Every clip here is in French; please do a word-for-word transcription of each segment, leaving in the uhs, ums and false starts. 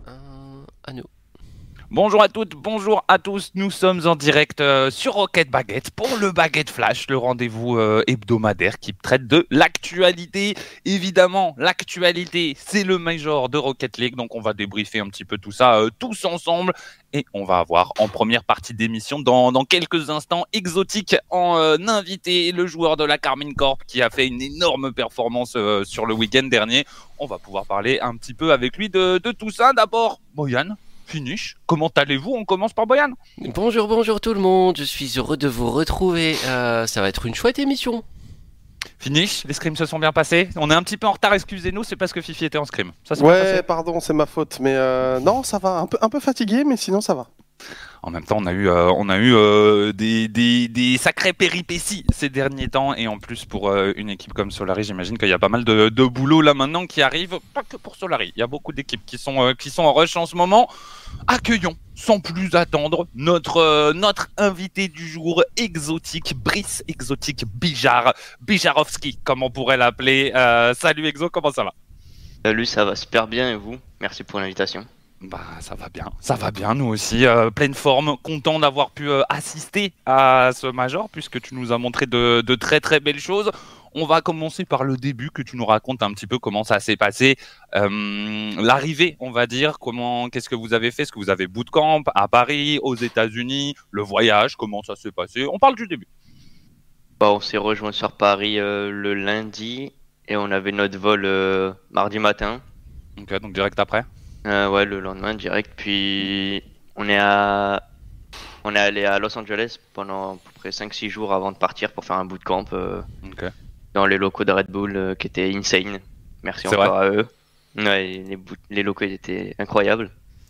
Un à nous. Bonjour à toutes, bonjour à tous. Nous sommes en direct euh, sur Rocket Baguette pour le Baguette Flash, le rendez-vous euh, hebdomadaire qui traite de l'actualité. Évidemment, l'actualité, c'est le Major de Rocket League, donc on va débriefer un petit peu tout ça euh, tous ensemble. Et on va avoir en première partie d'émission, dans, dans quelques instants, Exotique en euh, invité, le joueur de la Carmine Corp qui a fait une énorme performance euh, sur le week-end dernier. On va pouvoir parler un petit peu avec lui de, de tout ça. D'abord, Boyan. Finish. Comment allez-vous? On commence par Boyan. Bonjour, bonjour tout le monde, je suis heureux de vous retrouver. Euh, ça va être une chouette émission. Finish. Les scrims se sont bien passés. On est un petit peu en retard, excusez-nous, c'est parce que Fifi était en scrim. Ça s'est bien passé? Ouais, pardon, c'est ma faute, mais euh, non, ça va. Un peu, un peu fatigué, mais sinon ça va. En même temps, on a eu, euh, on a eu euh, des, des, des sacrées péripéties ces derniers temps. Et en plus, pour euh, une équipe comme Solari, j'imagine qu'il y a pas mal de, de boulot là maintenant qui arrive. Pas que pour Solari. Il y a beaucoup d'équipes qui sont, euh, qui sont en rush en ce moment. Accueillons, sans plus attendre, notre, euh, notre invité du jour, Exotique, Brice Exotique Bijar, Bijarovski, comme on pourrait l'appeler. Euh, salut Exo, comment ça va? Salut, ça va super bien et vous? Merci pour l'invitation. Bah, ça va bien, ça va bien, nous aussi, euh, pleine forme, content d'avoir pu euh, assister à ce Major, puisque tu nous as montré de, de très très belles choses. On va commencer par le début, que tu nous racontes un petit peu comment ça s'est passé, euh, l'arrivée, on va dire, comment, qu'est-ce que vous avez fait, est-ce que vous avez bootcamp à Paris, aux États-Unis, le voyage, comment ça s'est passé, on parle du début. Bah, on s'est rejoint sur Paris euh, le lundi et on avait notre vol euh, mardi matin. Ok, donc direct après. Euh, ouais, le lendemain direct. Puis on est à... on est allé à Los Angeles pendant à peu près cinq six jours avant de partir pour faire un bootcamp euh, Ok, dans les locaux de Red Bull euh, qui étaient insane. Merci c'est vrai. encore à eux. Ouais, les, boot- les locaux ils étaient incroyables.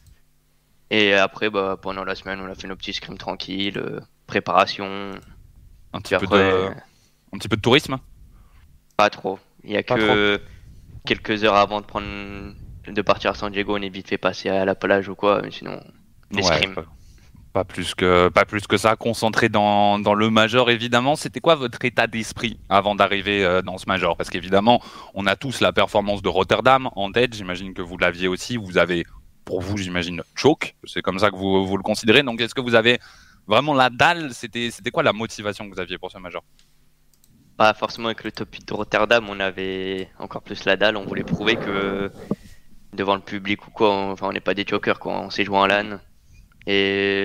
Et après, bah, pendant la semaine, on a fait nos petits scrims tranquilles, euh, préparation. Un petit Puis peu de, après, un petit peu de tourisme. pas trop. Il y a Pas trop. que quelques heures avant de prendre de partir à San Diego, on est vite fait passer à la plage ou quoi, mais sinon des Ouais, scrims. pas, pas plus que, pas plus que ça, concentré dans, dans le Major, évidemment. C'était quoi votre état d'esprit avant d'arriver euh, dans ce Major? Parce qu'évidemment, on a tous la performance de Rotterdam en tête. J'imagine que vous l'aviez aussi. Vous avez, pour vous, j'imagine, choke. C'est comme ça que vous, vous le considérez. Donc, est-ce que vous avez vraiment la dalle? C'était, c'était quoi la motivation que vous aviez pour ce Major? Pas forcément avec le top huit de Rotterdam, on avait encore plus la dalle, on voulait prouver que devant le public ou quoi, on, enfin on n'est pas des jokers quoi, on s'est joué en LAN. Et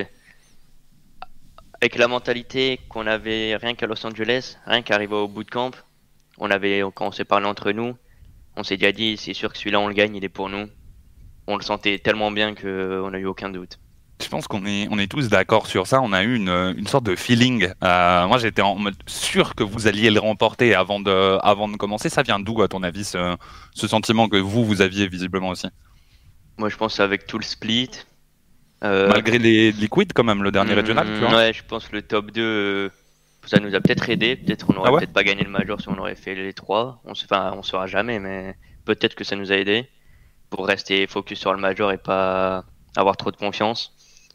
avec la mentalité qu'on avait rien qu'à Los Angeles, rien qu'arriver au bootcamp, on avait, quand on s'est parlé entre nous, on s'est déjà dit c'est sûr que celui-là on le gagne, il est pour nous. On le sentait tellement bien qu'on n'a eu aucun doute. Je pense qu'on est, on est tous d'accord sur ça. On a eu une, une sorte de feeling. Euh, moi, j'étais en mode sûr que vous alliez le remporter avant de, avant de commencer. Ça vient d'où, à ton avis, ce, ce sentiment que vous, vous aviez visiblement aussi? Moi je pense avec tout le split, euh, Malgré les liquides, quand même, le dernier régional, tu hmm, vois. ouais, je pense que le top deux, euh, ça nous a peut-être aidé. Peut-être on Ah n'aurait ouais? peut-être pas gagné le major si on aurait fait les trois. On se, enfin, on saura jamais, mais peut-être que ça nous a aidé pour rester focus sur le major et pas avoir trop de confiance.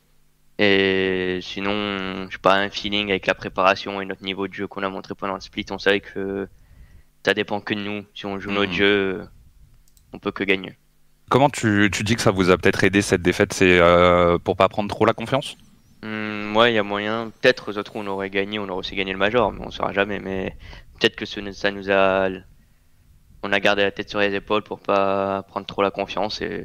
Et sinon, je sais pas, un feeling avec la préparation et notre niveau de jeu qu'on a montré pendant le split, on savait que ça dépend que de nous. Si on joue notre Hmm. jeu, on peut que gagner. Comment tu, tu dis que ça vous a peut-être aidé cette défaite? C'est euh, pour pas prendre trop la confiance? Hmm, ouais, il y a moyen. Peut-être aux autres on aurait gagné, on aurait aussi gagné le major, mais on saura jamais. Mais peut-être que ce- ça nous a, on a gardé la tête sur les épaules pour pas prendre trop la confiance et,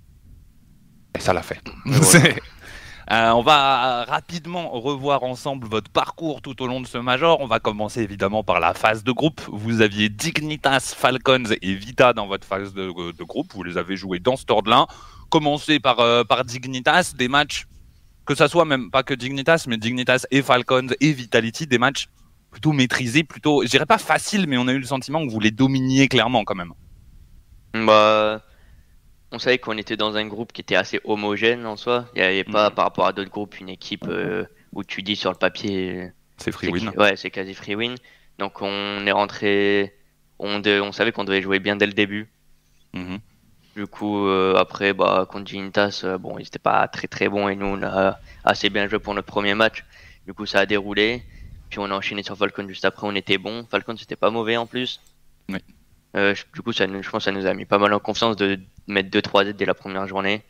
Et ça l'a fait. et voilà. C'est- Euh, on va rapidement revoir ensemble votre parcours tout au long de ce Major. On va commencer évidemment par la phase de groupe. Vous aviez Dignitas, Falcons et Vita dans votre phase de, de groupe. Vous les avez joués dans ce ordre-là. Commencez par, euh, par Dignitas, des matchs, que ça soit même pas que Dignitas, mais Dignitas et Falcons et Vitality, des matchs plutôt maîtrisés, plutôt, je dirais pas faciles, mais on a eu le sentiment que vous les dominiez clairement quand même. Bah, on savait qu'on était dans un groupe qui était assez homogène en soi. Il n'y avait pas Mhm. par rapport à d'autres groupes une équipe euh, où tu dis sur le papier, C'est free c'est win. qui- ouais, c'est quasi free win. Donc on est rentré, on, de- on savait qu'on devait jouer bien dès le début. Mhm. Du coup, euh, après, bah, contre Gintas, euh, bon, ils étaient pas très très bons et nous, on a assez bien joué pour notre premier match. Du coup, ça a déroulé. Puis on a enchaîné sur Falcon juste après, on était bon. Falcon, c'était pas mauvais en plus. Oui. Euh, je- du coup, ça, nous- je pense que ça nous a mis pas mal en confiance de mettre deux trois aides dès la première journée.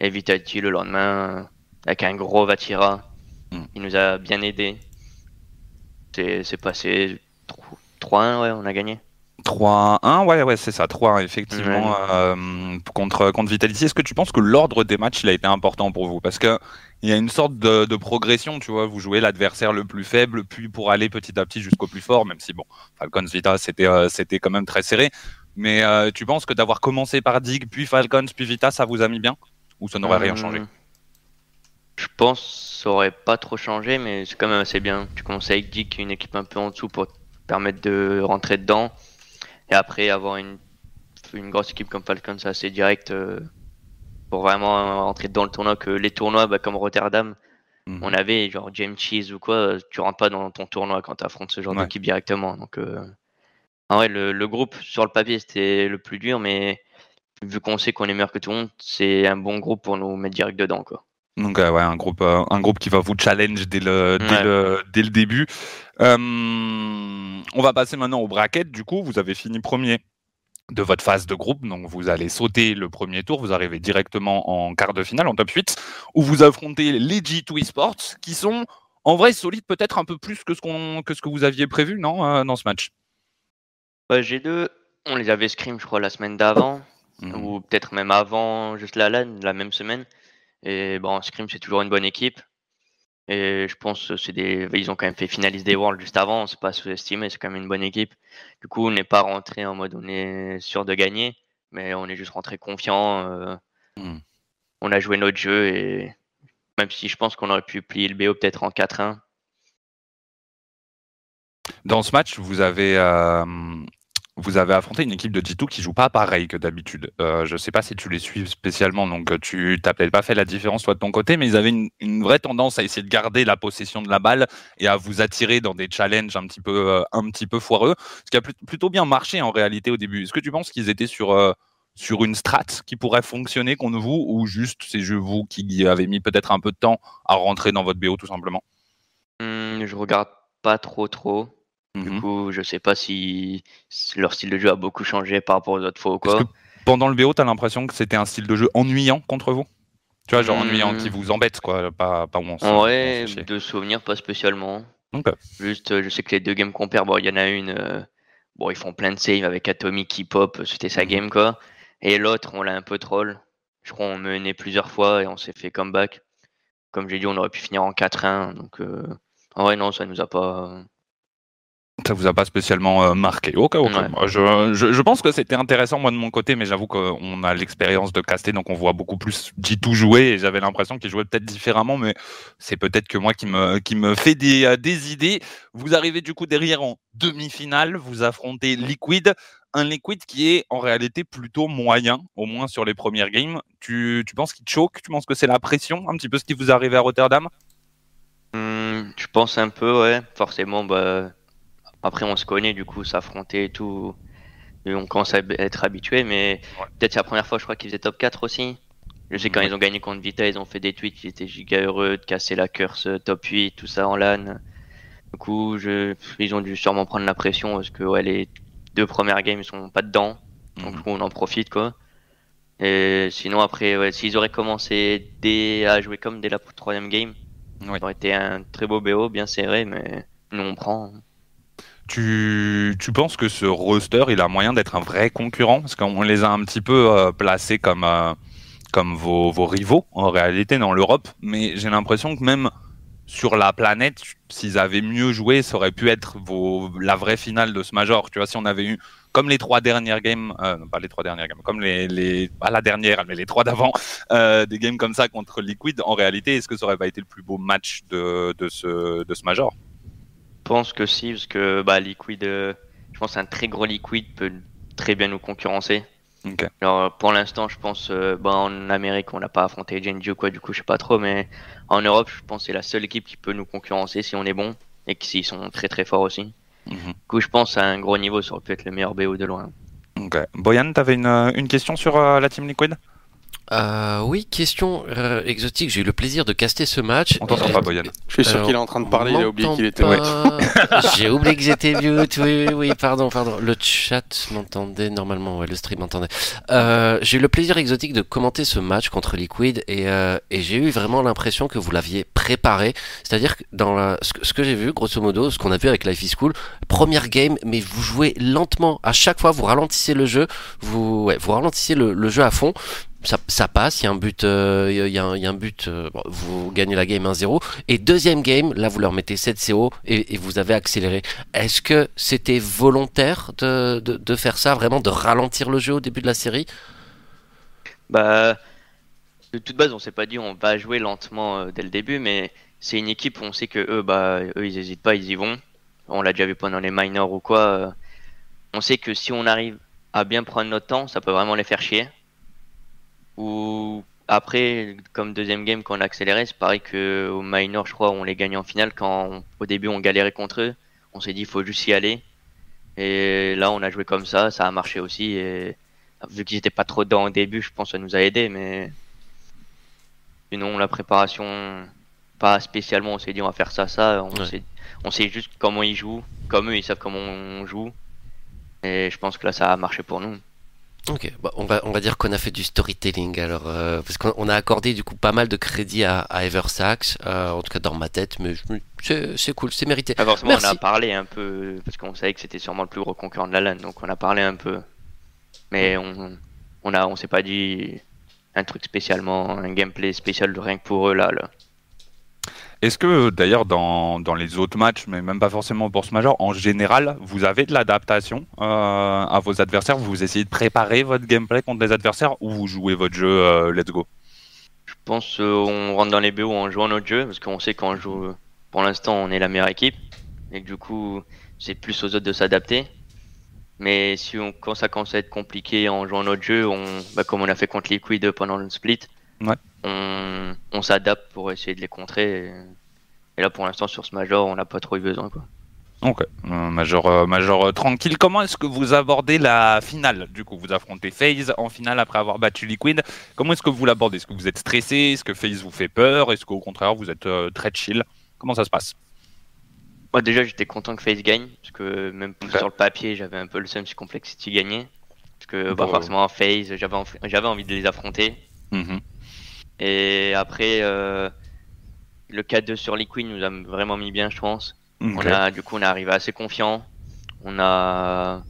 Et Vitality le lendemain, avec un gros Vatira, Mm. il nous a bien aidé. C'est, c'est passé trois un, ouais, on a gagné. trois un, ouais, ouais, c'est ça, trois un, effectivement, Ouais. euh, contre, contre Vitality. Est-ce que tu penses que l'ordre des matchs il a été important pour vous? Parce qu'il y a une sorte de, de progression, tu vois, vous jouez l'adversaire le plus faible, puis pour aller petit à petit jusqu'au plus fort, même si, bon, Falcons Vita, c'était, euh, c'était quand même très serré. Mais euh, tu penses que d'avoir commencé par Dig, puis Falcons, puis Vita, ça vous a mis bien? Ou ça n'aurait rien changé? Hum, Je pense que ça aurait pas trop changé, mais c'est quand même assez bien. Tu commences avec Dig, qui est une équipe un peu en dessous pour te permettre de rentrer dedans. Et après, avoir une, une grosse équipe comme Falcons, c'est assez direct euh, pour vraiment rentrer dans le tournoi. Que les tournois, bah, comme Rotterdam, Mhm. on avait genre James Cheese ou quoi, tu rentres pas dans ton tournoi quand tu affrontes ce genre Ouais. d'équipe directement. Donc, euh... ah ouais, le, le groupe sur le papier c'était le plus dur, mais vu qu'on sait qu'on est meilleur que tout le monde, c'est un bon groupe pour nous mettre direct dedans, quoi. Donc euh, ouais, un groupe, euh, un groupe qui va vous challenge dès le, dès Ouais. le, dès le début. Euh, on va passer maintenant au bracket. Du coup, vous avez fini premier de votre phase de groupe, donc vous allez sauter le premier tour, vous arrivez directement en quart de finale, en top huit, où vous affrontez les G deux Esports, qui sont en vrai solides peut-être un peu plus que ce, qu'on, que ce que vous aviez prévu, non, euh, dans ce match? Ouais, G deux, on les avait scrim, je crois, la semaine d'avant, Mhm. ou peut-être même avant, juste la LAN, la même semaine. Et bon, scrim, c'est toujours une bonne équipe. Et je pense que c'est des, ils ont quand même fait finaliste des Worlds juste avant, c'est pas sous-estimé, c'est quand même une bonne équipe. Du coup, on n'est pas rentré en mode on est sûr de gagner, mais on est juste rentré confiant. euh, Mhm. On a joué notre jeu et même si je pense qu'on aurait pu plier le B O peut-être en quatre un. Dans ce match, vous avez, euh, vous avez affronté une équipe de G deux qui joue pas pareil que d'habitude. Euh, je sais pas si tu les suis spécialement, donc tu t'as peut-être pas fait la différence toi de ton côté, mais ils avaient une, une vraie tendance à essayer de garder la possession de la balle et à vous attirer dans des challenges un petit peu, euh, un petit peu foireux, ce qui a plut- plutôt bien marché en réalité au début. Est-ce que tu penses qu'ils étaient sur, euh, sur une strat qui pourrait fonctionner contre vous, ou juste c'est juste vous qui avez mis peut-être un peu de temps à rentrer dans votre B O tout simplement? Hum, je regarde pas trop trop. Du Mhm. coup, je sais pas si si leur style de jeu a beaucoup changé par rapport aux autres fois ou Est-ce que quoi. pendant le B O, tu as l'impression que c'était un style de jeu ennuyant contre vous? Tu vois, genre ennuyant, qui Hum, vous embête, quoi, pas, pas où on se, En on se vrai, fait chier. de souvenirs, pas spécialement. Donc, euh, Juste, euh, je sais que les deux games qu'on perd, bon, il y en a une, euh, bon, ils font plein de saves avec Atomic qui pop, c'était sa mhm. game, quoi. Et l'autre, on l'a un peu troll. Je crois on menait plusieurs fois et on s'est fait comeback. Comme j'ai dit, on aurait pu finir en quatre un. Donc, euh, en vrai, non, ça nous a pas. Ça vous a pas spécialement euh, marqué. Ok, ok. Ouais. Moi, Je, je, je pense que c'était intéressant, moi, de mon côté, mais j'avoue qu'on a l'expérience de caster, donc on voit beaucoup plus G deux jouer, et j'avais l'impression qu'il jouait peut-être différemment, mais c'est peut-être que moi qui me, qui me fait des, euh, des idées. Vous arrivez du coup derrière en demi-finale, vous affrontez Liquid, un Liquid qui est en réalité plutôt moyen, au moins sur les premières games. Tu, tu penses qu'il choke? Tu penses que c'est la pression, un petit peu ce qui vous est arrivé à Rotterdam? Hum, je pense un peu, ouais. Forcément, bah. Après, on se connaît, du coup, s'affronter et tout. Et on commence à être habitué, mais Ouais. peut-être c'est la première fois, je crois qu'ils faisaient top quatre aussi. Je sais quand Ouais. ils ont gagné contre Vita, ils ont fait des tweets, ils étaient giga heureux de casser la curse euh, top huit, tout ça en LAN. Du coup, je... ils ont dû sûrement prendre la pression parce que ouais, les deux premières games, ils sont pas dedans. Donc, du Mhm. coup, on en profite, quoi. Et sinon, après, ouais, s'ils auraient commencé dès... à jouer comme dès la troisième game, Ouais. ça aurait été un très beau B O, bien serré, mais nous, on prend. Tu, tu penses que ce roster, il a moyen d'être un vrai concurrent? Parce qu'on les a un petit peu euh, placés comme, euh, comme vos, vos rivaux, en réalité, dans l'Europe. Mais j'ai l'impression que même sur la planète, s'ils avaient mieux joué, ça aurait pu être vos, la vraie finale de ce Major. Tu vois, si on avait eu, comme les trois dernières games, euh, non, pas les trois dernières games, comme les, les pas la dernière, mais les trois d'avant, euh, des games comme ça contre Liquid, en réalité, est-ce que ça aurait pas été le plus beau match de, de, ce, de ce Major? Je pense que si, parce que bah, Liquid, euh, je pense qu'un très gros Liquid peut très bien nous concurrencer. Ok. Alors, pour l'instant, je pense, euh, bah, en Amérique, on n'a pas affronté Genji ou quoi, du coup, je sais pas trop, mais en Europe, je pense que c'est la seule équipe qui peut nous concurrencer si on est bon et qu'ils sont très très forts aussi. Mhm. Du coup, je pense à un gros niveau, ça aurait pu être le meilleur B O de loin. Ok. Boyan, tu avais une, une question sur euh, la team Liquid? Euh, oui, question euh, exotique. J'ai eu le plaisir de caster ce match. On t'entend Euh, pas, Boyan. Je suis sûr Alors, qu'il est en train de parler, on il a oublié m'entend qu'il était. pas. J'ai oublié que j'étais mute. Oui, oui, oui, pardon, pardon. Le chat m'entendait normalement, ouais, le stream m'entendait. Euh, j'ai eu le plaisir exotique de commenter ce match contre Liquid et, euh, et j'ai eu vraiment l'impression que vous l'aviez préparé. C'est-à-dire que dans la, ce que, ce que j'ai vu, grosso modo, ce qu'on a vu avec Life is Cool, première game, mais vous jouez lentement. À chaque fois, vous ralentissez le jeu, vous, ouais, vous ralentissez le, le jeu à fond. Ça, ça passe, il y a un but, euh, il y a un, il y a un but, euh, bon, vous gagnez la game un zéro. Et deuxième game, là vous leur mettez sept C O et, et vous avez accéléré. Est-ce que c'était volontaire de, de, de faire ça, vraiment de ralentir le jeu au début de la série? Bah, de toute base, on s'est pas dit on va jouer lentement euh, dès le début, mais c'est une équipe où on sait que eux, bah, eux ils hésitent pas, ils y vont. On l'a déjà vu pendant les minors ou quoi. euh, on sait que si on arrive à bien prendre notre temps, ça peut vraiment les faire chier. Ou après, comme deuxième game quand on a accéléré, c'est pareil que au minor, je crois, on les gagne en finale quand on- au début on galérait contre eux. On s'est dit il faut juste y aller. Et là, on a joué comme ça, ça a marché aussi. Et vu qu'ils étaient pas trop dedans au début, je pense que ça nous a aidé. Mais sinon, la préparation, pas spécialement. On s'est dit on va faire ça, ça. On Ouais. sait, on sait juste comment ils jouent, comme eux, ils savent comment on joue. Et je pense que là, ça a marché pour nous. Ok, bah, on va on va dire qu'on a fait du storytelling alors euh, parce qu'on on a accordé du coup pas mal de crédit à, à Eversax, euh, en tout cas dans ma tête, mais je me- c'est c'est cool, c'est mérité. Pas forcément, Merci. on a parlé un peu, parce qu'on savait que c'était sûrement le plus gros concurrent de la LAN, donc on a parlé un peu. Mais on, on a, on s'est pas dit un truc spécialement, un gameplay spécial rien que pour eux là. là. Est-ce que d'ailleurs dans, dans les autres matchs, mais même pas forcément pour ce major, en général, vous avez de l'adaptation euh, à vos adversaires? Vous essayez de préparer votre gameplay contre les adversaires ou vous jouez votre jeu euh, let's go? Je pense qu'on rentre dans les B O en jouant notre jeu, parce qu'on sait qu'on joue, pour l'instant on est la meilleure équipe, et que du coup c'est plus aux autres de s'adapter. Mais si on, quand ça commence à être compliqué en jouant notre jeu, on, bah, comme on a fait contre Liquid pendant le split, Ouais. on, on s'adapte pour essayer de les contrer. Et, et là pour l'instant sur ce major, on n'a pas trop eu besoin quoi. Ok, euh, major, euh, major euh, tranquille. Comment est-ce que vous abordez la finale? Du coup, vous affrontez FaZe en finale après avoir battu Liquid. Comment est-ce que vous l'abordez? Est-ce que vous êtes stressé? Est-ce que FaZe vous fait peur? Est-ce qu'au contraire, vous êtes euh, très chill? Comment ça se passe? Moi déjà j'étais content que FaZe gagne, parce que même Ok. sur le papier j'avais un peu le seum si Complexity gagnait. Parce que bah, Bon. forcément FaZe, j'avais enf- j'avais envie de les affronter. Mhm. Et après, euh, le quatre deux sur Liquid nous a vraiment mis bien, je pense. Ok. On a, du coup, on est arrivé assez confiant. On a,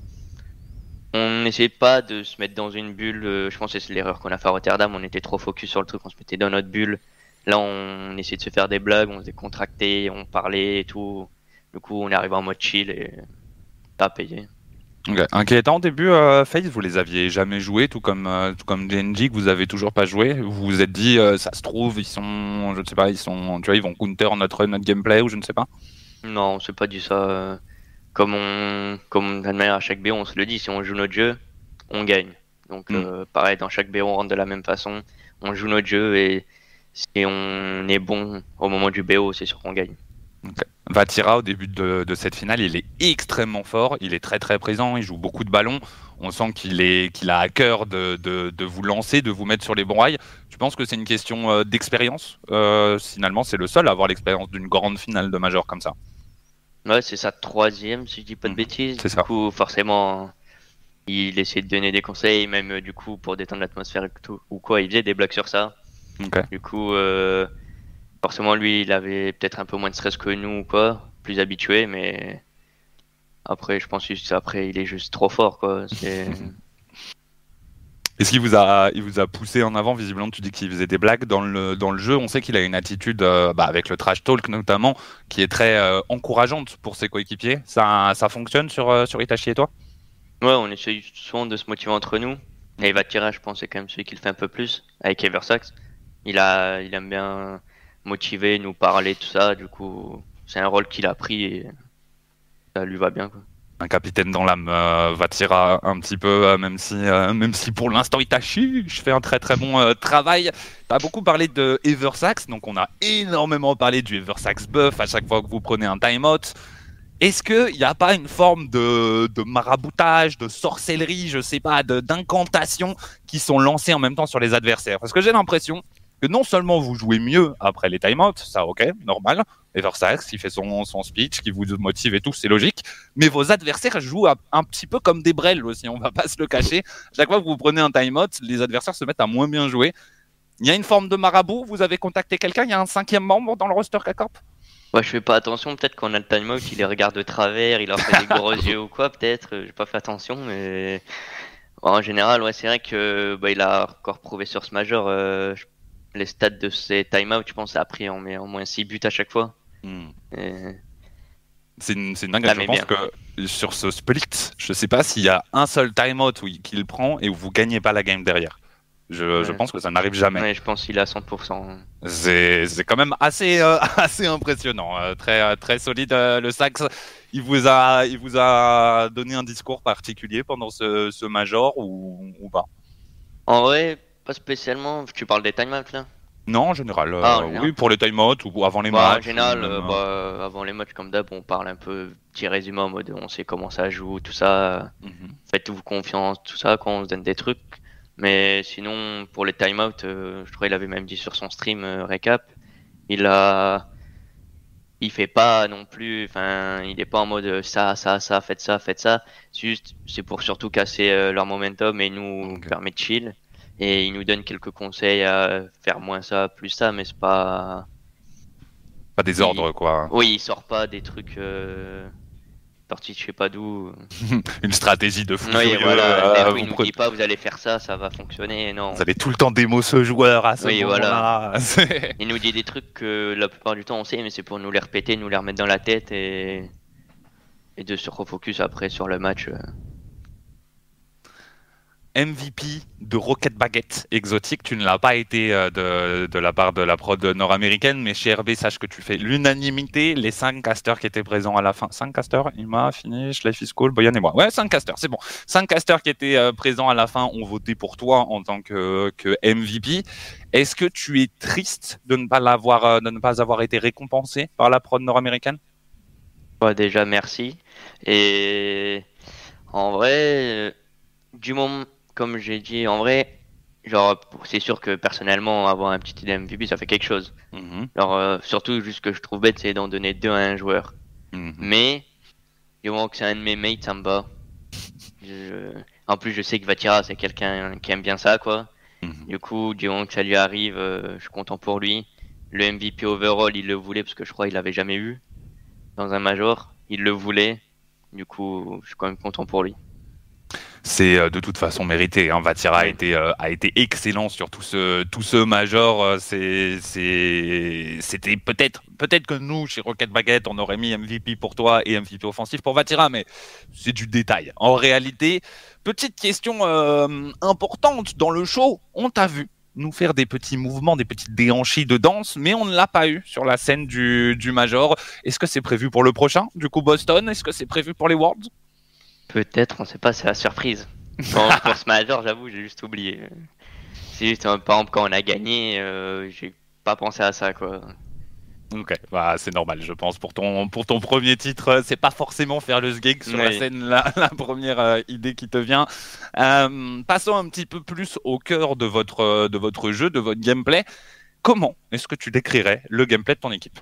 on n'essayait pas de se mettre dans une bulle. euh, Je pense que c'est l'erreur qu'on a fait à Rotterdam. On était trop focus sur le truc, on se mettait dans notre bulle. Là, on essayait de se faire des blagues, on se décontractait, on parlait et tout. Du coup, on est arrivé en mode chill et ça a payé. Ok. Inquiétant au début, euh, FaZe, vous les aviez jamais joués, tout comme, euh, tout comme G N G que vous avez toujours pas joué. Vous vous êtes dit, euh, ça se trouve, ils sont, je ne sais pas, ils sont, tu vois, ils vont counter notre, notre gameplay ou je ne sais pas. Non, on s'est pas dit ça. euh, Comme on, comme de manière à chaque B O, on se le dit, si on joue notre jeu, on gagne. Donc Mm. euh, pareil, dans chaque B O, on rentre de la même façon. On joue notre jeu et si on est bon au moment du B O, c'est sûr qu'on gagne. Vatira, au début de, de cette finale, il est extrêmement fort, il est très très présent, il joue beaucoup de ballons. On sent qu'il est, qu'il a à cœur de, de, de vous lancer, de vous mettre sur les bons rails. Tu penses que c'est une question euh, d'expérience? Euh, Finalement, c'est le seul à avoir l'expérience d'une grande finale de major comme ça. Ouais, c'est sa troisième, si je dis pas de Mhm, bêtises. c'est Du ça. coup, forcément, il essayait de donner des conseils, même euh, du coup, pour détendre l'atmosphère et tout, ou quoi, il faisait des blagues sur ça. Ok. Du coup, euh, forcément, lui, il avait peut-être un peu moins de stress que nous ou quoi, plus habitué, mais après, je pense que après, il est juste trop fort, quoi. C'est... Est-ce qu'il vous a, il vous a poussé en avant? Visiblement, tu dis qu'il faisait des blagues dans le, dans le jeu. On sait qu'il a une attitude, euh, bah, avec le trash talk notamment, qui est très euh, encourageante pour ses coéquipiers. Ça, ça fonctionne sur, euh, sur Itachi et toi? Ouais, on essaye souvent de se motiver entre nous. Et Vatira, je pense, c'est quand même celui qui le fait un peu plus, avec Eversax. Il a, il aime bien motiver, nous parler, tout ça. Du coup, c'est un rôle qu'il a pris et ça lui va bien, quoi. Un capitaine dans l'âme, euh, Vatira un petit peu, euh, même si, euh, même si pour l'instant Itachi, je fais un très très bon euh, travail. Tu as beaucoup parlé de Eversax, donc on a énormément parlé du Eversax buff à chaque fois que vous prenez un timeout. Est-ce qu'il n'y a pas une forme de, de maraboutage, de sorcellerie, je sais pas, de, d'incantation qui sont lancées en même temps sur les adversaires? Parce que j'ai l'impression que non seulement vous jouez mieux après les time-outs, ça ok, normal, Eversax, il fait son, son speech, qui vous motive et tout, c'est logique, mais vos adversaires jouent un, un petit peu comme des brels aussi, on va pas se le cacher. Chaque fois que vous prenez un time-out, les adversaires se mettent à moins bien jouer. Il y a une forme de marabout, vous avez contacté quelqu'un, il y a un cinquième membre dans le roster K-Corp? Ouais, je fais pas attention, peut-être qu'on a le timeout, il les regarde de travers, il leur fait des gros yeux ou quoi, peut-être, euh, j'ai pas fait attention, mais ouais, en général, ouais, c'est vrai que bah, il a encore prouvé sur ce major, euh, je- les stats de ses timeouts, je pense, a pris en, au moins six buts à chaque fois. Hmm. Et... C'est une, c'est une dingue, Ah, je mais pense bien. que sur ce split, je sais pas s'il y a un seul time-out où il- qu'il prend et où vous gagnez pas la game derrière. Je, je Ouais. pense que ça n'arrive jamais. Ouais, je pense qu'il est à cent pour cent. C'est, c'est quand même assez, euh, assez impressionnant, euh, très, euh, très solide euh, le Sax. Il vous a, il vous a donné un discours particulier pendant ce, ce major ou, ou pas? En vrai, pas spécialement, tu parles des timeouts là? Non, en général, euh, Ah, en général. oui, pour les time-out ou avant les Bah, en matchs. général, ou même, euh, euh, bah, avant les matchs comme d'hab, on parle un peu, petit résumé en mode on sait comment ça joue, tout ça. mhm. Faites-vous confiance, tout ça, quand on se donne des trucs. Mais sinon, pour les timeouts, euh, je crois qu'il avait même dit sur son stream euh, récap, il a, il fait pas non plus, enfin, il est pas en mode euh, ça, ça, ça, faites ça, faites ça. C'est juste, c'est pour surtout casser euh, leur momentum et nous Ok. permettre de chill. Et il nous donne quelques conseils à faire moins ça, plus ça, mais c'est pas, Pas des ordres, quoi. oui, il sort pas des trucs euh, sortis de je sais pas d'où. Une stratégie de fou Oui, furieux. voilà. euh, D'un coup, vous, il nous pre- dit pas, vous allez faire ça, ça va fonctionner. Non. vous avez tout le temps démo ce joueur à ce Oui, moment-là. C'est- Il nous dit des trucs que la plupart du temps on sait, mais c'est pour nous les répéter, nous les remettre dans la tête et, et de se refocus après sur le match. euh. M V P de Rocket Baguette exotique, tu ne l'as pas été euh, de, de la part de la prod nord-américaine, mais chez R B, sache que tu fais l'unanimité. Les cinq casters qui étaient présents à la fin. Cinq casters, Ima, Finish, Life is Cool, Boyan et moi. Ouais, cinq casters, c'est bon. Cinq casters qui étaient euh, présents à la fin ont voté pour toi en tant que, que M V P. Est-ce que tu es triste de ne pas l'avoir, euh, de ne pas avoir été récompensé par la prod nord-américaine? Ouais, déjà, merci. Et en vrai, euh, du moment, comme j'ai dit, en vrai, genre, c'est sûr que personnellement, avoir un petit M V P, ça fait quelque chose. Mhm, Alors, euh, surtout, juste ce que je trouve bête, c'est d'en donner deux à un joueur. mhm. Mais, du moment que c'est un de mes mates, ça me va. Je- En plus, je sais que Vatira, c'est quelqu'un qui aime bien ça, quoi. Mhm. Du coup, du moment que ça lui arrive, euh, je suis content pour lui. Le M V P overall, il le voulait parce que je crois qu'il l'avait jamais eu dans un major. Il le voulait. Du coup, je suis quand même content pour lui. C'est euh, de toute façon mérité. Hein. Vatira a Oui. été euh, a été excellent sur tout ce tout ce major. Euh, C'est c'est c'était peut-être peut-être que nous chez Rocket Baguette on aurait mis M V P pour toi et M V P offensif pour Vatira, mais c'est du détail. En réalité, petite question euh, importante dans le show, on t'a vu nous faire des petits mouvements, des petites déhanchis de danse, mais on ne l'a pas eu sur la scène du du major. Est-ce que c'est prévu pour le prochain? Du coup Boston, est-ce que c'est prévu pour les Worlds? Peut-être, on sait pas, c'est la surprise. Bon, pour ce major, j'avoue, j'ai juste oublié. C'est juste, euh, par exemple, quand on a gagné, euh, j'ai pas pensé à ça, quoi. Ok, bah, c'est normal, je pense. Pour ton, pour ton premier titre, euh, c'est pas forcément faire le sgeg sur la Oui. scène, la, la première euh, idée qui te vient. Euh, passons un petit peu plus au cœur de votre, euh, de votre jeu, de votre gameplay. Comment est-ce que tu décrirais le gameplay de ton équipe?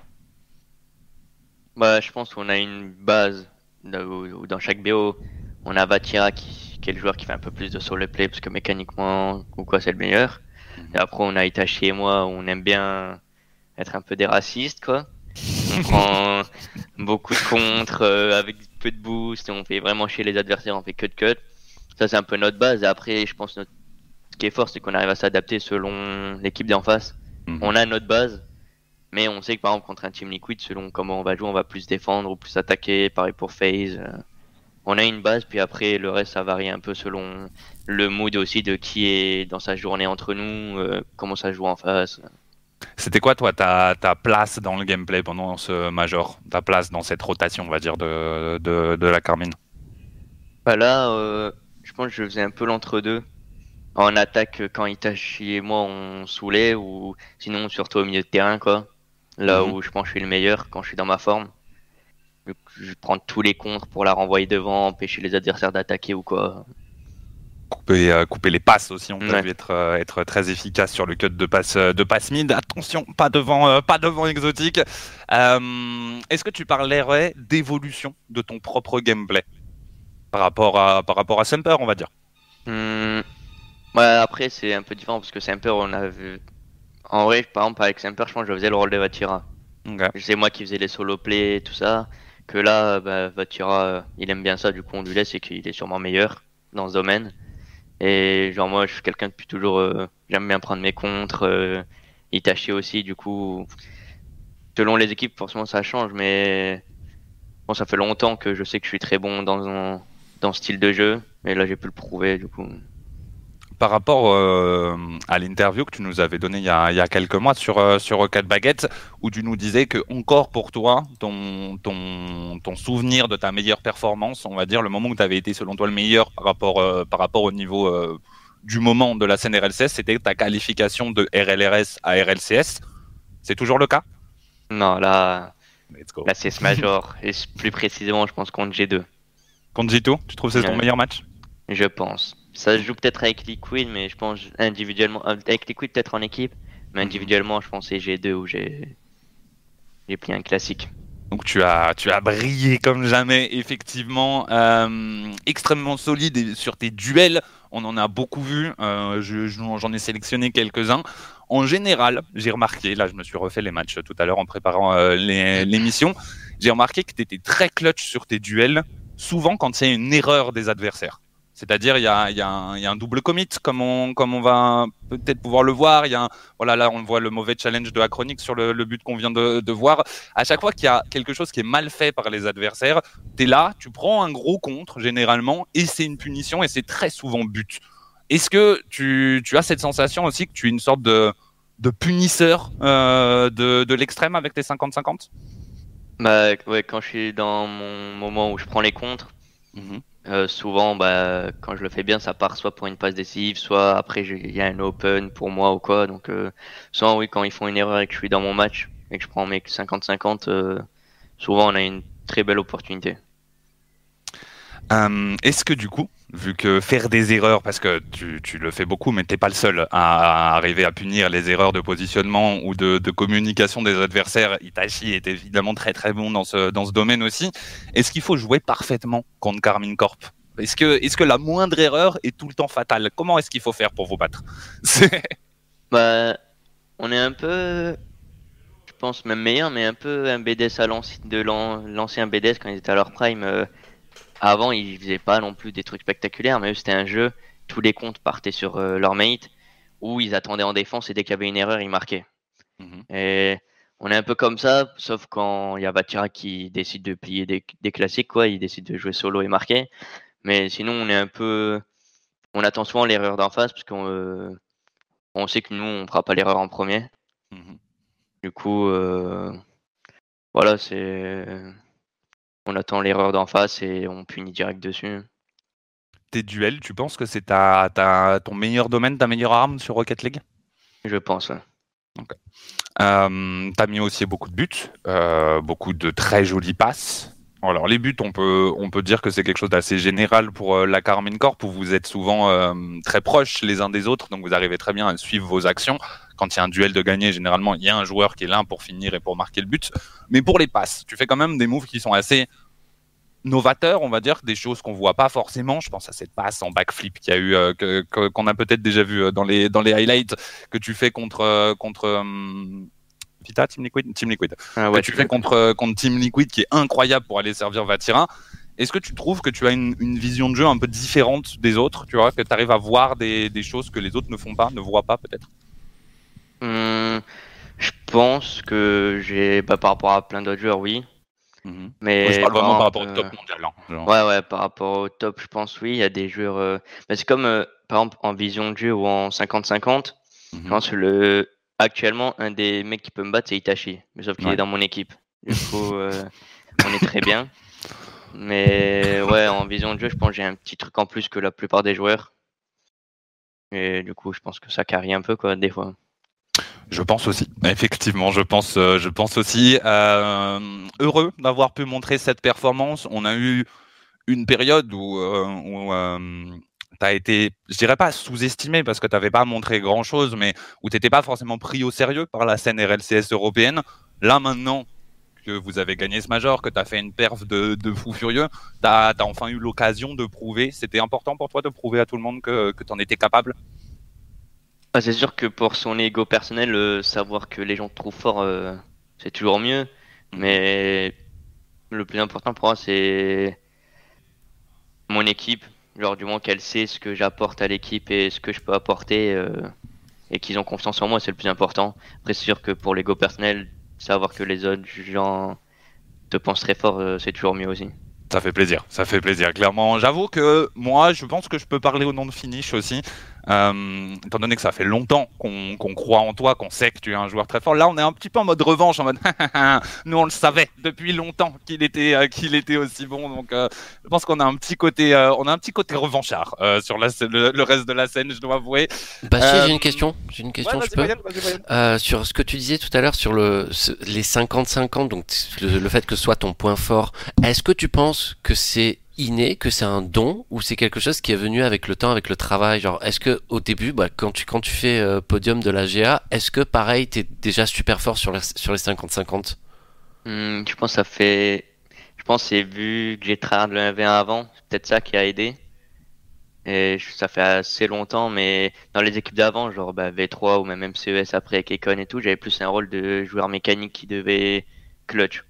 Bah, je pense qu'on a une base là où- où dans chaque B O. On a Vatira qui, qui est le joueur qui fait un peu plus de solo play parce que mécaniquement ou quoi c'est le meilleur. Et après on a Itachi et moi où on aime bien être un peu des racistes quoi. On prend beaucoup de contre euh, avec peu de boost et on fait vraiment chier les adversaires, on fait que de cut. Ça c'est un peu notre base et après je pense notre... ce qui est fort c'est qu'on arrive à s'adapter selon l'équipe d'en face. Mhm. On a notre base. Mais on sait que par exemple contre un team liquid, selon comment on va jouer, on va plus défendre ou plus attaquer. Pareil pour FaZe. Euh, On a une base, puis après le reste ça varie un peu selon le mood aussi de qui est dans sa journée entre nous, euh, comment ça joue en face. C'était quoi, toi, ta, ta place dans le gameplay pendant ce major? Ta place dans cette rotation, on va dire, de, de, de la Carmine? Bah là, euh, je pense que je faisais un peu l'entre-deux. En attaque, quand Itachi et moi on saoulait, ou sinon surtout au milieu de terrain, quoi. Là Mhm. où je pense que je suis le meilleur quand je suis dans ma forme. je, je prends tous les contres pour la renvoyer devant, empêcher les adversaires d'attaquer ou quoi. Couper, euh, couper les passes aussi, on peut Ouais. vu être, euh, être très efficace sur le cut de passe, de passe mid. Attention, pas devant, euh, pas devant Exotic. Euh, est-ce que tu parlerais d'évolution de ton propre gameplay par rapport à, par rapport à Semper, on va dire? Hum, Ouais, après, c'est un peu différent parce que Semper, on a vu. En vrai, par exemple, avec Semper, je pense que je faisais le rôle de Vatira. Ok. C'est moi qui faisais les solo play et tout ça. Que là, bah, Vatira, euh, il aime bien ça, du coup, on lui laisse et qu'il est sûrement meilleur dans ce domaine. Et genre, moi, je suis quelqu'un depuis toujours. euh, J'aime bien prendre mes contres. Euh, Itachi aussi, du coup. Selon les équipes, forcément, ça change, mais. Bon, ça fait longtemps que je sais que je suis très bon dans un... dans ce style de jeu. Et là, j'ai pu le prouver, du coup. Par rapport euh, à l'interview que tu nous avais donnée il y a, il y a quelques mois sur, euh, sur Rocket Baguette, où tu nous disais que encore pour toi, ton, ton, ton souvenir de ta meilleure performance, on va dire, le moment où tu avais été selon toi le meilleur par rapport, euh, par rapport au niveau euh, du moment de la scène R L C S, c'était ta qualification de R L R S à R L C S. C'est toujours le cas? Non, là. Let's go. Là, c'est ce Major. Et plus précisément, je pense contre G deux. Contre G deux, tu trouves que c'est ton Ouais. meilleur match? Je pense. Ça se joue peut-être avec Liquid, mais je pense individuellement. Avec Liquid, peut-être en équipe. Mais individuellement, je pense que c'est G deux où j'ai. J'ai pris un classique. Donc tu as, tu as brillé comme jamais, effectivement, euh, extrêmement solide sur tes duels. On en a beaucoup vu. Euh, je, j'en ai sélectionné quelques-uns. En général, j'ai remarqué, là je me suis refait les matchs tout à l'heure en préparant euh, les, l'émission, j'ai remarqué que tu étais très clutch sur tes duels, souvent quand il y a une erreur des adversaires. C'est-à-dire, il y a, il y a un, il y a un double commit, comme on, comme on va peut-être pouvoir le voir. Il y a un, voilà, là, on voit le mauvais challenge de Acronic sur le, le but qu'on vient de, de voir. À chaque fois qu'il y a quelque chose qui est mal fait par les adversaires, tu es là, tu prends un gros contre, généralement, et c'est une punition, et c'est très souvent but. Est-ce que tu, tu as cette sensation aussi que tu es une sorte de, de punisseur euh, de, de l'extrême avec tes cinquante cinquante? Bah, ouais, quand je suis dans mon moment où je prends les contres, mm-hmm. Euh, souvent, bah, quand je le fais bien, ça part soit pour une passe décisive, soit après il y a un open pour moi ou quoi. Donc, euh, souvent, oui, quand ils font une erreur et que je suis dans mon match et que je prends mes cinquante cinquante, euh, souvent on a une très belle opportunité. Euh, est-ce que du coup, vu que faire des erreurs, parce que tu, tu le fais beaucoup, mais t'es pas le seul à, à arriver à punir les erreurs de positionnement ou de, de communication des adversaires, Itachi est évidemment très très bon dans ce, dans ce domaine aussi. Est-ce qu'il faut jouer parfaitement contre Karmine Corp? Est-ce que, est-ce que la moindre erreur est tout le temps fatale? Comment est-ce qu'il faut faire pour vous battre? Bah, on est un peu, je pense même meilleur, mais un peu un B D S à l'ancien, de l'an- l'ancien B D S quand ils étaient à leur prime. Euh, avant, ils faisaient pas non plus des trucs spectaculaires, mais eux, c'était un jeu, tous les comptes partaient sur euh, leur mate, où ils attendaient en défense et dès qu'il y avait une erreur, ils marquaient. Mm-hmm. Et on est un peu comme ça, sauf quand il y a Vatira qui décide de plier des, des classiques, quoi. Il décide de jouer solo et marquer. Mais sinon, on est un peu, on attend souvent l'erreur d'en face parce qu'on euh, on sait que nous, on fera pas l'erreur en premier. Mm-hmm. Du coup, euh, voilà, c'est, on attend l'erreur d'en face et on punit direct dessus. Tes duels, tu penses que c'est ta, ta, ton meilleur domaine, ta meilleure arme sur Rocket League? Je pense. Ouais. Okay. Euh, t'as mis aussi beaucoup de buts, euh, beaucoup de très jolies passes. Alors les buts, on peut on peut dire que c'est quelque chose d'assez général pour euh, la Karmine Corp, où vous êtes souvent euh, très proches les uns des autres, donc vous arrivez très bien à suivre vos actions. Quand il y a un duel de gagné, généralement il y a un joueur qui est là pour finir et pour marquer le but. Mais pour les passes, tu fais quand même des moves qui sont assez novateurs, on va dire, des choses qu'on voit pas forcément. Je pense à cette passe en backflip qu'il y a eu, euh, que, que, qu'on a peut-être déjà vu dans les dans les highlights que tu fais contre euh, contre euh, Vita, Team Liquid, Team Liquid. Ah ouais, que tu fais contre contre Team Liquid, qui est incroyable pour aller servir Vatira. Est-ce que tu trouves que tu as une, une vision de jeu un peu différente des autres, tu vois, que tu arrives à voir des, des choses que les autres ne font pas, ne voient pas peut-être? hum, Je pense que j'ai, bah, par rapport à plein d'autres joueurs, oui. Mmh. Mais Moi, je parle vraiment par rapport euh... au top mondial. Hein, genre. Ouais, ouais, par rapport au top, je pense, oui, il y a des joueurs. Euh... Bah, c'est comme, euh, par exemple, en vision de jeu ou en cinquante cinquante. Mmh. Je pense que le... actuellement, un des mecs qui peut me battre, c'est Itachi. Mais sauf qu'il Ouais. est dans mon équipe. Du coup, euh, on est très bien. Mais ouais, en vision de jeu, je pense que j'ai un petit truc en plus que la plupart des joueurs. Et du coup, je pense que ça carie un peu, quoi, des fois. Je pense aussi, effectivement, je pense, euh, je pense aussi. Euh, heureux d'avoir pu montrer cette performance. On a eu une période où, euh, où euh, tu as été, je dirais pas sous-estimé parce que tu n'avais pas montré grand-chose, mais où tu n'étais pas forcément pris au sérieux par la scène R L C S européenne. Là, maintenant que vous avez gagné ce major, que tu as fait une perf de, de fou furieux, tu as enfin eu l'occasion de prouver. C'était important pour toi de prouver à tout le monde que, que tu en étais capable? Ah, c'est sûr que pour son ego personnel, euh, savoir que les gens te trouvent fort, euh, c'est toujours mieux. Mais le plus important pour moi, c'est mon équipe. Genre, du moins qu'elle sait ce que j'apporte à l'équipe et ce que je peux apporter. euh, et qu'ils ont confiance en moi, c'est le plus important. Après, c'est sûr que pour l'ego personnel, savoir que les autres gens te pensent très fort, euh, c'est toujours mieux aussi. Ça fait plaisir, ça fait plaisir, clairement. J'avoue que moi, je pense que je peux parler au nom de Finish aussi, euh, étant donné que ça fait longtemps qu'on qu'on croit en toi, qu'on sait que tu es un joueur très fort. Là, on est un petit peu en mode revanche, en mode nous, on le savait depuis longtemps qu'il était, euh, qu'il était aussi bon. Donc, euh, je pense qu'on a un petit côté, euh, on a un petit côté revanchard euh, sur la, le, le reste de la scène, je dois avouer. Bastien, Euh, j'ai une question. J'ai une question, Ouais, je vas-y, peux Brian, vas-y, Brian. Euh, sur ce que tu disais tout à l'heure sur le, ce- les cinquante cinquante, donc le, le fait que ce soit ton point fort, est-ce que tu penses que c'est inné, que c'est un don, ou c'est quelque chose qui est venu avec le temps, avec le travail? Genre, est-ce que au début, bah, quand tu quand tu fais euh, podium de la G A, est-ce que pareil, t'es déjà super fort sur les, sur les cinquante cinquante? Hmm, je pense que ça fait. Je pense que c'est vu que j'ai tryhard le un v un avant, c'est peut-être ça qui a aidé. Et je- ça fait assez longtemps, mais dans les équipes d'avant, genre bah, V trois ou même M C E S après avec Econ et tout, j'avais plus un rôle de joueur mécanique qui devait clutch.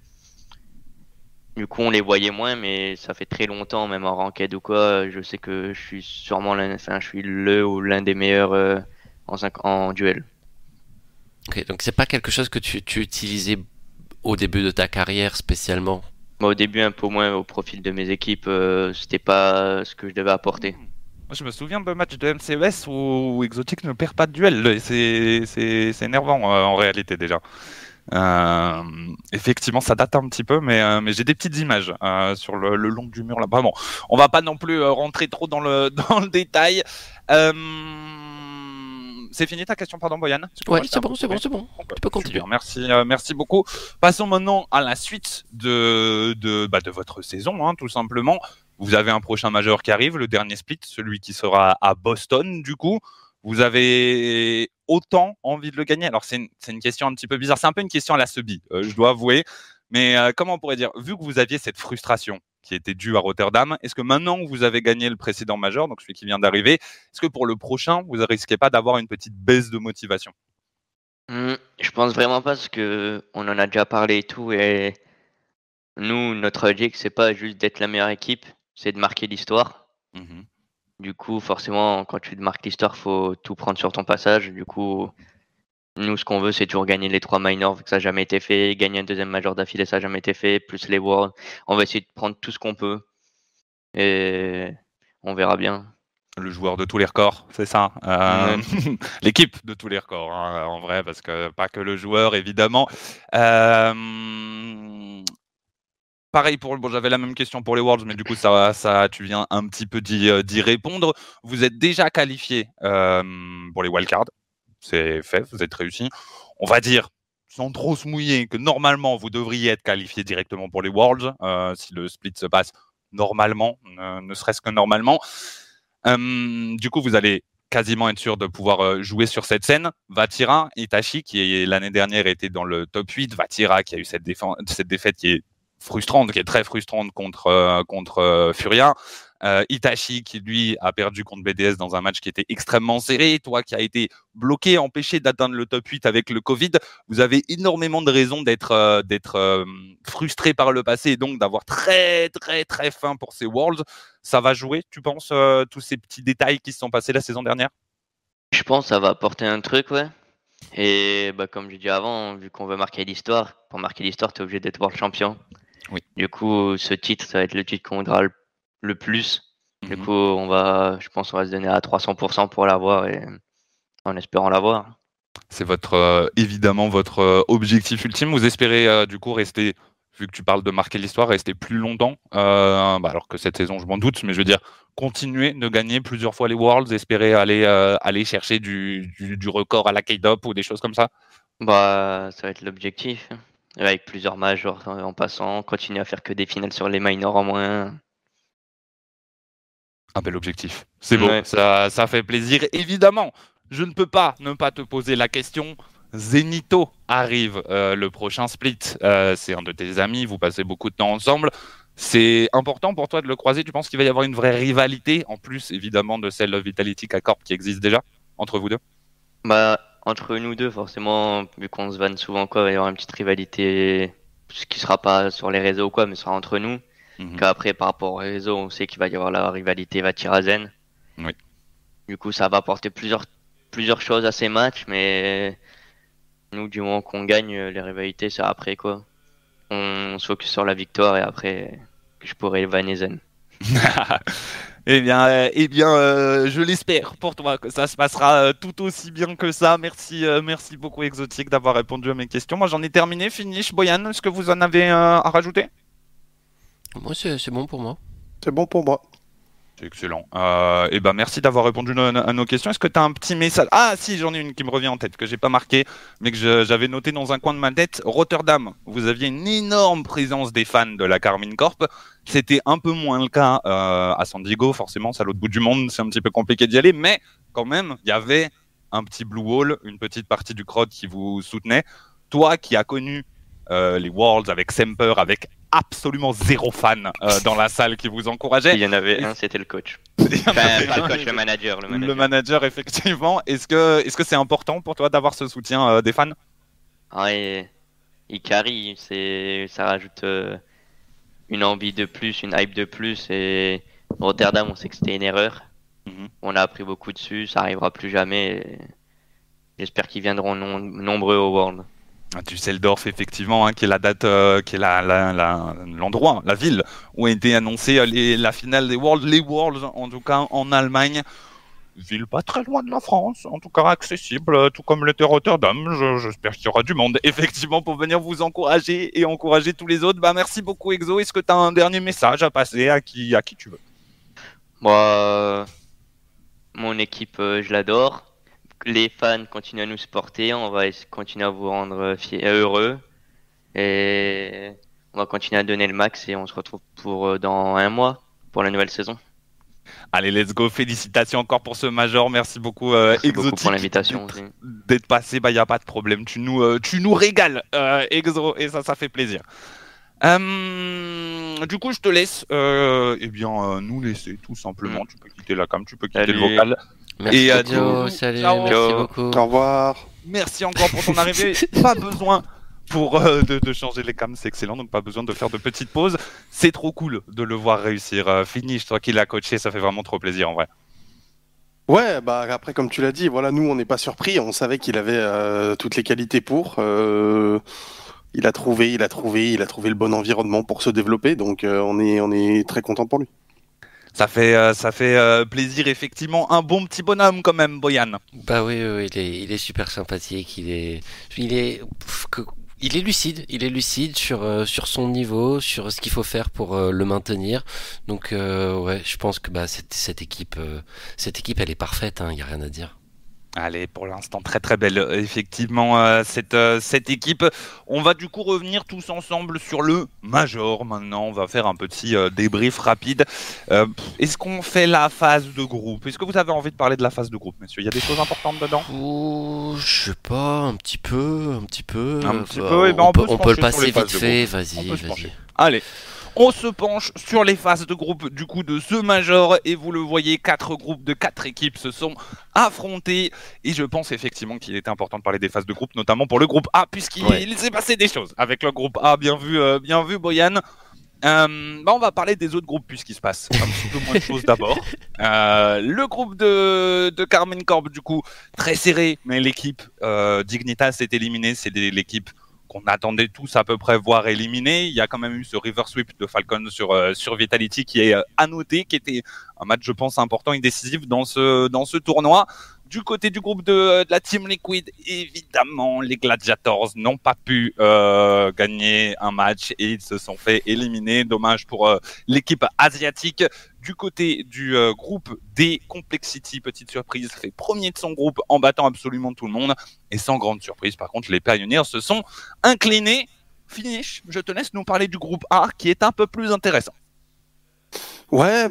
Du coup, on les voyait moins, mais ça fait très longtemps, même en ranked ou quoi, je sais que je suis sûrement l'un, enfin, je suis le ou l'un des meilleurs euh, en, cinq- en duel. Ok, donc c'est pas quelque chose que tu, tu utilisais au début de ta carrière spécialement. Moi, au début, un peu moins au profil de mes équipes, euh, c'était pas ce que je devais apporter. Moi, je me souviens d'un match de M C E S où Exotic ne perd pas de duel. C'est c'est- c'est énervant euh, en réalité déjà. Euh, effectivement, ça date un petit peu, mais, euh, mais j'ai des petites images euh, sur le, le long du mur là. Vraiment, on va pas non plus euh, rentrer trop dans le, dans le détail. Euh, c'est fini ta question, pardon, Boyan? Ouais, c'est bon, c'est bon, c'est bon. Tu peux continuer. Super, merci, euh, merci beaucoup. Passons maintenant à la suite de, de, bah, de votre saison, hein, tout simplement. Vous avez un prochain major qui arrive, le dernier split, celui qui sera à Boston, du coup. Vous avez autant envie de le gagner? Alors, c'est une, c'est une question un petit peu bizarre. C'est un peu une question à la Sebi, euh, je dois avouer. Mais euh, comment on pourrait dire, vu que vous aviez cette frustration qui était due à Rotterdam, est-ce que maintenant que vous avez gagné le précédent major, donc celui qui vient d'arriver, est-ce que pour le prochain, vous ne risquez pas d'avoir une petite baisse de motivation? Hmm, je pense vraiment pas parce que on en a déjà parlé et tout, et nous, notre objectif, c'est pas juste d'être la meilleure équipe, c'est de marquer l'histoire. Mhm. Du coup, forcément, quand tu marques l'histoire, faut tout prendre sur ton passage. Du coup, nous, ce qu'on veut, c'est toujours gagner les trois minors, vu que ça n'a jamais été fait. Gagner un deuxième major d'affilée, ça n'a jamais été fait. Plus les Worlds. On va essayer de prendre tout ce qu'on peut. Et on verra bien. Le joueur de tous les records, c'est ça. Euh, L'équipe de tous les records, hein, en vrai, parce que pas que le joueur, évidemment. Euh, Pareil pour bon, j'avais la même question pour les Worlds, mais du coup ça, ça, tu viens un petit peu d'y, euh, d'y répondre. Vous êtes déjà qualifié euh, pour les wildcards, c'est fait, vous êtes réussi. On va dire, sans trop se mouiller, que normalement vous devriez être qualifié directement pour les Worlds euh, si le split se passe normalement, ne, ne serait-ce que normalement. Euh, du coup, vous allez quasiment être sûr de pouvoir euh, jouer sur cette scène. Vatira, Itachi, qui l'année dernière était dans le top huit, Vatira qui a eu cette, défa- cette défaite qui est frustrante, qui est très frustrante contre, euh, contre euh, Furia. Euh, Itachi qui lui a perdu contre B D S dans un match qui était extrêmement serré. Toi qui a été bloqué, empêché d'atteindre le top huit avec le Covid. Vous avez énormément de raisons d'être euh, d'être euh, frustré par le passé et donc d'avoir très très très faim pour ces Worlds. Ça va jouer, tu penses, euh, tous ces petits détails qui se sont passés la saison dernière? Je pense que ça va apporter un truc, ouais. Et bah, comme j'ai dit avant, vu qu'on veut marquer l'histoire, pour marquer l'histoire, tu es obligé d'être world champion. Oui. Du coup, ce titre, ça va être le titre qu'on voudra le, le plus. Du Mhm. coup, on va, je pense qu'on va se donner à trois cents pour cent pour l'avoir et en espérant l'avoir. C'est votre euh, évidemment votre euh, objectif ultime. Vous espérez euh, du coup rester vu que tu parles de marquer l'histoire, rester plus longtemps, euh, bah alors que cette saison, je m'en doute, mais je veux dire, continuer de gagner plusieurs fois les Worlds, espérer aller, euh, aller chercher du, du, du record à la K-Dop ou des choses comme ça? Bah, ça va être l'objectif. Avec plusieurs majors en en passant, continuer à faire que des finales sur les minors en moins. Un bel objectif. C'est beau, Ouais. ça, ça fait plaisir. Évidemment, je ne peux pas ne pas te poser la question. Zenito arrive euh, le prochain split. Euh, c'est un de tes amis, vous passez beaucoup de temps ensemble. C'est important pour toi de le croiser. Tu penses qu'il va y avoir une vraie rivalité, en plus évidemment de celle Vitality K-Corp qui existe déjà entre vous deux? Bah, entre nous deux, forcément, vu qu'on se vanne souvent, quoi, il va y avoir une petite rivalité, ce qui sera pas sur les réseaux ou quoi, mais ce sera entre nous. Mhm. Qu'après, par rapport au réseau, on sait qu'il va y avoir la rivalité Vatirazen. Oui. Du coup, ça va apporter plusieurs, plusieurs choses à ces matchs, mais nous, du moment qu'on gagne, les rivalités, c'est après, quoi. On se focus sur la victoire et après, je pourrai vanner Zen. Eh bien, euh, eh bien euh, je l'espère pour toi que ça se passera euh, tout aussi bien que ça. Merci, euh, merci beaucoup Exotique d'avoir répondu à mes questions. Moi, j'en ai terminé. Finish, Boyan, est-ce que vous en avez euh, à rajouter? Moi, c'est c'est bon pour moi. C'est bon pour moi. C'est excellent. Euh, eh ben, merci d'avoir répondu no- à nos questions. Est-ce que tu as un petit message? Ah, si, j'en ai une qui me revient en tête, que j'ai pas marqué, mais que je- j'avais noté dans un coin de ma tête. Rotterdam, vous aviez une énorme présence des fans de la Carmine Corp. C'était un peu moins le cas euh, à San Diego, forcément, c'est à l'autre bout du monde, c'est un petit peu compliqué d'y aller, mais quand même, il y avait un petit blue wall, une petite partie du crowd qui vous soutenait. Toi qui as connu euh, les Worlds avec Semper, avec absolument zéro fan euh, dans la salle qui vous encourageait. Il y en avait Et- un, c'était le coach. Il y en Enfin, avait pas le un, coach, le manager. Le manager. le manager, effectivement. Est-ce que est-ce que c'est important pour toi d'avoir ce soutien euh, des fans? Ouais, il carry, c'est, ça rajoute euh, une envie de plus, une hype de plus. Et Rotterdam, on sait que c'était une erreur. Mhm. On a appris beaucoup dessus, ça arrivera plus jamais. et J'espère qu'ils viendront nom- nombreux au World. Ah, Düsseldorf, effectivement, hein, qui est la date, euh, qui est la, la- la- l'endroit, la ville où a été annoncée euh, les- la finale des Worlds, les Worlds, en tout cas en Allemagne. Ville pas très loin de la France, en tout cas accessible, euh, tout comme l'était Rotterdam. Je- J'espère qu'il y aura du monde, effectivement, pour venir vous encourager et encourager tous les autres. Bah, merci beaucoup, Exo. Est-ce que tu as un dernier message à passer à qui, à qui tu veux? Moi, euh, mon équipe, euh, je l'adore. Les fans continuent à nous supporter. On va ess- continuer à vous rendre euh, fiers, euh, heureux. Et on va continuer à donner le max. Et on se retrouve pour euh, dans un mois pour la nouvelle saison. Allez, let's go. Félicitations encore pour ce major. Merci beaucoup, euh, Merci beaucoup Exotique, pour l'invitation d'être- aussi. d'être passé. Bah, il n'y a pas de problème. Tu nous, euh, tu nous régales, euh, Exo, et ça, ça fait plaisir. Euh, du coup, je te laisse euh, eh bien, euh, nous laisser tout simplement. Mm. Tu peux quitter la cam, tu peux quitter Salut. le vocal. Merci Et à beaucoup. tous. Salut, Ciao. merci Ciao. beaucoup. Au revoir. Merci encore pour ton arrivée. Pas besoin pour euh, de, de changer les cams, c'est excellent. Donc pas besoin de faire de petites pauses. C'est trop cool de le voir réussir. Euh, Finish, toi qui l'as coaché, ça fait vraiment trop plaisir en vrai. Ouais, bah après, comme tu l'as dit, voilà, nous, on n'est pas surpris. On savait qu'il avait euh, toutes les qualités pour. Euh, il a trouvé, il a trouvé, il a trouvé le bon environnement pour se développer. Donc, euh, on est, on est très content pour lui. Ça fait, euh, ça fait euh, plaisir, effectivement. Un bon petit bonhomme quand même, Boyan. Bah oui, oui, oui, il est, il est super sympathique. Il est, il est, pff, que- il est lucide. Il est lucide sur euh, sur son niveau, sur ce qu'il faut faire pour euh, le maintenir. Donc euh, ouais, je pense que bah cette, cette équipe, euh, cette équipe, elle est parfaite. Il y a rien à dire. Allez, pour l'instant, très très belle, euh, effectivement, euh, cette, euh, cette équipe. On va du coup revenir tous ensemble sur le Major. Maintenant, on va faire un petit euh, débrief rapide. Euh, pff, Est-ce qu'on fait la phase de groupe? Est-ce que vous avez envie de parler de la phase de groupe, messieurs? Il y a des choses importantes dedans? Ouh, je sais pas, un petit peu, un petit peu. Un petit Bah, peu, eh ben, on, on peut peut, se on peut le pencher sur les passer phases vite de fait. On Vas-y, peut se vas-y. pencher. Allez, on se penche sur les phases de groupe du coup de ce Major et vous le voyez, quatre groupes de quatre équipes se sont affrontés et je pense effectivement qu'il était important de parler des phases de groupe, notamment pour le groupe A puisqu'il Ouais. il s'est passé des choses avec le groupe A. Bien vu, euh, bien vu, Boyan. Euh, bah on va parler des autres groupes puisqu'il se passe un petit peu moins de choses d'abord. Euh, le groupe de, de Carmine Corp du coup très serré, mais l'équipe euh, Dignitas est éliminée, c'est des- l'équipe qu'on attendait tous à peu près voir éliminée. Il y a quand même eu ce river sweep de Falcon sur, euh, sur Vitality qui est euh, à noter, qui était un match je pense important et décisif dans ce, dans ce tournoi. Du côté du groupe de, de la Team Liquid, évidemment, les Gladiators n'ont pas pu euh, gagner un match et ils se sont fait éliminer. Dommage pour euh, l'équipe asiatique. Du côté du euh, groupe D, Complexity, petite surprise, fait premier de son groupe en battant absolument tout le monde. Et sans grande surprise, par contre, les Pioneers se sont inclinés. Finish, je te laisse nous parler du groupe A qui est un peu plus intéressant. Ouais,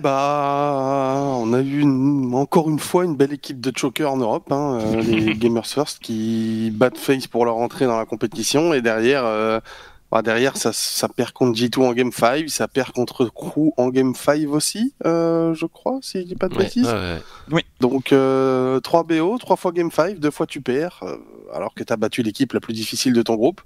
bah, on a eu une- encore une fois une belle équipe de chokers en Europe, hein, euh, les Gamers First qui battent face pour leur entrée dans la compétition et derrière, euh, bah, derrière ça, ça perd contre G deux en Game cinq, ça perd contre Crew en Game cinq aussi, euh, je crois, si je dis pas de Ouais, bêtises. ouais, ouais. Oui. Donc euh, trois B O, trois fois Game cinq, deux fois tu perds, euh, alors que t'as battu l'équipe la plus difficile de ton groupe.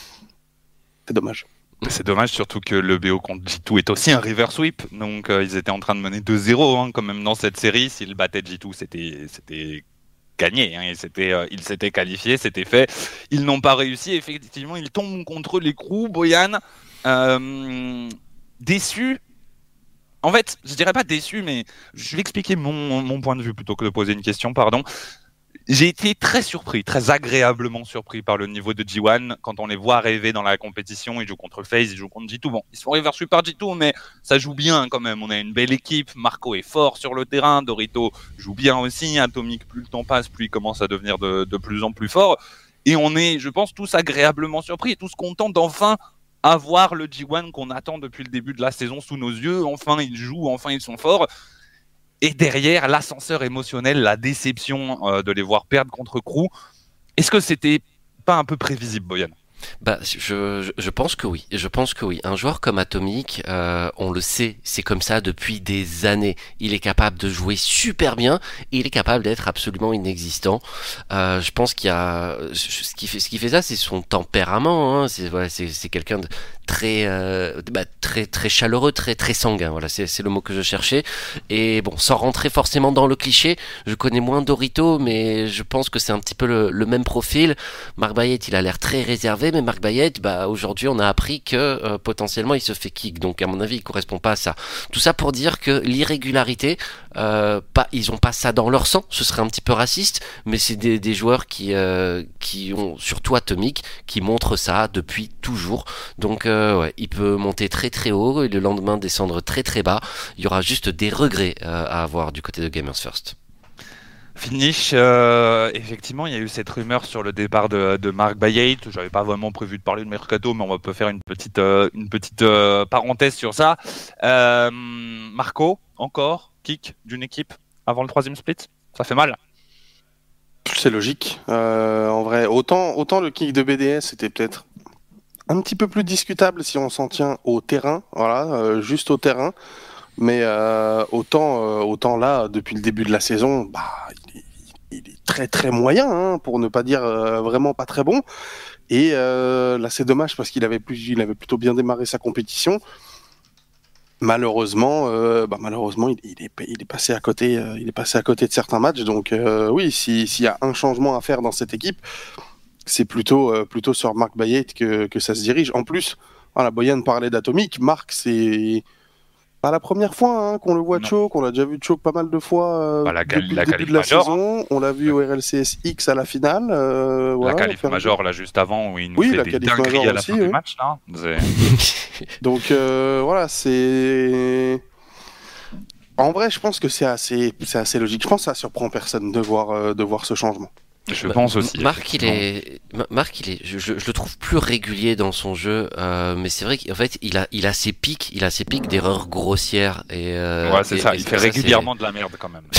C'est dommage. C'est dommage, surtout que le B O contre G deux est aussi un river sweep, donc euh, ils étaient en train de mener deux zéro hein, quand même dans cette série. S'ils battaient G deux, c'était, c'était gagné, hein, ils, s'étaient, euh, ils s'étaient qualifiés, c'était fait. Ils n'ont pas réussi, effectivement, ils tombent contre les Crews. Boyan, euh, déçu. En fait, je dirais pas déçu, mais je vais expliquer mon, mon point de vue plutôt que de poser une question, pardon. J'ai été très surpris, très agréablement surpris par le niveau de G un quand on les voit arriver dans la compétition. Ils jouent contre FaZe, ils jouent contre G deux. Bon, ils se font reverse par G deux, mais ça joue bien quand même. On a une belle équipe. Marco est fort sur le terrain. Dorito joue bien aussi. Atomic, plus le temps passe, plus il commence à devenir de, de plus en plus fort. Et on est, je pense, tous agréablement surpris et tous contents d'enfin avoir le G un qu'on attend depuis le début de la saison sous nos yeux. Enfin, ils jouent, enfin, ils sont forts. Et derrière, l'ascenseur émotionnel, la déception euh, de les voir perdre contre Crew. Est-ce que c'était pas un peu prévisible, Boyan ? Bah, je, je, je pense que oui. Je pense que oui. Un joueur comme Atomic, euh, on le sait, c'est comme ça depuis des années. Il est capable de jouer super bien et il est capable d'être absolument inexistant. Euh, je pense qu'il y a ce qui fait ce qui fait ça, c'est son tempérament. Hein. C'est voilà, c'est, c'est quelqu'un de très euh, bah, très très chaleureux, très très sanguin. Voilà, c'est c'est le mot que je cherchais. Et bon, sans rentrer forcément dans le cliché, je connais moins Dorito, mais je pense que c'est un petit peu le, le même profil. Mark Bayet, il a l'air très réservé. Mais Mark Bayet, bah, aujourd'hui, on a appris que euh, potentiellement il se fait kick. Donc, à mon avis, il correspond pas à ça. Tout ça pour dire que l'irrégularité, euh, pas, ils ont pas ça dans leur sang. Ce serait un petit peu raciste, mais c'est des, des joueurs qui, euh, qui ont, surtout Atomic, qui montrent ça depuis toujours. Donc, euh, ouais, il peut monter très très haut et le lendemain descendre très très bas. Il y aura juste des regrets euh, à avoir du côté de Gamers First. Finish, euh, effectivement, il y a eu cette rumeur sur le départ de, de Mark Bayet. J'avais pas vraiment prévu de parler de Mercato, mais on peut faire une petite, euh, une petite euh, parenthèse sur ça. Euh, Marco, encore, kick d'une équipe avant le troisième split. Ça fait mal. C'est logique. Euh, en vrai, autant, autant le kick de B D S était peut-être un petit peu plus discutable si on s'en tient au terrain, voilà, euh, juste au terrain. Mais euh, autant, euh, autant là, depuis le début de la saison, bah, il, est, il est très très moyen, hein, pour ne pas dire euh, vraiment pas très bon. Et euh, là, c'est dommage parce qu'il avait, plus, il avait plutôt bien démarré sa compétition. Malheureusement, euh, bah, malheureusement, il, il, est, il est passé à côté, euh, il est passé à côté de certains matchs. Donc euh, oui, si, s'il y a un changement à faire dans cette équipe, c'est plutôt, euh, plutôt sur Mark Bayet que, que ça se dirige. En plus, voilà, Boyan parlait d'Atomic. Mark, c'est pas la première fois hein, qu'on le voit Non. choke, on l'a déjà vu choke pas mal de fois euh, Bah, la gal- depuis la le début qualif de la major, saison. On l'a vu au R L C S X à la finale. Euh, voilà, la qualif faire- major, là, juste avant, où il nous Oui, fait la des qualif dingueries major à la aussi, fin du oui. match. Là. C'est... Donc euh, voilà, c'est. En vrai, je pense que c'est assez, c'est assez logique. Je pense que ça surprend personne de voir, euh, de voir ce changement. Je Bah, pense aussi. Marc, il est, Ma- Marc, il est, je, je- je le trouve plus régulier dans son jeu, euh, mais c'est vrai qu'en fait, il a, il a ses pics, il a ses pics d'erreurs grossières et. Euh, Ouais, c'est et- ça, et il fait ça, régulièrement de la merde quand même.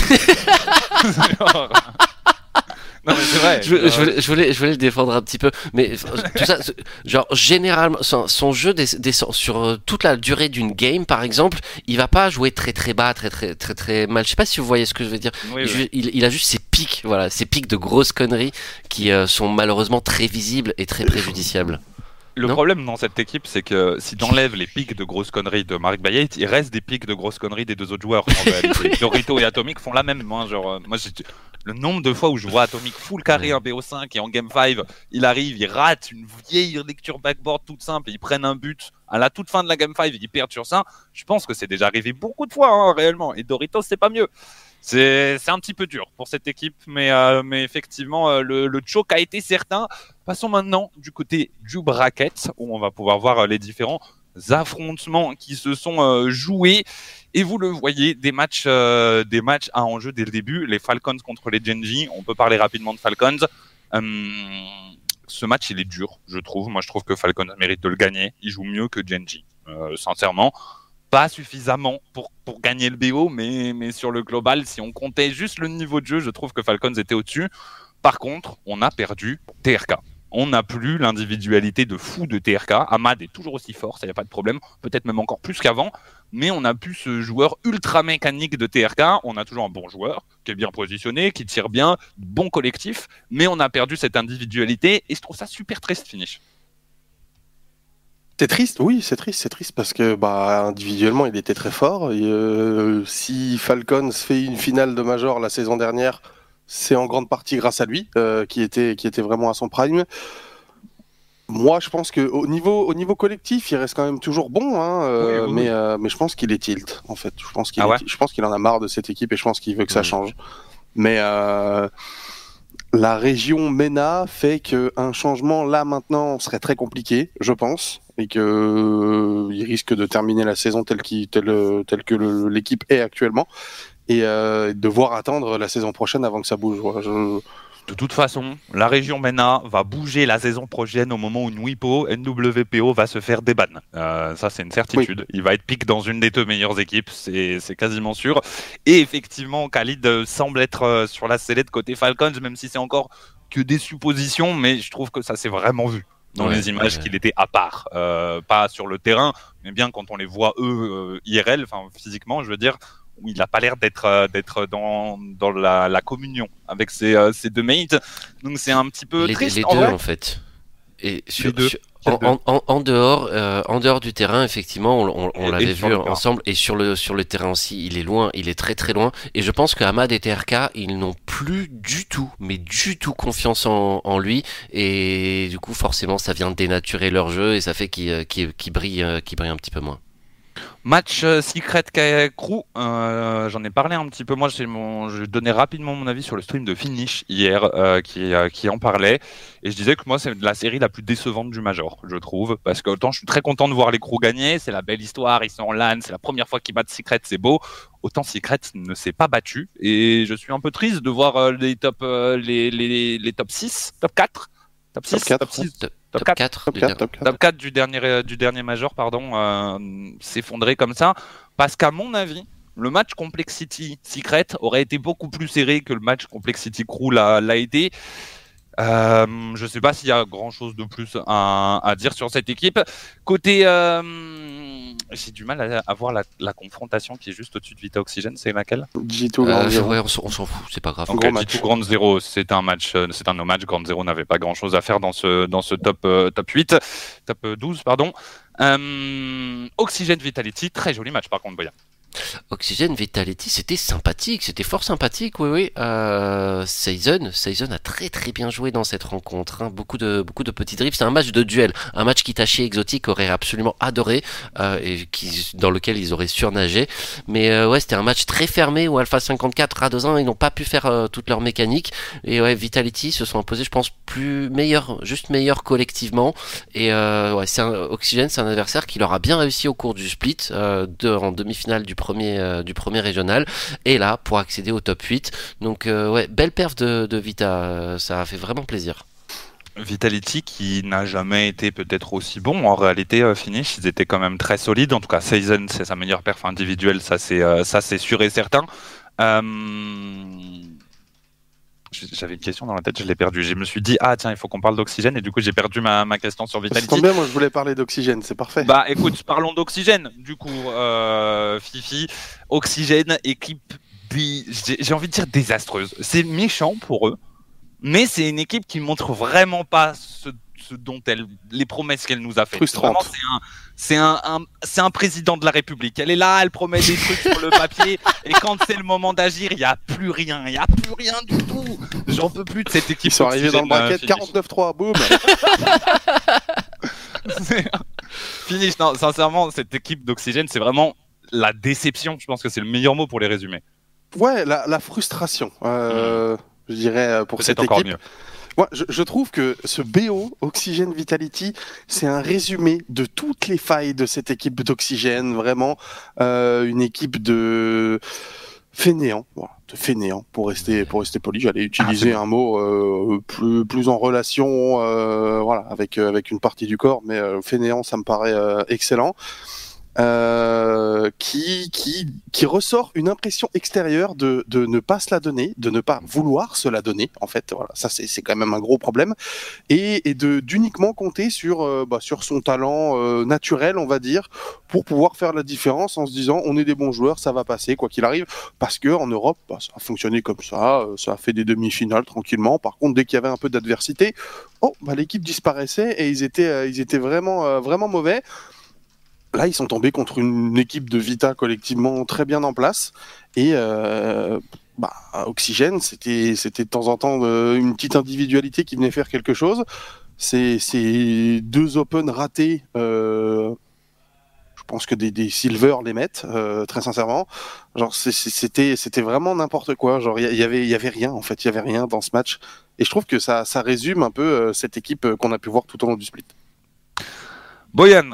Non, mais c'est vrai. Je, je, voulais, je, voulais, je voulais le défendre un petit peu, mais tout ça, c'est- genre généralement, son, son jeu des, des, sur euh, toute la durée d'une game, par exemple, il va pas jouer très très bas, très très très très mal. Je sais pas si vous voyez ce que je veux dire. Oui, Je- oui. il, il a juste ses pics, voilà, ses pics de grosses conneries qui euh, sont malheureusement très visibles et très préjudiciables. Le Non. problème dans cette équipe, c'est que si t'enlèves les pics de grosses conneries de Mark Bayet, il reste des pics de grosses conneries des deux autres joueurs. En réalité. Dorito et Atomic font la même. Moi, genre, euh, moi j'ai- le nombre de fois où je vois Atomic full carré un B O cinq et en Game cinq, il arrive, il rate une vieille lecture backboard toute simple et ils prennent un but à la toute fin de la Game cinq, ils perdent sur ça. Je pense que c'est déjà arrivé beaucoup de fois, hein, réellement. Et Dorito, c'est pas mieux. C'est, c'est un petit peu dur pour cette équipe, mais, euh, mais effectivement, euh, le, le choke a été certain. Passons maintenant du côté du bracket, où on va pouvoir voir euh, les différents affrontements qui se sont euh, joués. Et vous le voyez, des matchs, euh, des matchs à enjeu dès le début. Les Falcons contre les Genji. On peut parler rapidement de Falcons. Euh, ce match, il est dur, je trouve. Moi, je trouve que Falcons mérite de le gagner. Il joue mieux que Genji, euh, sincèrement. Pas suffisamment pour, pour gagner le B O, mais, mais sur le global, si on comptait juste le niveau de jeu, je trouve que Falcons était au-dessus. Par contre, on a perdu T R K. On n'a plus l'individualité de fou de T R K. Ahmad est toujours aussi fort, ça n'y a pas de problème. Peut-être même encore plus qu'avant. Mais on n'a plus ce joueur ultra mécanique de T R K. On a toujours un bon joueur qui est bien positionné, qui tire bien, bon collectif. Mais on a perdu cette individualité et je trouve ça super triste finish. C'est triste, oui, c'est triste, c'est triste parce que bah, individuellement il était très fort. Et, euh, si Falcons fait une finale de Major la saison dernière, c'est en grande partie grâce à lui, euh, qui était qui était vraiment à son prime. Moi, je pense que au niveau au niveau collectif, il reste quand même toujours bon, hein, euh, oui, oui, mais oui. euh, mais je pense qu'il est tilt en fait. Je pense qu'il Ah ouais est, je pense qu'il en a marre de cette équipe et je pense qu'il veut que ça Mmh. change. Mais euh, la région MENA fait qu'un changement là maintenant serait très compliqué, je pense, et qu'il euh, risque de terminer la saison telle, qu'il, telle, telle que le, l'équipe est actuellement, et euh, devoir attendre la saison prochaine avant que ça bouge. Ouais, je... De toute façon, la région MENA va bouger la saison prochaine au moment où Nwipo, N W P O va se faire déban. Euh, ça, c'est une certitude. Oui. Il va être pick dans une des deux meilleures équipes, c'est, c'est quasiment sûr. Et effectivement, Khalid semble être sur la sellette côté Falcons, même si c'est encore que des suppositions, mais je trouve que ça s'est vraiment vu dans ouais, les images ouais. qu'il était à part. Euh, pas sur le terrain, mais bien quand on les voit eux, euh, I R L, enfin physiquement, je veux dire, où il n'a pas l'air d'être, euh, d'être dans, dans la, la communion avec ses, euh, ses deux mates. Donc c'est un petit peu les, triste. Les en deux, vrai. en fait. Et sur, les deux. Sur, en, en, en, dehors, euh, en dehors du terrain, effectivement, on, on, on l'avait vu ensemble. Et sur le, sur le terrain aussi, il est loin, il est très très loin. Et je pense que Ahmad et T R K, ils n'ont plus du tout, mais du tout confiance en, en lui. Et du coup, forcément, ça vient dénaturer leur jeu et ça fait qu'ils, qu'ils, qu'ils, brillent, qu'ils brillent un petit peu moins. Match euh, Secret Crew, euh, j'en ai parlé un petit peu. Moi, j'ai mon, je donnais rapidement mon avis sur le stream de Finish hier, euh, qui, euh, qui en parlait. Et je disais que moi, c'est la série la plus décevante du Major, je trouve. Parce que autant je suis très content de voir les crews gagner, c'est la belle histoire, ils sont en LAN, c'est la première fois qu'ils battent Secret, c'est beau. Autant Secret ne s'est pas battu. Et je suis un peu triste de voir euh, les, top, euh, les, les, les top six, top quatre, top six, top quatre, top six. Top, top, top, quatre, quatre, top, quatre, top, quatre. top quatre du dernier, euh, du dernier Major, pardon, euh, s'effondrer comme ça. Parce qu'à mon avis, le match Complexity Secret aurait été beaucoup plus serré que le match Complexity Crew l'a, l'a été. Euh, je ne sais pas s'il y a grand-chose de plus à, à dire sur cette équipe. Côté... Euh, j'ai du mal à, à voir la, la confrontation qui est juste au-dessus de Vita Oxygène. C'est laquelle? G deux Grand euh, Zero. Ouais, on, on s'en fout, c'est pas grave. Okay, G deux Grand Zero, c'est un match, c'est un no match. Grand Zero n'avait pas grand-chose à faire dans ce, dans ce top, euh, top huit, top douze, pardon. Euh, Oxygène Vitality, très joli match par contre, Boya. Oxygène Vitality, c'était sympathique, c'était fort sympathique, oui, oui. Euh, Season, Season a très très bien joué dans cette rencontre, hein. beaucoup de beaucoup de petits drifts. C'est un match de duel, un match qu'Itachi Exotique aurait absolument adoré euh, et qui, dans lequel ils auraient surnagé. Mais euh, ouais, c'était un match très fermé où Alpha cinquante-quatre, A deux un, ils n'ont pas pu faire euh, toute leur mécanique. Et ouais, Vitality se sont imposés, je pense, plus meilleurs, juste meilleurs collectivement. Et euh, ouais, c'est un, Oxygène, c'est un adversaire qui leur a bien réussi au cours du split, euh, de, en demi-finale du premier euh, du premier régional, et là pour accéder au top huit. Donc euh, ouais, belle perf de, de Vita, euh, ça a fait vraiment plaisir. Vitality qui n'a jamais été peut-être aussi bon en réalité, euh, finish, ils étaient quand même très solides. En tout cas, Season, c'est sa meilleure perf individuelle, ça c'est euh, ça c'est sûr et certain. Euh... J'avais une question dans la tête, je l'ai perdue. Je me suis dit, ah tiens, il faut qu'on parle d'Oxygène, et du coup, j'ai perdu ma, ma question sur Vitality. Ça tombe bien, moi je voulais parler d'Oxygène, c'est parfait. Bah écoute, parlons d'Oxygène, du coup, euh, Fifi. Oxygène, équipe, j'ai, j'ai envie de dire désastreuse. C'est méchant pour eux, mais c'est une équipe qui montre vraiment pas ce, ce dont elle, les promesses qu'elle nous a faites. Frustrante. Vraiment, c'est un, c'est un, un, c'est un président de la République. Elle est là, elle promet des trucs sur le papier, et quand c'est le moment d'agir, il n'y a plus rien, il n'y a plus rien du tout. J'en peux plus de cette équipe. Ils sont arrivés dans le bracket, quarante-neuf trois, boum. Finish. Non, sincèrement, cette équipe d'Oxygène, c'est vraiment la déception. Je pense que c'est le meilleur mot pour les résumer. ouais, la, la frustration, euh, mmh. je dirais, pour Peut-être cette encore équipe. Mieux. Moi, je, je trouve que ce B O, Oxygen Vitality, c'est un résumé de toutes les failles de cette équipe d'Oxygène. Vraiment, euh, une équipe de fainéants, voilà, de fainéants, pour rester, pour rester poli. J'allais utiliser ah, un mot euh, plus, plus en relation euh, voilà, avec, avec une partie du corps, mais euh, fainéant, ça me paraît euh, excellent. Euh, qui, qui, qui ressort une impression extérieure de, de ne pas se la donner, de ne pas vouloir se la donner, en fait. Voilà, ça, c'est, c'est quand même un gros problème. Et, et de, d'uniquement compter sur, euh, bah, sur son talent euh, naturel, on va dire, pour pouvoir faire la différence en se disant on est des bons joueurs, ça va passer, quoi qu'il arrive. Parce qu'en Europe, bah, ça a fonctionné comme ça, ça a fait des demi-finales tranquillement. Par contre, dès qu'il y avait un peu d'adversité, oh, bah, l'équipe disparaissait et ils étaient, euh, ils étaient vraiment, euh, vraiment mauvais. Là, ils sont tombés contre une équipe de Vita collectivement très bien en place. Et euh, bah, Oxygène, c'était, c'était de temps en temps euh, une petite individualité qui venait faire quelque chose. C'est, c'est deux Open ratés. Euh, je pense que des, des Silver les mettent, euh, très sincèrement. Genre, c'est, c'était, c'était vraiment n'importe quoi. Genre, il y avait, il y avait rien, en fait. Il y avait rien dans ce match. Et je trouve que ça, ça résume un peu euh, cette équipe euh, qu'on a pu voir tout au long du split. Boyan,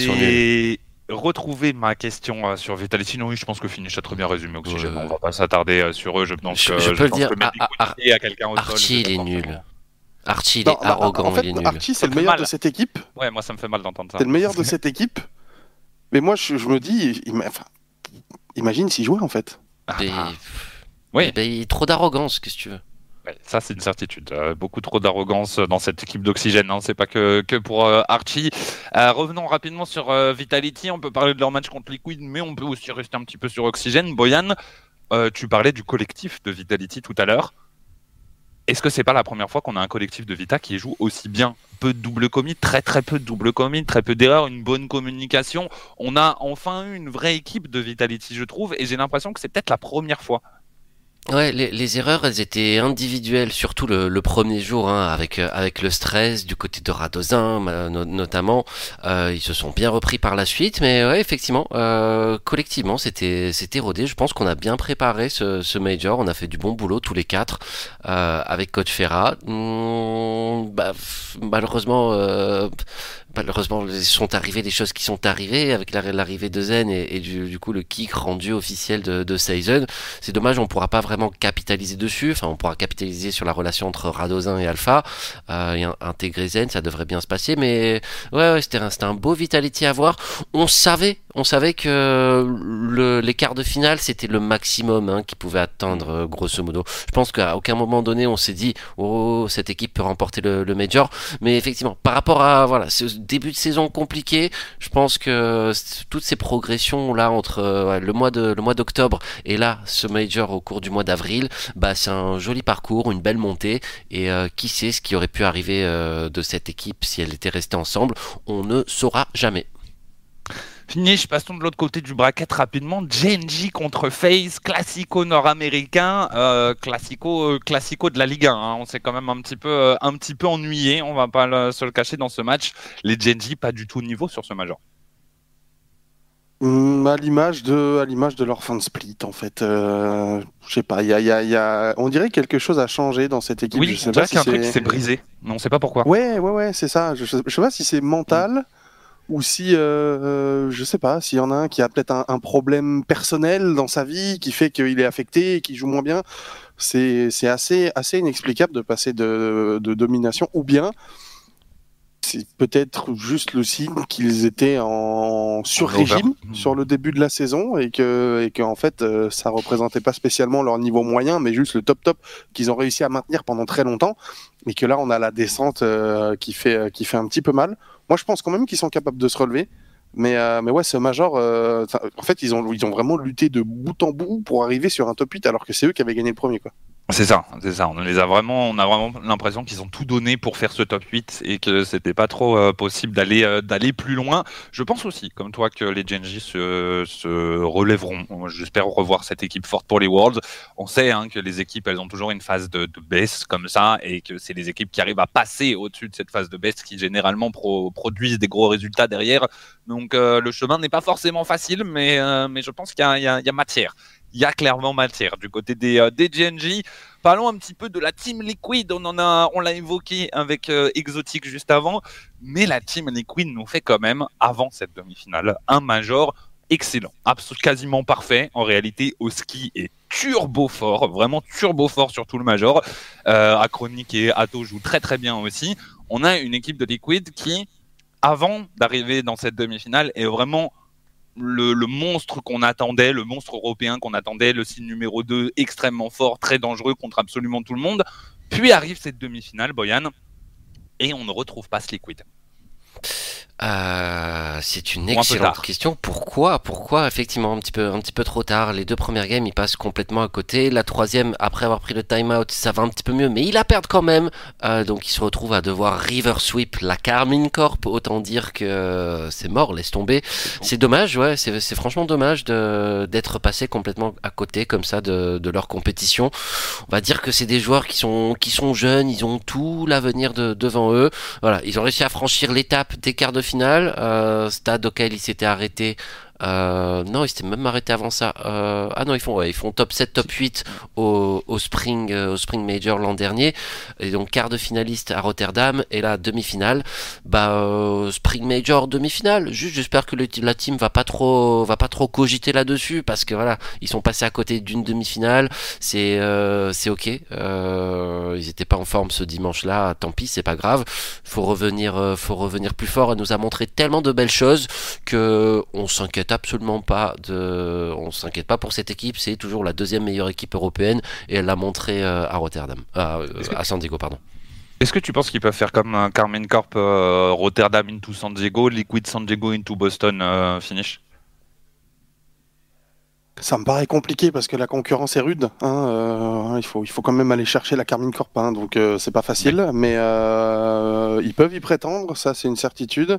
j'ai retrouvé ma question euh, sur Vitality. Non, oui, je pense que Finish a très bien résumé Oxygène. Ouais. On va pas s'attarder euh, sur eux. Je pense je, que je je peux pense le dire. Que Ah, ah, à quelqu'un au Archie, sol, il est nul. Archie, il non, est bah, arrogant, en fait, il est nul. Archie, c'est le meilleur mal. de cette équipe. Ouais, moi, ça me fait mal d'entendre ça. C'est le meilleur de cette équipe. Mais moi, je, je me dis, il, enfin, imagine s'il jouait en fait. Et... Ah. Oui. Ben, il y a trop d'arrogance, qu'est-ce que tu veux. Ouais, ça, c'est une certitude. Euh, beaucoup trop d'arrogance dans cette équipe d'Oxygène. Hein. C'est pas que, que pour euh, Archie. Euh, revenons rapidement sur euh, Vitality. On peut parler de leur match contre Liquid, mais on peut aussi rester un petit peu sur Oxygène. Boyan, euh, tu parlais du collectif de Vitality tout à l'heure. Est-ce que c'est pas la première fois qu'on a un collectif de Vita qui joue aussi bien? Peu de double commit, très très peu de double commit, très peu d'erreurs, une bonne communication. On a enfin eu une vraie équipe de Vitality, je trouve, et j'ai l'impression que c'est peut-être la première fois. Ouais, les, les erreurs, elles étaient individuelles, surtout le, le premier jour, hein, avec euh, avec le stress du côté de Radozin, no, notamment. Euh, ils se sont bien repris par la suite, mais ouais, effectivement, euh, collectivement, c'était c'était rodé. Je pense qu'on a bien préparé ce, ce major. On a fait du bon boulot tous les quatre euh, avec Coach Ferra. Mmh, bah, malheureusement. Euh, Malheureusement, sont arrivées des choses qui sont arrivées avec l'arrivée de Zen et, et du, du coup le kick rendu officiel de, de Saizen. C'est dommage, on pourra pas vraiment capitaliser dessus. Enfin, on pourra capitaliser sur la relation entre Radozin et Alpha euh, et intégrer Zen, ça devrait bien se passer. Mais ouais, ouais c'était un, c'était un beau Vitality à voir. On savait, on savait que le, les quarts de finale c'était le maximum hein, qu'ils pouvaient atteindre grosso modo. Je pense qu'à aucun moment donné on s'est dit oh cette équipe peut remporter le, le major. Mais effectivement, par rapport à voilà ce début de saison compliqué, je pense que toutes ces progressions là entre euh, le mois de le mois d'octobre et là ce major au cours du mois d'avril, bah c'est un joli parcours, une belle montée et euh, qui sait ce qui aurait pu arriver euh, de cette équipe si elle était restée ensemble, on ne saura jamais. Finish, passons de l'autre côté du bracket rapidement. G N G contre FaZe, classico nord-américain, euh, classico, euh, classico de la Ligue un. Hein. On s'est quand même un petit peu, euh, un petit peu ennuyé, on va pas le, se le cacher dans ce match. Les G N G pas du tout au niveau sur ce major. Mmh, à l'image de, à l'image de leur fin de split en fait. Euh, je sais pas, il y a, y a, y a, on dirait que quelque chose a changé dans cette équipe. Oui, je sais on pas dirait si qu'il y a un c'est... truc qui s'est brisé, mais on sait pas pourquoi. Ouais, ouais, ouais, c'est ça. Je, je sais pas si c'est mental. Mmh. Ou si, euh, je sais pas, s'il y en a un qui a peut-être un, un problème personnel dans sa vie qui fait qu'il est affecté et qu'il joue moins bien, c'est, c'est assez, assez inexplicable de passer de, de domination. Ou bien, c'est peut-être juste le signe qu'ils étaient en sur-régime mmh. sur le début de la saison et que, et qu'en fait, euh, ça représentait pas spécialement leur niveau moyen, mais juste le top-top qu'ils ont réussi à maintenir pendant très longtemps. Et que là, on a la descente euh, qui fait, qui fait un petit peu mal. Moi, je pense quand même qu'ils sont capables de se relever. Mais, euh, mais ouais, ce Major, euh, en fait, ils ont, ils ont vraiment lutté de bout en bout pour arriver sur un top huit alors que c'est eux qui avaient gagné le premier, quoi. C'est ça, c'est ça. On les a vraiment, on a vraiment l'impression qu'ils ont tout donné pour faire ce top huit et que c'était pas trop euh, possible d'aller euh, d'aller plus loin. Je pense aussi, comme toi, que les G N G se, se relèveront. J'espère revoir cette équipe forte pour les Worlds. On sait hein, que les équipes, elles ont toujours une phase de, de baisse comme ça et que c'est les équipes qui arrivent à passer au-dessus de cette phase de baisse qui généralement pro, produisent des gros résultats derrière. Donc euh, le chemin n'est pas forcément facile, mais euh, mais je pense qu'il y a, il y a, il y a matière. il y a clairement matière du côté des, euh, des G N G. Parlons un petit peu de la Team Liquid, on en a, on l'a évoqué avec euh, Exotic juste avant, mais la Team Liquid nous fait quand même, avant cette demi-finale, un major excellent, absolument quasiment parfait. En réalité, Oski est turbo fort, vraiment turbo fort sur tout le major. Euh, Acronic et Atto jouent très très bien aussi. On a une équipe de Liquid qui, avant d'arriver dans cette demi-finale, est vraiment le, le monstre qu'on attendait, le monstre européen qu'on attendait, le signe numéro deux, extrêmement fort, très dangereux contre absolument tout le monde. Puis arrive cette demi-finale, Boyan, et on ne retrouve pas ce Liquid. Euh, c'est une excellente question. Pourquoi Pourquoi effectivement un petit peu, un petit peu trop tard. Les deux premières games, ils passent complètement à côté. La troisième, après avoir pris le time-out, ça va un petit peu mieux, mais il la perd quand même. Euh, donc il se retrouve à devoir river sweep la Karmine Corp. Autant dire que c'est mort, laisse tomber. C'est dommage, ouais. C'est, c'est franchement dommage de d'être passé complètement à côté comme ça de, de leur compétition. On va dire que c'est des joueurs qui sont qui sont jeunes, ils ont tout l'avenir de, devant eux. Voilà, ils ont réussi à franchir l'étape des quarts de finale, euh, stade auquel ils s'étaient arrêtés. Euh, non, ils s'étaient même arrêtés avant ça. Euh, ah non, ils font, ouais, ils font top sept, top huit au, au Spring, euh, au Spring Major l'an dernier. Et donc quart de finaliste à Rotterdam et là demi-finale. Bah euh, Spring Major demi-finale. Juste, j'espère que le, la team va pas trop, va pas trop cogiter là-dessus parce que voilà, ils sont passés à côté d'une demi-finale. C'est, euh, c'est ok. Euh, ils étaient pas en forme ce dimanche-là. Tant pis, c'est pas grave. Faut revenir, euh, faut revenir plus fort. Elle nous a montré tellement de belles choses que on s'inquiète absolument pas de, on s'inquiète pas pour cette équipe. C'est toujours la deuxième meilleure équipe européenne et elle l'a montré euh, à Rotterdam, à, euh, à San Diego, pardon. Est-ce que tu penses qu'ils peuvent faire comme un Karmine Corp euh, Rotterdam into San Diego, Liquid San Diego into Boston euh, finish? Ça me paraît compliqué parce que la concurrence est rude. Hein, euh, il faut, il faut quand même aller chercher la Karmine Corp, hein, donc euh, c'est pas facile. Oui. Mais euh, ils peuvent y prétendre, ça c'est une certitude.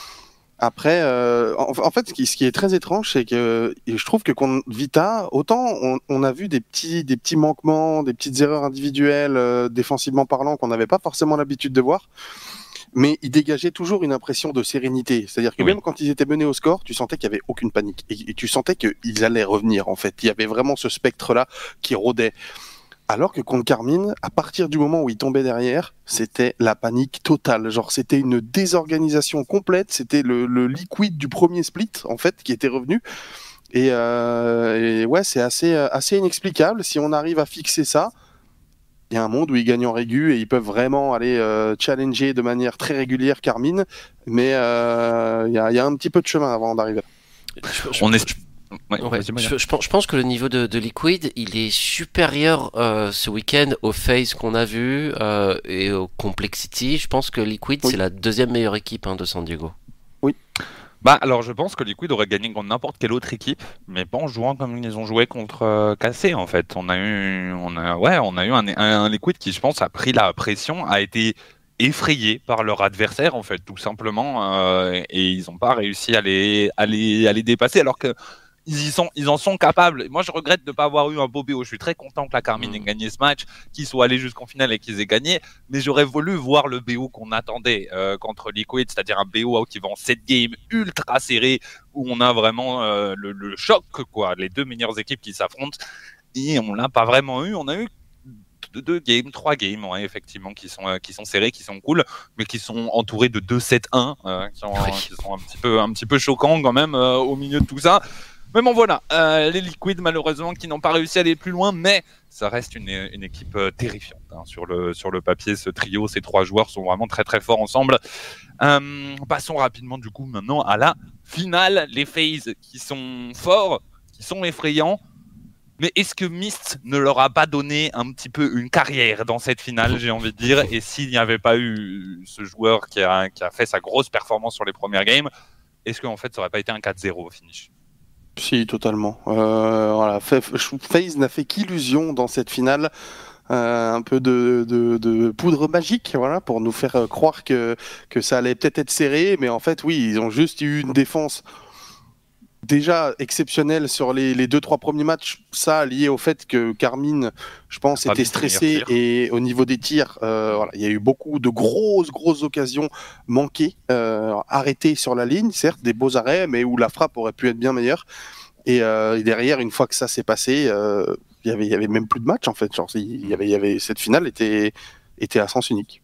Après, euh, en, en fait, ce qui, ce qui est très étrange, c'est que je trouve que contre Vita, autant on, on a vu des petits, des petits manquements, des petites erreurs individuelles, euh, défensivement parlant, qu'on n'avait pas forcément l'habitude de voir, mais ils dégageaient toujours une impression de sérénité. C'est-à-dire que oui. Même quand ils étaient menés au score, tu sentais qu'il y avait aucune panique et, et tu sentais qu'ils allaient revenir. En fait, il y avait vraiment ce spectre-là qui rôdait. Alors que contre Karmine, à partir du moment où il tombait derrière, c'était la panique totale. Genre, c'était une désorganisation complète. C'était le, le Liquid du premier split, en fait, qui était revenu. Et, euh, et ouais, c'est assez, assez inexplicable. Si on arrive à fixer ça, il y a un monde où ils gagnent en régu et ils peuvent vraiment aller euh, challenger de manière très régulière Karmine. Mais euh, il y a, il y a un petit peu de chemin avant d'arriver là. On est... Ouais, ouais, je, je, je pense que le niveau de, de Liquid, il est supérieur euh, ce week-end aux FaZe qu'on a vu euh, et au Complexity. Je pense que Liquid, oui. C'est la deuxième meilleure équipe hein, de San Diego. Oui. Bah alors je pense que Liquid aurait gagné contre n'importe quelle autre équipe, mais pas en jouant comme ils ont joué contre euh, K C en fait. On a eu, on a, ouais, on a eu un, un, un Liquid qui, je pense, a pris la pression, a été effrayés par leur adversaire en fait, tout simplement, euh, et ils n'ont pas réussi à les, à les, à les dépasser alors que Ils, y sont, ils en sont capables. Moi, je regrette de ne pas avoir eu un beau B O. Je suis très content que la Karmine mmh. ait gagné ce match, qu'ils soient allés jusqu'en finale et qu'ils aient gagné. Mais j'aurais voulu voir le B O qu'on attendait euh, contre Liquid, c'est-à-dire un B O qui va en sept games ultra serré, où on a vraiment euh, le, le choc, quoi. Les deux meilleures équipes qui s'affrontent. Et on l'a pas vraiment eu. On a eu deux games, trois games, ouais, effectivement, qui sont, euh, qui sont serrés, qui sont cool, mais qui sont entourés de deux sept un, euh, qui, ont, oui. qui sont un petit peu, un petit peu choquants quand même euh, au milieu de tout ça. Mais bon voilà, euh, les Liquid malheureusement qui n'ont pas réussi à aller plus loin, mais ça reste une, une équipe euh, terrifiante hein, sur, le, sur le papier. Ce trio, ces trois joueurs sont vraiment très très forts ensemble. Euh, passons rapidement du coup maintenant à la finale. Les FaZe qui sont forts, qui sont effrayants. Mais est-ce que Mist ne leur a pas donné un petit peu une carrière dans cette finale, j'ai envie de dire? Et s'il n'y avait pas eu ce joueur qui a, qui a fait sa grosse performance sur les premières games, est-ce qu'en fait ça n'aurait pas été un quatre zéro au finish? Si, totalement. Euh, voilà. FaZe n'a fait qu'illusion dans cette finale. Euh, un peu de, de, de poudre magique, voilà, pour nous faire croire que, que ça allait peut-être être serré, mais en fait, oui, ils ont juste eu une défense déjà exceptionnelle sur les, les deux, trois premiers matchs. Ça, lié au fait que Karmine, je pense, était stressé et au niveau des tirs, euh, voilà, il y a eu beaucoup de grosses, grosses occasions manquées, euh, arrêtées sur la ligne, certes, des beaux arrêts, mais où la frappe aurait pu être bien meilleure. Et, euh, et derrière, une fois que ça s'est passé, euh, il y avait, il y avait même plus de match en fait. Genre, il y avait, il y avait cette finale était, était à sens unique.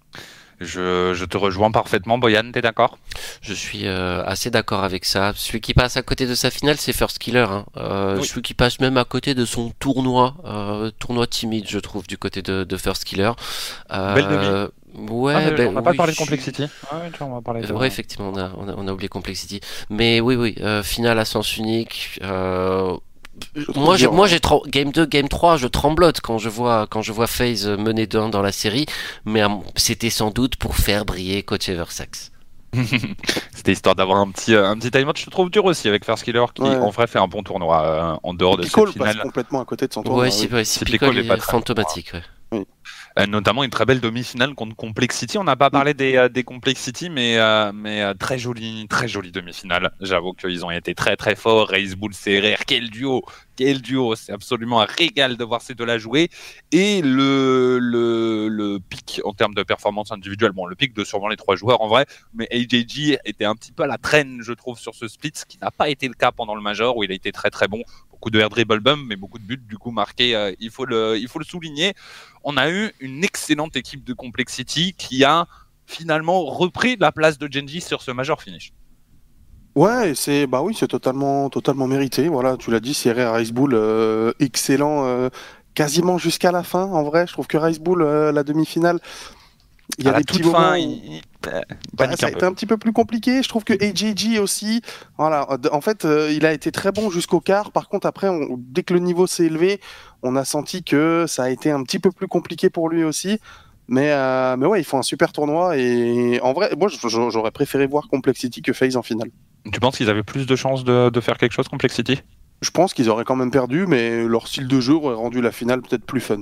Je, je te rejoins parfaitement, Boyan, t'es d'accord? Je suis euh, assez d'accord avec ça. Celui qui passe à côté de sa finale, c'est First Killer. Hein. Euh, Oui. Celui qui passe même à côté de son tournoi, euh, tournoi timide, je trouve, du côté de, de First Killer. Euh, Belle demi. Ouais, Ah, mais ben, on n'a pas oui, parlé de je- Complexity. Ah oui, tiens, on va parler de... Euh, ouais, effectivement, on a, on a, on a oublié Complexity. Mais oui, oui, euh, finale à sens unique. Euh, Je trouve moi, j'ai, dur, moi, hein. j'ai trem- game deux, game trois, je tremblote quand je vois, quand je vois FaZe mener d'un dans la série. Mais à mon- c'était sans doute pour faire briller Coach Eversax. C'était histoire d'avoir un petit, euh, un petit time out. Je te trouve dur aussi avec First Killer qui, Ouais. en vrai, fait un bon tournoi euh, en dehors de cette Piccolo passe finale. complètement à côté de son tournoi. Ouais, si, oui. ouais, si Si Piccolo Piccolo est pas est très fantomatique, ouais. Euh, notamment une très belle demi-finale contre Complexity. On n'a pas parlé des, euh, des Complexity, mais, euh, mais euh, très jolie, très jolie demi-finale. J'avoue qu'ils ont été très très forts. Raze Bull, C R R, quel duo, quel duo. C'est absolument un régal de voir ces deux-là jouer. Et le, le, le pic en termes de performance individuelle, bon, le pic de sûrement les trois joueurs en vrai, mais A J G était un petit peu à la traîne, je trouve, sur ce split, ce qui n'a pas été le cas pendant le Major, où il a été très très bon. Beaucoup de air dribble bump, mais beaucoup de buts du coup marqués. Euh, il faut le, il faut le souligner. On a eu une excellente équipe de Complexity qui a finalement repris la place de Genji sur ce major finish. Ouais, et c'est bah oui, c'est totalement totalement mérité. Voilà, tu l'as dit, C R R Rice Bull, euh, excellent, euh, quasiment jusqu'à la fin. En vrai, je trouve que Rice Bull, euh, la demi-finale, il y À a la des petits toute moments. fin, où- il, il- euh, il Bah, panique ça a un été peu. un petit peu plus compliqué. Je trouve que A J G aussi, voilà, en fait, euh, il a été très bon jusqu'au quart. Par contre, après, on- dès que le niveau s'est élevé, on a senti que ça a été un petit peu plus compliqué pour lui aussi. Mais, euh, mais ouais, ils font un super tournoi. Et en vrai, moi, je- je- j'aurais préféré voir Complexity que FaZe en finale. Tu penses qu'ils avaient plus de chances de, de faire quelque chose, Complexity? Je pense qu'ils auraient quand même perdu, mais leur style de jeu aurait rendu la finale peut-être plus fun.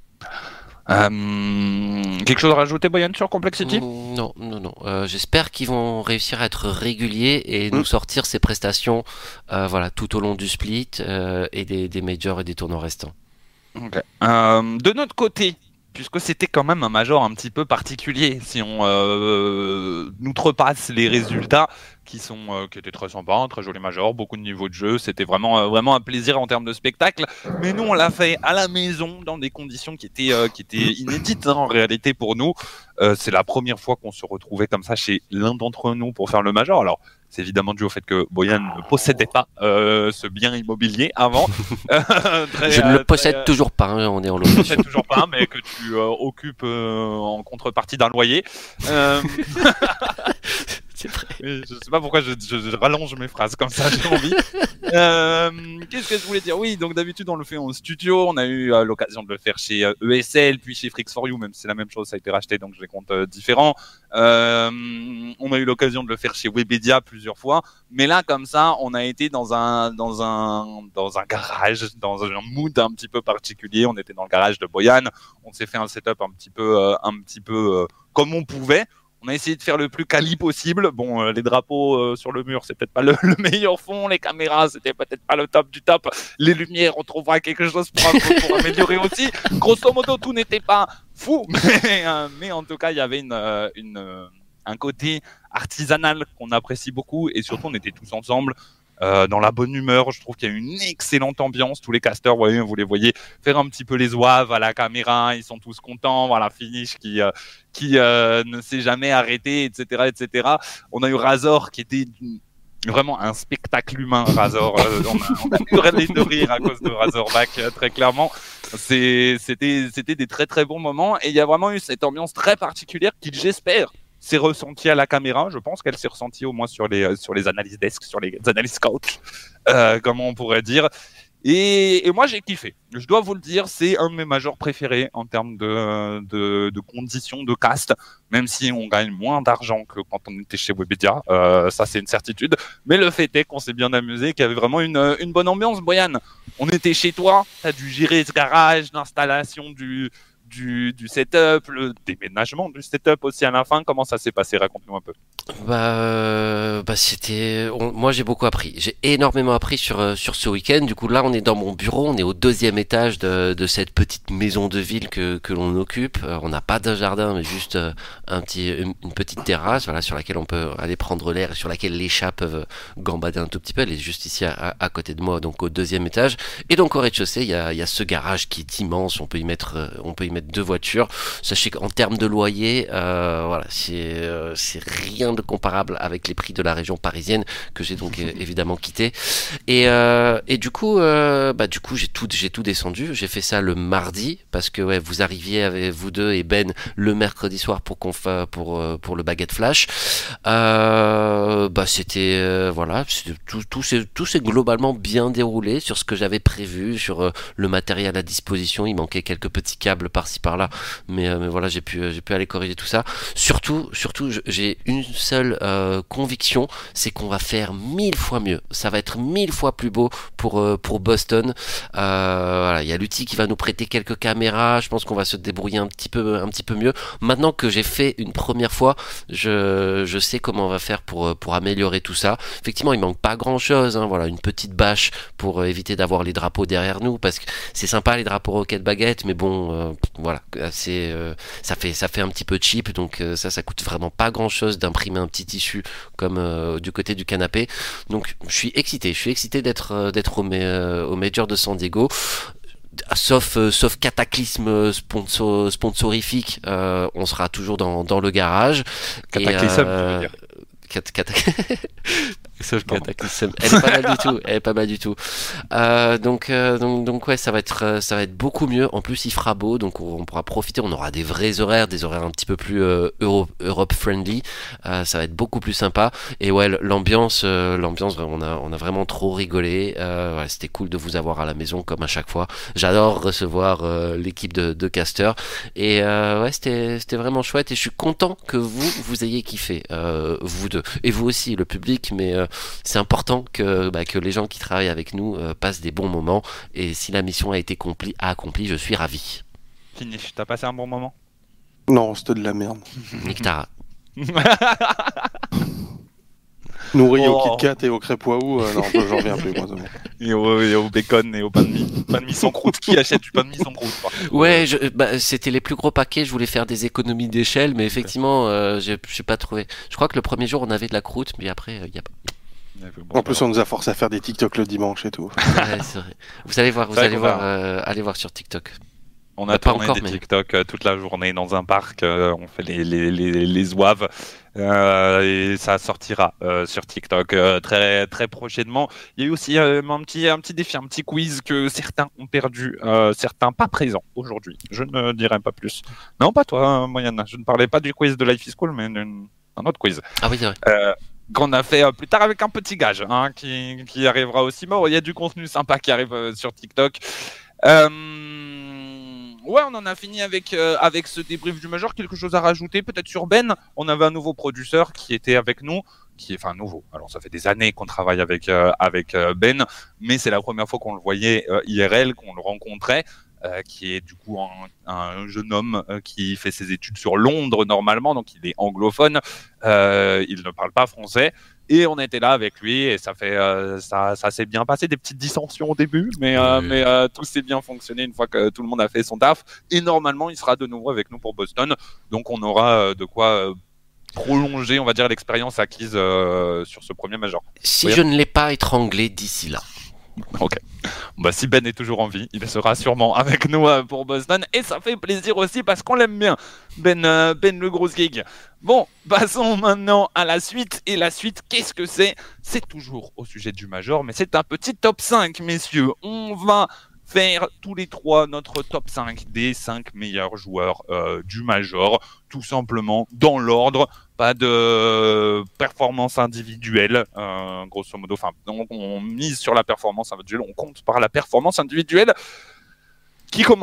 Euh, quelque chose à rajouter, Boyan, sur Complexity? Mm, Non, non, non. Euh, j'espère qu'ils vont réussir à être réguliers et Mm. nous sortir ces prestations, euh, voilà, tout au long du split euh, et des, des majors et des tournois restants. Ok. Euh, de notre côté, puisque c'était quand même un major un petit peu particulier, si on euh, outrepasse les résultats qui sont euh, qui étaient très sympas, un très joli major, beaucoup de niveaux de jeu, c'était vraiment euh, vraiment un plaisir en termes de spectacle. Mais nous, on l'a fait à la maison dans des conditions qui étaient euh, qui étaient inédites hein, en réalité pour nous. Euh, c'est la première fois qu'on se retrouvait comme ça chez l'un d'entre nous pour faire le major. Alors c'est évidemment dû au fait que Boyan ne possédait pas euh, ce bien immobilier avant. Très, Je ne euh, le possède très, toujours pas, hein, on est en je ne location. possède toujours pas, mais que tu euh, occupes euh, en contrepartie d'un loyer. Euh, C'est vrai. je sais pas pourquoi je, je- je rallonge mes phrases comme ça, j'ai envie. Euh, Qu'est-ce que je voulais dire? Oui, donc d'habitude on le fait en studio. On a eu euh, l'occasion de le faire chez euh, E S L, puis chez Freaks for You, même si c'est la même chose, ça a été racheté, donc je les compte euh, différents. Euh, on a eu l'occasion de le faire chez Webedia plusieurs fois, mais là comme ça, on a été dans un dans un dans un garage, dans un mood un petit peu particulier. On était dans le garage de Boyan. On s'est fait un setup un petit peu euh, un petit peu euh, comme on pouvait. On a essayé de faire le plus quali possible. Bon, euh, les drapeaux euh, sur le mur, c'est peut-être pas le, le meilleur fond. Les caméras, c'était peut-être pas le top du top. Les lumières, on trouvera quelque chose pour, pour améliorer aussi. Grosso modo, tout n'était pas fou, mais, euh, mais en tout cas, il y avait une, euh, une, euh, un côté artisanal qu'on apprécie beaucoup. Et surtout, on était tous ensemble. Euh, dans la bonne humeur, je trouve qu'il y a une excellente ambiance. Tous les casters, vous, voyez, vous les voyez faire un petit peu les oeufs à la caméra, ils sont tous contents. Voilà, Finish qui euh, qui euh, ne s'est jamais arrêté, et cetera, et cetera. On a eu Razor qui était vraiment un spectacle humain. Razor, euh, on, a, on a hurlé de rire à cause de Razorback, euh, très clairement. C'est, c'était, c'était des très très bons moments et il y a vraiment eu cette ambiance très particulière qui, j'espère, s'est ressentie à la caméra. Je pense qu'elle s'est ressentie au moins sur les sur les analyses desk, sur les analyses coach, euh, comment on pourrait dire. Et, et moi j'ai kiffé. Je dois vous le dire, c'est un de mes majors préférés en termes de, de, de conditions de cast, même si on gagne moins d'argent que quand on était chez Webedia, euh, ça c'est une certitude. Mais le fait est qu'on s'est bien amusé, qu'il y avait vraiment une, une bonne ambiance. Boyan, on était chez toi, t'as dû gérer ce garage, l'installation du du, du setup, le déménagement du setup aussi à la fin. Comment ça s'est passé? Raconte-nous un peu. Bah, euh, bah c'était. on- Moi, j'ai beaucoup appris. J'ai énormément appris sur euh, sur ce week-end. Du coup, là, on est dans mon bureau. On est au deuxième étage de de cette petite maison de ville que que l'on occupe. Euh, on n'a pas de jardin, mais juste euh, un petit une, une petite terrasse, voilà, sur laquelle on peut aller prendre l'air et sur laquelle les chats peuvent gambader un tout petit peu. Elle est juste ici à, à, à côté de moi, donc au deuxième étage. Et donc au rez-de-chaussée, il y a il y a ce garage qui est immense. On peut y mettre euh, on peut y mettre deux voitures. Sachez qu'en termes de loyer, euh, voilà, c'est euh, c'est rien de comparable avec les prix de la région parisienne que j'ai donc euh, évidemment quitté. Et euh, et du coup, euh, bah du coup j'ai tout j'ai tout descendu. J'ai fait ça le mardi parce que ouais, vous arriviez avec vous deux et Ben le mercredi soir pour qu'on fa, pour euh, pour le baguette flash. Euh, bah c'était euh, voilà, c'était- tout tout s'est tout s'est globalement bien déroulé sur ce que j'avais prévu, sur euh, le matériel à disposition. Il manquait quelques petits câbles par-ci par-là, mais, euh, mais voilà, j'ai pu, euh, j'ai pu aller corriger tout ça. Surtout, surtout, je- j'ai une seule euh, conviction, c'est qu'on va faire mille fois mieux. Ça va être mille fois plus beau pour euh, pour Boston. Euh, voilà, il y a Lutti qui va nous prêter quelques caméras. Je pense qu'on va se débrouiller un petit peu, un petit peu mieux. Maintenant que j'ai fait une première fois, je je sais comment on va faire pour euh, pour améliorer tout ça. Effectivement, il manque pas grand-chose. Hein, voilà, une petite bâche pour euh, éviter d'avoir les drapeaux derrière nous, parce que c'est sympa les drapeaux Rocket Baguette, mais bon, euh, voilà, c'est euh, ça fait ça fait un petit peu cheap, donc euh, ça ça coûte vraiment pas grand chose d'imprimer un petit tissu comme euh, du côté du canapé. Donc je suis excité, je suis excité d'être euh, d'être au, ma- euh, au Major de San Diego. Sauf, euh, sauf cataclysme sponsor, sponsorifique, euh, on sera toujours dans, dans le garage. Cataclysme, Et, euh, tu veux dire. cat- cata- Sauf Cataclysm. Elle est pas mal du tout. Elle est pas mal du tout. Euh, donc, euh, donc, donc ouais, ça va être, euh, ça va être beaucoup mieux. En plus, il fera beau, donc on, on pourra profiter. On aura des vrais horaires, des horaires un petit peu plus euh, Euro, Europe friendly. Euh, ça va être beaucoup plus sympa. Et ouais, l'ambiance, euh, l'ambiance, on a, on a vraiment trop rigolé. Euh, ouais, c'était cool de vous avoir à la maison comme à chaque fois. J'adore recevoir euh, l'équipe de, de casters. Et euh, ouais, c'était, c'était vraiment chouette. Et je suis content que vous, vous ayez kiffé, euh, vous deux, et vous aussi, le public. Mais euh, c'est important que, bah, que les gens qui travaillent avec nous euh, passent des bons moments. Et si la mission a été accomplie, accomplie, je suis ravi. Finish, t'as passé un bon moment? Non, c'était de la merde. Nictara. Nourri Oh. au Kit Kat et au crêpe Waouh, euh, non, j'en reviens plus, moi. c'est bon. Et au, et au bacon et au pain de mie. Pain de mie sans croûte. Qui achète du pain de mie sans croûte? par contre Ouais, je, bah, c'était les plus gros paquets. Je voulais faire des économies d'échelle, mais effectivement, euh, j'ai j'ai pas trouvé. Je crois que le premier jour, on avait de la croûte, mais après, il y a pas. En plus, on nous a forcé à faire des TikTok le dimanche et tout. Ouais, c'est vrai. Vous allez voir, vous C'est vrai allez qu'on voir, va- euh, allez voir sur TikTok. On Bah, a pas tourné encore, des mais- TikTok euh, toute la journée dans un parc. euh, on fait les, les, les, les zouaves. euh, et ça sortira euh, sur TikTok euh, très, très prochainement. Il y a eu aussi euh, un, petit, un petit défi, un petit quiz que certains ont perdu, euh, certains pas présents aujourd'hui. Je ne dirai pas plus. Non, pas toi, hein, Moyenne. Je ne parlais pas du quiz de Life is Cool, mais d'un un autre quiz. Ah oui, c'est vrai. Euh, qu'on a fait euh, plus tard avec un petit gage hein, qui, qui arrivera aussi. Bon, il y a du contenu sympa qui arrive euh, sur TikTok. Euh, ouais, on en a fini avec, euh, avec ce débrief du Major. Quelque chose à rajouter peut-être sur Ben? On avait un nouveau producteur qui était avec nous, qui est enfin nouveau. Alors ça fait des années qu'on travaille avec, euh, avec euh, Ben, mais c'est la première fois qu'on le voyait euh, I R L, qu'on le rencontrait. Euh, qui est du coup un, un jeune homme euh, qui fait ses études sur Londres normalement, donc il est anglophone, euh, il ne parle pas français, et on était là avec lui et ça fait euh, ça, ça s'est bien passé, des petites dissensions au début, mais, euh, Oui. mais euh, tout s'est bien fonctionné une fois que tout le monde a fait son taf, et normalement il sera de nouveau avec nous pour Boston, donc on aura euh, de quoi euh, prolonger, on va dire, l'expérience acquise euh, sur ce premier major. Si Oui. je ne l'ai pas étranglé d'ici là. Ok. Bah, si Ben est toujours en vie, il sera sûrement avec nous euh, pour Boston. Et ça fait plaisir aussi parce qu'on l'aime bien. Ben, euh, Ben le gros gig. Bon, passons maintenant à la suite. Et la suite, qu'est-ce que c'est? C'est toujours au sujet du Major, mais c'est un petit top cinq, messieurs. On va faire tous les trois notre top cinq des cinq meilleurs joueurs euh, du Major. Tout simplement dans l'ordre. Pas de performance individuelle, euh, grosso modo. Enfin, on, on mise sur la performance individuelle, on compte par la performance individuelle. Qui commence?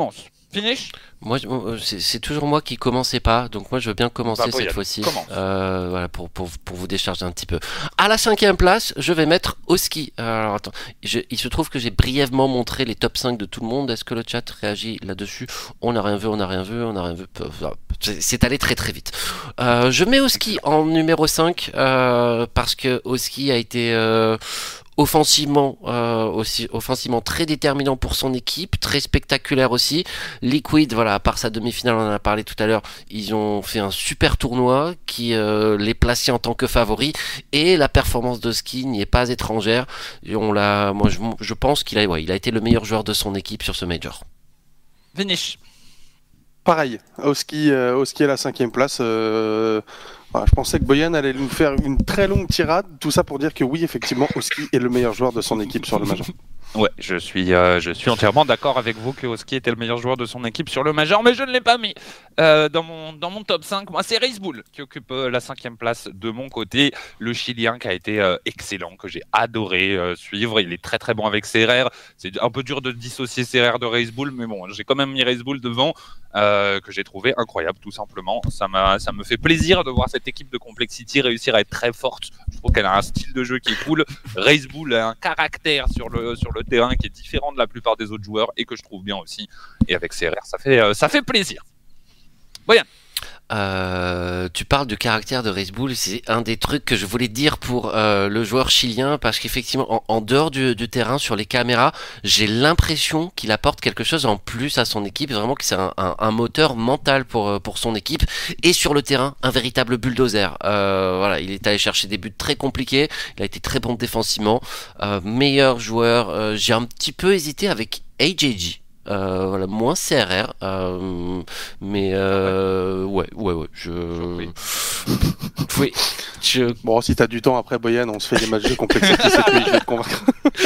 Finish. Moi, c'est toujours moi qui commençais pas, donc moi je veux bien commencer bah, cette fois-ci. Euh, voilà, pour, pour, pour vous décharger un petit peu. À la cinquième place, je vais mettre Oski. Alors attends, je, il se trouve que j'ai brièvement montré les top cinq de tout le monde. Est-ce que le chat réagit là-dessus? On n'a rien vu, on n'a rien vu, on n'a rien vu. C'est allé très très vite. Euh, je mets Oski en numéro cinq euh, parce que Oski a été... Euh, offensivement euh, aussi offensivement très déterminant pour son équipe, très spectaculaire aussi. Liquid, voilà, à part sa demi-finale, on en a parlé tout à l'heure, ils ont fait un super tournoi qui euh, les plaçait en tant que favoris, et la performance de Ski n'y est pas étrangère. Et on l'a, moi je, je pense qu'il a, ouais, il a été le meilleur joueur de son équipe sur ce major. Finish. Pareil, Oski, euh, Oski à la cinquième place. Euh... Voilà, je pensais que Boyan allait nous faire une très longue tirade, tout ça pour dire que oui, effectivement, Oski est le meilleur joueur de son équipe sur le Major. Ouais, je suis, euh, je suis entièrement d'accord avec vous que Oski était le meilleur joueur de son équipe sur le Major, mais je ne l'ai pas mis euh, dans, mon, dans mon top cinq. Moi, c'est Reisbull qui occupe euh, la cinquième place de mon côté. Le Chilien qui a été euh, excellent, que j'ai adoré euh, suivre. Il est très très bon avec C R R. C'est un peu dur de dissocier C R R de Reisbull, mais bon, j'ai quand même mis Reisbull devant, euh, que j'ai trouvé incroyable, tout simplement. Ça, ça me fait plaisir de voir cette équipe de Complexity réussir à être très forte. Je trouve qu'elle a un style de jeu qui est cool. Reisbull a un caractère sur le, sur le terrain qui est différent de la plupart des autres joueurs et que je trouve bien aussi. Et avec C R R, ça fait, euh, ça fait plaisir. Boyan. Euh, tu parles du caractère de Reisbull, c'est un des trucs que je voulais dire pour euh, le joueur chilien, parce qu'effectivement, en, en dehors du, du terrain, sur les caméras, j'ai l'impression qu'il apporte quelque chose en plus à son équipe, vraiment que c'est un, un, un moteur mental pour, pour son équipe, et sur le terrain, un véritable bulldozer. Euh, voilà, il est allé chercher des buts très compliqués, il a été très bon défensivement, euh, meilleur joueur. Euh, j'ai un petit peu hésité avec A J G. Euh, voilà, moins C R R, euh, mais euh, ouais, ouais, ouais, je, oui, je, bon, si t'as du temps après Boyan, on se fait des matchs de complexité cette nuit, je vais te convaincre.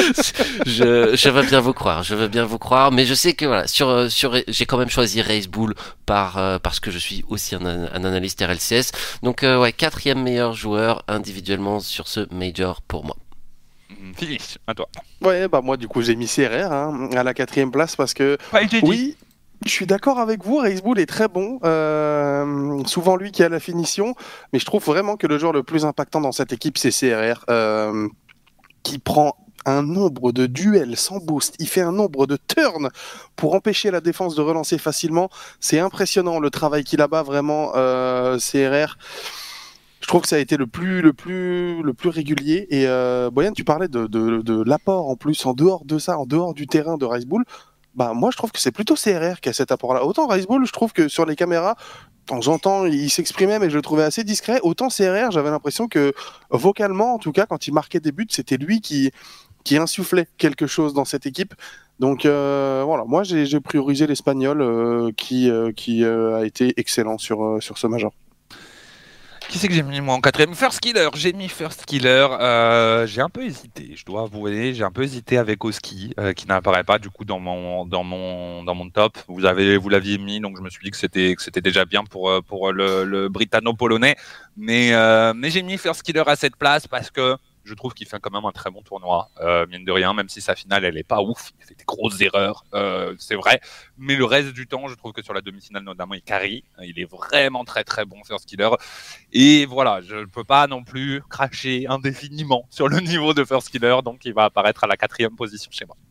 je, je veux bien vous croire, je veux bien vous croire, mais je sais que voilà, sur, sur, j'ai quand même choisi Reisbull par, euh, parce que je suis aussi un, un analyste R L C S, donc euh, ouais, quatrième meilleur joueur individuellement sur ce major pour moi. Finish, à toi. Ouais, bah moi du coup j'ai mis C R R hein, à la quatrième place parce que oui, je suis d'accord avec vous, Reisbull est très bon, euh, souvent lui qui a la finition, mais je trouve vraiment que le joueur le plus impactant dans cette équipe c'est C R R, euh, qui prend un nombre de duels sans boost, il fait un nombre de turns pour empêcher la défense de relancer facilement, c'est impressionnant le travail qu'il a bas vraiment, euh, C R R. Je trouve que ça a été le plus, le plus, le plus régulier. Et euh, Boyan, tu parlais de, de, de l'apport en plus, en dehors de ça, en dehors du terrain de Reisbull. Bah, moi, je trouve que c'est plutôt C R R qui a cet apport-là. Autant Reisbull, je trouve que sur les caméras, de temps en temps, il s'exprimait, mais je le trouvais assez discret. Autant C R R, j'avais l'impression que, vocalement, en tout cas, quand il marquait des buts, c'était lui qui, qui insufflait quelque chose dans cette équipe. Donc euh, voilà, moi, j'ai priorisé l'Espagnol euh, qui, euh, qui euh, a été excellent sur, euh, sur ce Major. Qui c'est que j'ai mis moi en quatrième? First Killer, j'ai mis First Killer. Euh, j'ai un peu hésité, je dois avouer, j'ai un peu hésité avec Oski, euh, qui n'apparaît pas du coup dans mon dans mon dans mon top. Vous avez vous l'aviez mis, donc je me suis dit que c'était que c'était déjà bien pour pour le, le britanno-polonais, mais euh, mais j'ai mis First Killer à cette place parce que je trouve qu'il fait quand même un très bon tournoi, euh, mine de rien, même si sa finale, elle est pas ouf, il fait des grosses erreurs, euh, c'est vrai, mais le reste du temps, je trouve que sur la demi-finale, notamment, il carry, il est vraiment très très bon First Killer, et voilà, je ne peux pas non plus cracher indéfiniment sur le niveau de First Killer, donc il va apparaître à la quatrième position chez moi.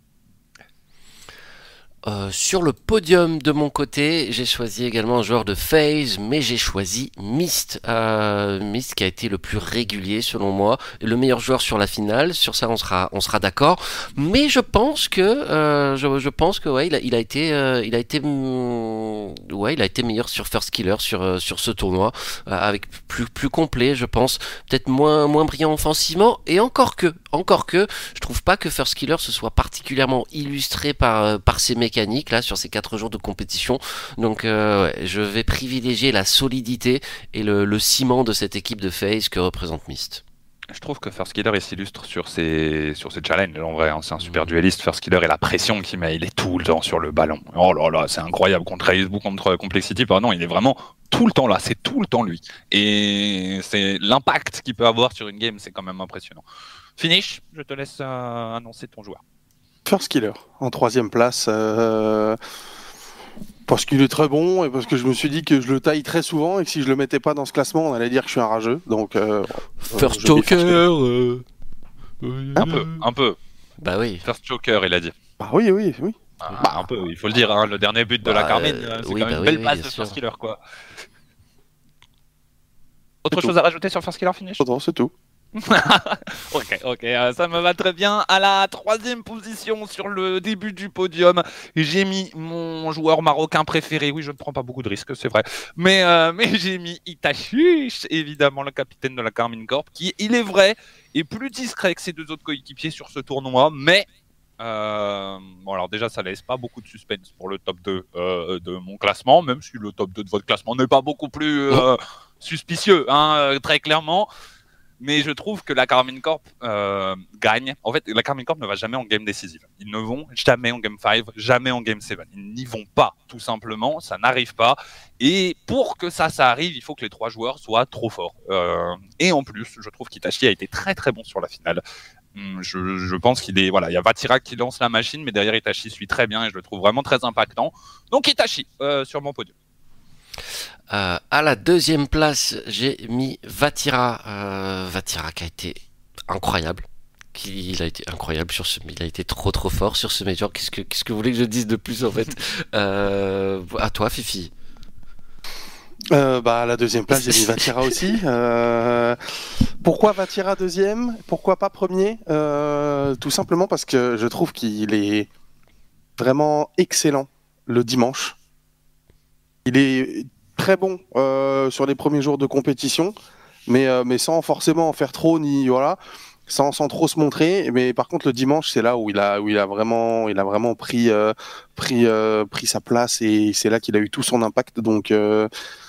Euh, sur le podium de mon côté, j'ai choisi également un joueur de FaZe, mais j'ai choisi Mist. Euh, Mist qui a été le plus régulier selon moi, le meilleur joueur sur la finale. Sur ça, on sera, on sera d'accord. Mais je pense que, euh, je, je pense que ouais, il a, il a été, euh, il a été, mm, ouais, il a été meilleur sur First Killer sur euh, sur ce tournoi, euh, avec plus plus complet, je pense. Peut-être moins moins brillant offensivement, et encore que, encore que, je trouve pas que First Killer se soit particulièrement illustré par par ses mécaniques là sur ces quatre jours de compétition, donc euh, ouais, je vais privilégier la solidité et le, le ciment de cette équipe de FaZe que représente Mist. Je trouve que First Killer il s'illustre sur ses, sur ses challenges en vrai, hein. C'est un super dueliste First Killer, et la pression qu'il met, il est tout le temps sur le ballon. Oh là là, c'est incroyable contre Reisbull, contre Complexity, pardon, il est vraiment tout le temps là, c'est tout le temps lui. Et c'est l'impact qu'il peut avoir sur une game, c'est quand même impressionnant. Finish, je te laisse euh, annoncer ton joueur. First Killer, en troisième place. Euh... Parce qu'il est très bon et parce que je me suis dit que je le taille très souvent et que si je le mettais pas dans ce classement, on allait dire que je suis un rageux. Donc, euh, First je bifurque. Joker euh... Un peu, un peu. Bah oui. First Joker, il a dit. Ah oui, oui, oui. Ah, bah, un peu, il faut le dire, hein, le dernier but de Bah, la Carmine, euh, c'est oui, quand même bah une oui, belle oui, passe bien de sûr. First Killer, quoi. Autre C'est chose tout. à rajouter sur First Killer Finish? C'est tout, c'est tout. Ok, ok, euh, ça me va très bien. À la troisième position sur le début du podium, j'ai mis mon joueur marocain préféré. Oui, je ne prends pas beaucoup de risques, c'est vrai. Mais, euh, mais j'ai mis Itachi, évidemment le capitaine de la Carmine Corp, qui, il est vrai, est plus discret que ses deux autres coéquipiers sur ce tournoi. Mais, euh, bon, alors déjà, ça laisse pas beaucoup de suspense pour le top deux euh, de mon classement, même si le top deux de votre classement n'est pas beaucoup plus euh, suspicieux, hein, euh, très clairement. Mais je trouve que la Carmine Corp euh, gagne. En fait, la Carmine Corp ne va jamais en game décisive. Ils ne vont jamais en game cinq, jamais en game sept. Ils n'y vont pas, tout simplement. Ça n'arrive pas. Et pour que ça, ça arrive, il faut que les trois joueurs soient trop forts. Euh, et en plus, je trouve qu'Itachi a été très très bon sur la finale. Je, je pense qu'il est... Voilà, il y a Vatira qui lance la machine, mais derrière Itachi suit très bien et je le trouve vraiment très impactant. Donc Itachi euh, sur mon podium. Euh, à la deuxième place, j'ai mis Vatira. Euh, Vatira qui a été incroyable. Qui, il a été incroyable sur ce, il a été trop trop fort sur ce major. Qu'est-ce que qu'est-ce que vous voulez que je dise de plus en fait? euh, À toi, Fifi. Euh, bah, à la deuxième place, j'ai mis Vatira aussi. Euh, pourquoi Vatira deuxième? Pourquoi pas premier? euh, Tout simplement parce que je trouve qu'il est vraiment excellent le dimanche. Il est très bon euh, sur les premiers jours de compétition, mais, euh, mais sans forcément en faire trop, ni voilà, sans, sans trop se montrer. Mais par contre, le dimanche, c'est là où il a, où il a vraiment, il a vraiment pris, euh, pris, euh, pris sa place et c'est là qu'il a eu tout son impact. Donc euh,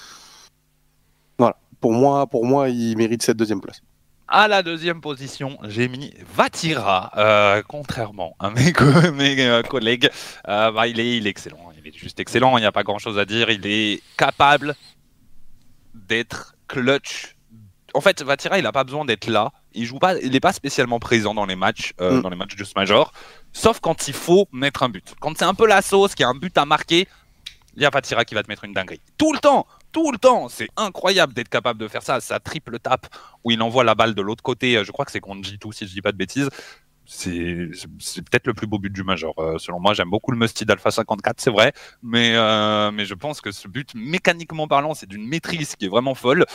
voilà, pour moi, pour moi, il mérite cette deuxième place. À la deuxième position, j'ai mis Vatira. Euh, contrairement à mes, co- mes euh, collègues, euh, bah, il, est, il est excellent. Il est juste excellent. Il n'y a pas grand-chose à dire. Il est capable d'être clutch. En fait, Vatira, il n'a pas besoin d'être là. Il joue pas. Il n'est pas spécialement présent dans les matchs, euh, Mm. dans les matchs de ce major. Sauf quand il faut mettre un but. Quand c'est un peu la sauce, qu'il y a un but à marquer, il y a Vatira qui va te mettre une dinguerie. Tout le temps, tout le temps. C'est incroyable d'être capable de faire ça. Sa triple tape où il envoie la balle de l'autre côté. Je crois que c'est contre G deux, si je dis pas de bêtises. C'est, c'est peut-être le plus beau but du major. Euh, selon moi, j'aime beaucoup le Musty d'Alpha cinquante-quatre, c'est vrai. Mais, euh, mais je pense que ce but, mécaniquement parlant, c'est d'une maîtrise qui est vraiment folle.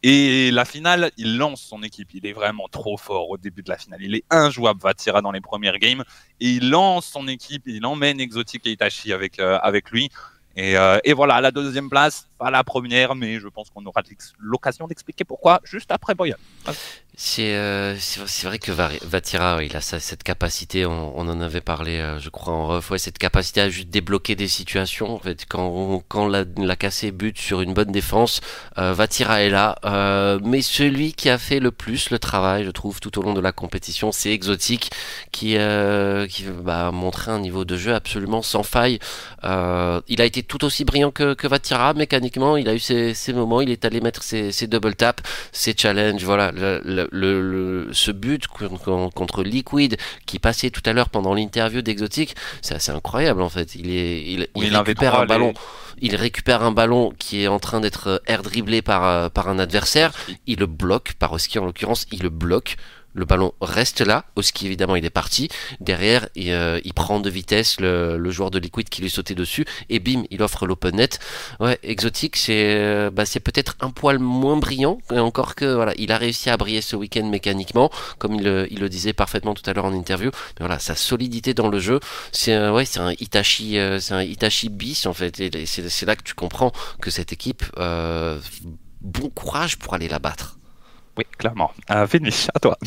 Et la finale, il lance son équipe. Il est vraiment trop fort au début de la finale. Il est injouable, Vatira, dans les premières games. Et il lance son équipe. Il emmène Exotic et Itachi avec, euh, avec lui. Et, euh, et voilà, la deuxième place, pas la première, mais je pense qu'on aura l'occasion d'expliquer pourquoi juste après Boyan. C'est euh, c'est c'est vrai que Vatira, il a ça, cette capacité, on, on en avait parlé, euh, je crois en ref, ouais, cette capacité à juste débloquer des situations. En fait, quand on, quand la, la cassée bute sur une bonne défense, euh, Vatira est là. Euh, mais celui qui a fait le plus le travail, je trouve, tout au long de la compétition, c'est Exotic, qui euh, qui bah, a montré un niveau de jeu absolument sans faille. Euh, il a été tout aussi brillant que, que Vatira, mécaniquement, il a eu ses, ses moments, il est allé mettre ses, ses double taps, ses challenges, voilà. Le, le, Le, le, ce but contre, contre Liquid qui passait tout à l'heure pendant l'interview d'Exotic, c'est assez incroyable en fait. Il, est, il, oui, il récupère un les... ballon, il récupère un ballon qui est en train d'être air dribblé par, par un adversaire, il le bloque, par Oski en l'occurrence, il le bloque. Le ballon reste là, Oski évidemment il est parti, derrière il, euh, il prend de vitesse le, le joueur de Liquid qui lui sautait dessus et bim il offre l'open net. Ouais, Exotic c'est euh, bah, c'est peut-être un poil moins brillant, encore que voilà il a réussi à briller ce week-end mécaniquement comme il, il le disait parfaitement tout à l'heure en interview. Mais voilà, sa solidité dans le jeu, c'est euh, ouais c'est un Itachi euh, c'est un Itachi bis en fait et c'est, c'est là que tu comprends que cette équipe euh, bon courage pour aller la battre. Oui, clairement. Euh, Finish, à toi.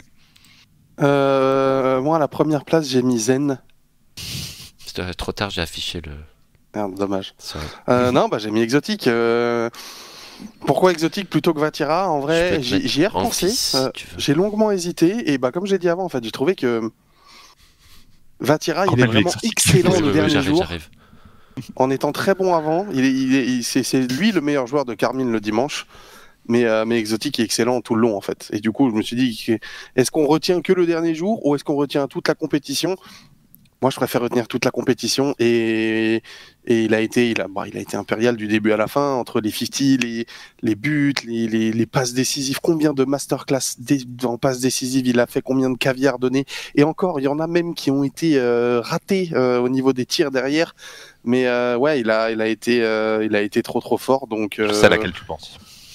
euh, moi, à la première place, j'ai mis Zen. C'était trop tard, j'ai affiché le... Merde, dommage. Euh, non, bah, j'ai mis Exotic. Euh... Pourquoi Exotic plutôt que Vatira? En vrai, j'y, j'y ai repensé. Fils, euh, si j'ai longuement hésité. Et bah, comme j'ai dit avant, en fait, j'ai trouvé que Vatira, il est vraiment excellent oui, le oui, dernier oui, j'arrive, jour. J'arrive. En étant très bon avant. Il est, il est, il, c'est, c'est lui le meilleur joueur de Carmine le dimanche. Mais, euh, mais Exotic est excellent tout le long en fait. Et du coup, je me suis dit, est-ce qu'on retient que le dernier jour ou est-ce qu'on retient toute la compétition? Moi, je préfère retenir toute la compétition et, et il a été, il a, bah, il a été impérial du début à la fin entre les cinquante, les, les buts, les, les, les passes décisives. Combien de masterclass dé, en passes décisives il a fait, combien de caviar donné. Et encore, il y en a même qui ont été euh, ratés euh, au niveau des tirs derrière. Mais euh, ouais, il a, il a été, euh, il a été trop trop fort. Donc, euh, je sais à laquelle tu penses.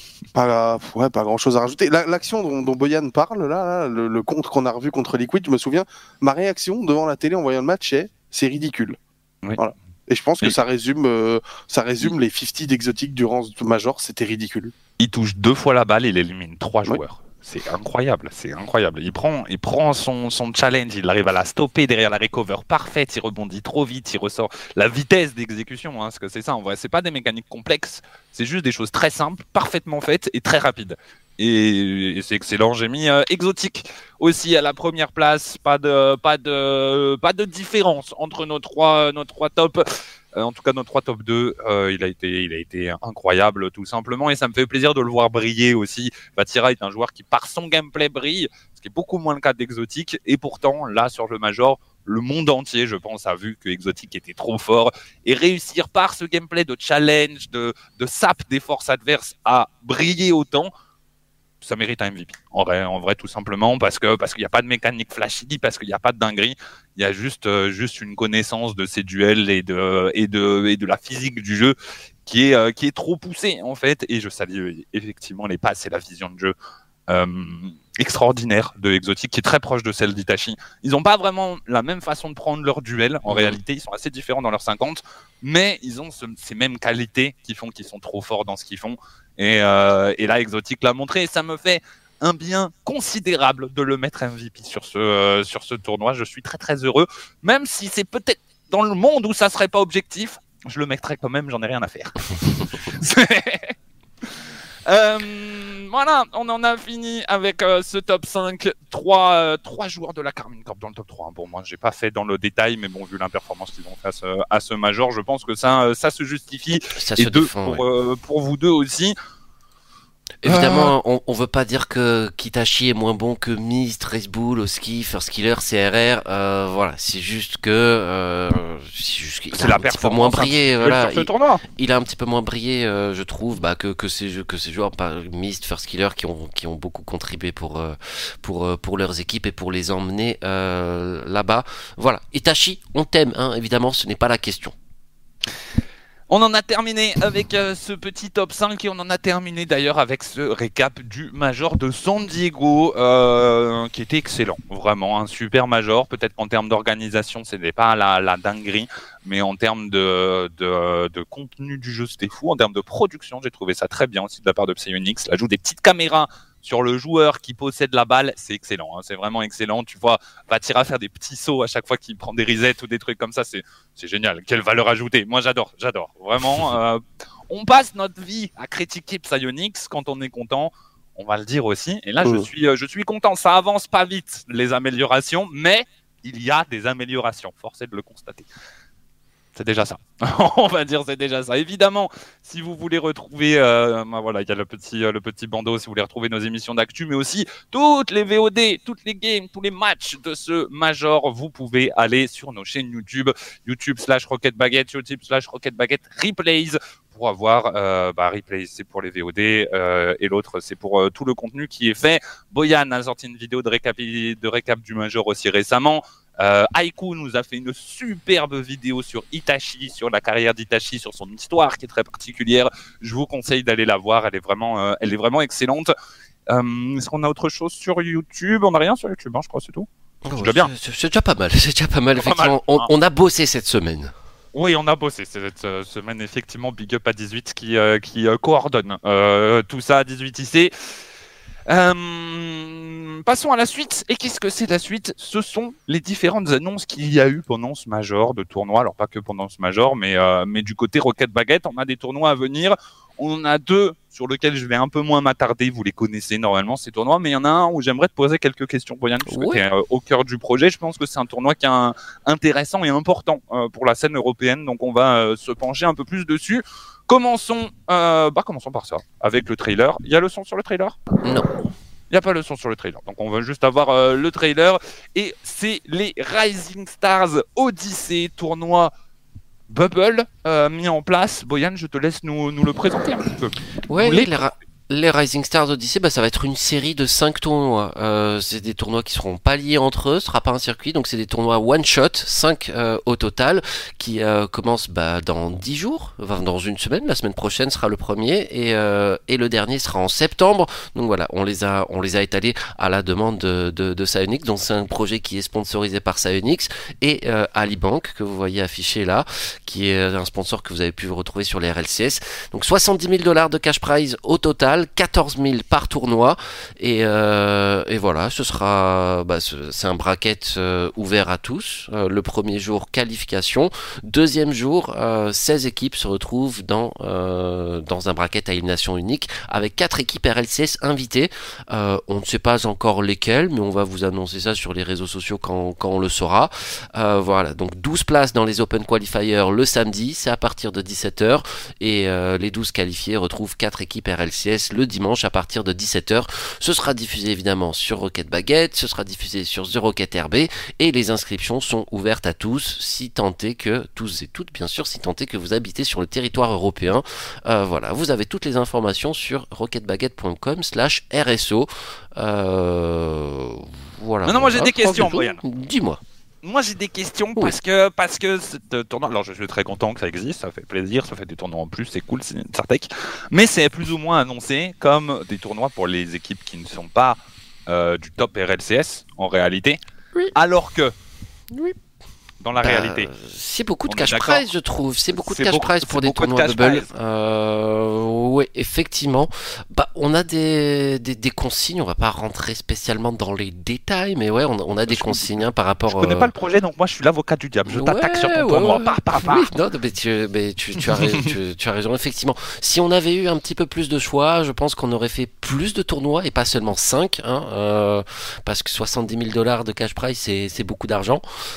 Pas, ouais, pas grand chose à rajouter. La, l'action dont, dont Boyan parle, là, là le, le contre qu'on a revu contre Liquid, je me souviens, ma réaction devant la télé en voyant le match est c'est ridicule. Oui. Voilà. Et je pense que oui. ça résume, euh, ça résume oui. les cinquante d'exotique durant ce Major, c'était ridicule. Il touche deux fois la balle, il élimine trois joueurs. Oui. C'est incroyable, c'est incroyable. Il prend, il prend son, son challenge, il arrive à la stopper derrière la recover parfaite, il rebondit trop vite, il ressort. La vitesse d'exécution, hein, parce que c'est ça en vrai, c'est pas des mécaniques complexes, c'est juste des choses très simples, parfaitement faites et très rapides. Et, et c'est excellent. J'ai mis euh, exotique aussi à la première place. Pas de, pas de, pas de différence entre nos trois, nos trois tops. Euh, en tout cas, nos trois top deux. Euh, il a été, il a été incroyable, tout simplement. Et ça me fait plaisir de le voir briller aussi. Vatira est un joueur qui, par son gameplay, brille, ce qui est beaucoup moins le cas d'Exotic. Et pourtant, là, sur le Major, le monde entier, je pense, a vu que Exotic était trop fort. Et réussir par ce gameplay de challenge, de, de sap des forces adverses à briller autant, ça mérite un M V P. En vrai, en vrai tout simplement, parce que parce qu'il n'y a pas de mécanique flashy, parce qu'il n'y a pas de dinguerie. Il y a juste, euh, juste une connaissance de ces duels et de, et, de, et de la physique du jeu qui est, euh, qui est trop poussée, en fait. Et je salue effectivement les passes et la vision de jeu euh, extraordinaire de Exotic, qui est très proche de celle d'Itachi. Ils n'ont pas vraiment la même façon de prendre leur duel. En mmh. réalité, ils sont assez différents dans leurs cinquante, mais ils ont ce, ces mêmes qualités qui font qu'ils sont trop forts dans ce qu'ils font. Et, euh, et là, Exotic l'a montré, et ça me fait un bien considérable de le mettre M V P sur ce, euh, sur ce tournoi. Je suis très très heureux, même si c'est peut-être dans le monde où ça serait pas objectif, je le mettrais quand même, j'en ai rien à faire. euh, voilà, on en a fini avec euh, ce top cinq. Trois, euh, trois joueurs de la Carmine Corp dans le top trois. Hein. Pour moi, j'ai pas fait dans le détail, mais bon, vu l'imperformance qu'ils ont fait à ce, à ce Major, je pense que ça, ça se justifie. Ça et se deux, défend, pour, ouais. euh, pour vous deux aussi. Évidemment, on, on veut pas dire que Kitachi est moins bon que Mist, Red Bull, Oski, First Killer, C R R. Euh, voilà, c'est juste que euh, c'est juste qu'il c'est a la un petit peu moins brillé. Voilà, sur ce il, tournoi. il a un petit peu moins brillé, euh, je trouve, bah, que que ces jeux, que ces joueurs, par Mist, First Killer, qui ont qui ont beaucoup contribué pour euh, pour euh, pour leurs équipes et pour les emmener euh, là-bas. Voilà, Itachi, on t'aime, hein, évidemment, ce n'est pas la question. On en a terminé avec euh, ce petit top cinq et on en a terminé d'ailleurs avec ce récap du Major de San Diego euh, qui était excellent, vraiment un super Major. Peut-être qu'en termes d'organisation ce n'est pas la, la dinguerie, mais en termes de, de, de contenu du jeu c'était fou. En termes de production j'ai trouvé ça très bien aussi de la part de Psyonix. L'ajout des petites caméras sur le joueur qui possède la balle, c'est excellent, hein, c'est vraiment excellent. Tu vois Vatira faire des petits sauts à chaque fois qu'il prend des resets ou des trucs comme ça, c'est, c'est génial. Quelle valeur ajoutée. Moi, j'adore, j'adore. Vraiment, euh, on passe notre vie à critiquer Psyonix. Quand on est content, on va le dire aussi. Et là, mmh. je suis, euh, je suis content. Ça avance pas vite, les améliorations, mais il y a des améliorations. Force est de le constater. C'est déjà ça. On va dire c'est déjà ça. Évidemment, si vous voulez retrouver, euh, bah voilà, il y a le petit, euh, le petit bandeau si vous voulez retrouver nos émissions d'actu, mais aussi toutes les V O D, toutes les games, tous les matchs de ce Major, vous pouvez aller sur nos chaînes YouTube, YouTube slash Rocket Baguette, YouTube slash Rocket Baguette Replays, pour avoir, euh, bah, Replays c'est pour les V O D, euh, et l'autre c'est pour euh, tout le contenu qui est fait. Boyan a sorti une vidéo de récap, de récap du Major aussi récemment. Euh, Aiku nous a fait une superbe vidéo sur Itachi, sur la carrière d'Itachi, sur son histoire qui est très particulière. Je vous conseille d'aller la voir, elle est vraiment, euh, elle est vraiment excellente. Euh, est-ce qu'on a autre chose sur YouTube? On n'a rien sur YouTube, hein, je crois, c'est tout. Oh, c'est, déjà bien. C'est, c'est déjà pas mal, c'est déjà pas mal, effectivement. Pas mal, hein. on, on a bossé cette semaine. Oui, on a bossé cette euh, semaine, effectivement. Big up à dix-huit qui, euh, qui euh, coordonne euh, tout ça à dix-huit I C. Euh, passons à la suite. Et qu'est-ce que c'est la suite? Ce sont les différentes annonces qu'il y a eu pendant ce Major de tournoi. Alors pas que pendant ce Major, mais, euh, mais du côté Rocket Baguette, on a des tournois à venir. On en a deux sur lesquels je vais un peu moins m'attarder. Vous les connaissez normalement, ces tournois. Mais il y en a un où j'aimerais te poser quelques questions, Boyan, puisque oui. tu es euh, au cœur du projet. Je pense que c'est un tournoi qui est un, intéressant et important euh, pour la scène européenne. Donc on va euh, se pencher un peu plus dessus. Commençons, euh, bah commençons par ça, avec le trailer. Il y a le son sur le trailer? Non. Il Il n'y a pas le son sur le trailer. Donc on va juste avoir euh, le trailer. Et c'est les Rising Stars Odyssey, tournoi Bubble euh, mis en place. Boyan, je te laisse nous, nous le présenter un petit peu. Ouais, les... les, ra- les Rising Stars Odyssey, bah, ça va être une série de cinq tournois. Euh, c'est des tournois qui seront pas liés entre eux, ce sera pas un circuit, donc c'est des tournois one shot, cinq euh, au total, qui euh, commencent bah, dans dix jours, enfin, dans une semaine. La semaine prochaine sera le premier et, euh, et le dernier sera en septembre. Donc voilà, on les a, on les a étalés à la demande de, de, de Psyonix. Donc c'est un projet qui est sponsorisé par Psyonix et euh, Alibank que vous voyez affiché là, qui est un sponsor que vous avez pu retrouver sur les R L C S. Donc soixante-dix mille dollars de cash prize au total, quatorze mille par tournoi et, euh, et voilà, ce sera bah, ce, c'est un bracket euh, ouvert à tous. Euh, le premier jour qualification, deuxième jour euh, seize équipes se retrouvent dans, euh, dans un bracket à élimination unique avec quatre équipes R L C S invitées. Euh, on ne sait pas encore lesquelles, mais on va vous annoncer ça sur les réseaux sociaux quand, quand on le saura. Euh, voilà, donc douze places dans les Open Qualifiers le samedi, c'est à partir de dix-sept heures et euh, les douze qualifiés retrouvent quatre équipes R L C S le dimanche à partir de dix-sept heures. Ce sera diffusé évidemment sur Rocket Baguette, ce sera diffusé sur The Rocket R B et les inscriptions sont ouvertes à tous, si tant est que, tous et toutes bien sûr, si tant est que vous habitez sur le territoire européen. Euh, voilà, vous avez toutes les informations sur rocketbaguette point com slash R S O. Euh, voilà. Non, non, moi j'ai voilà. des questions, Brian. Dis-moi. Moi j'ai des questions Oui. parce que parce que ce tournoi, alors je suis très content que ça existe, ça fait plaisir, ça fait des tournois en plus, c'est cool, c'est une Sartec, mais c'est plus ou moins annoncé comme des tournois pour les équipes qui ne sont pas euh, du top R L C S en réalité, Oui. alors que Oui. dans la Bah, réalité, c'est beaucoup de on est cash d'accord. prize, je trouve. C'est beaucoup de C'est cash beaucoup- prize pour c'est des beaucoup de tournois cash Bubble. prize. Euh, oui, effectivement. Bah, on a des, des, des consignes. On va pas rentrer spécialement dans les détails, mais ouais, on, on a des Je- consignes hein, par rapport. je connais euh, pas le projet donc moi je suis l'avocat du diable, je t'attaque Ouais, sur ton ouais, tournoi, ouais. par par par. Oui, non, mais tu, mais tu, tu, as, rais- tu, tu as raison, effectivement. Si on avait eu un petit peu plus de choix, je pense qu'on aurait fait plus de tournois et pas seulement cinq, hein, euh, parce que soixante-dix mille dollars de cash prize, c'est, c'est beaucoup d'argent.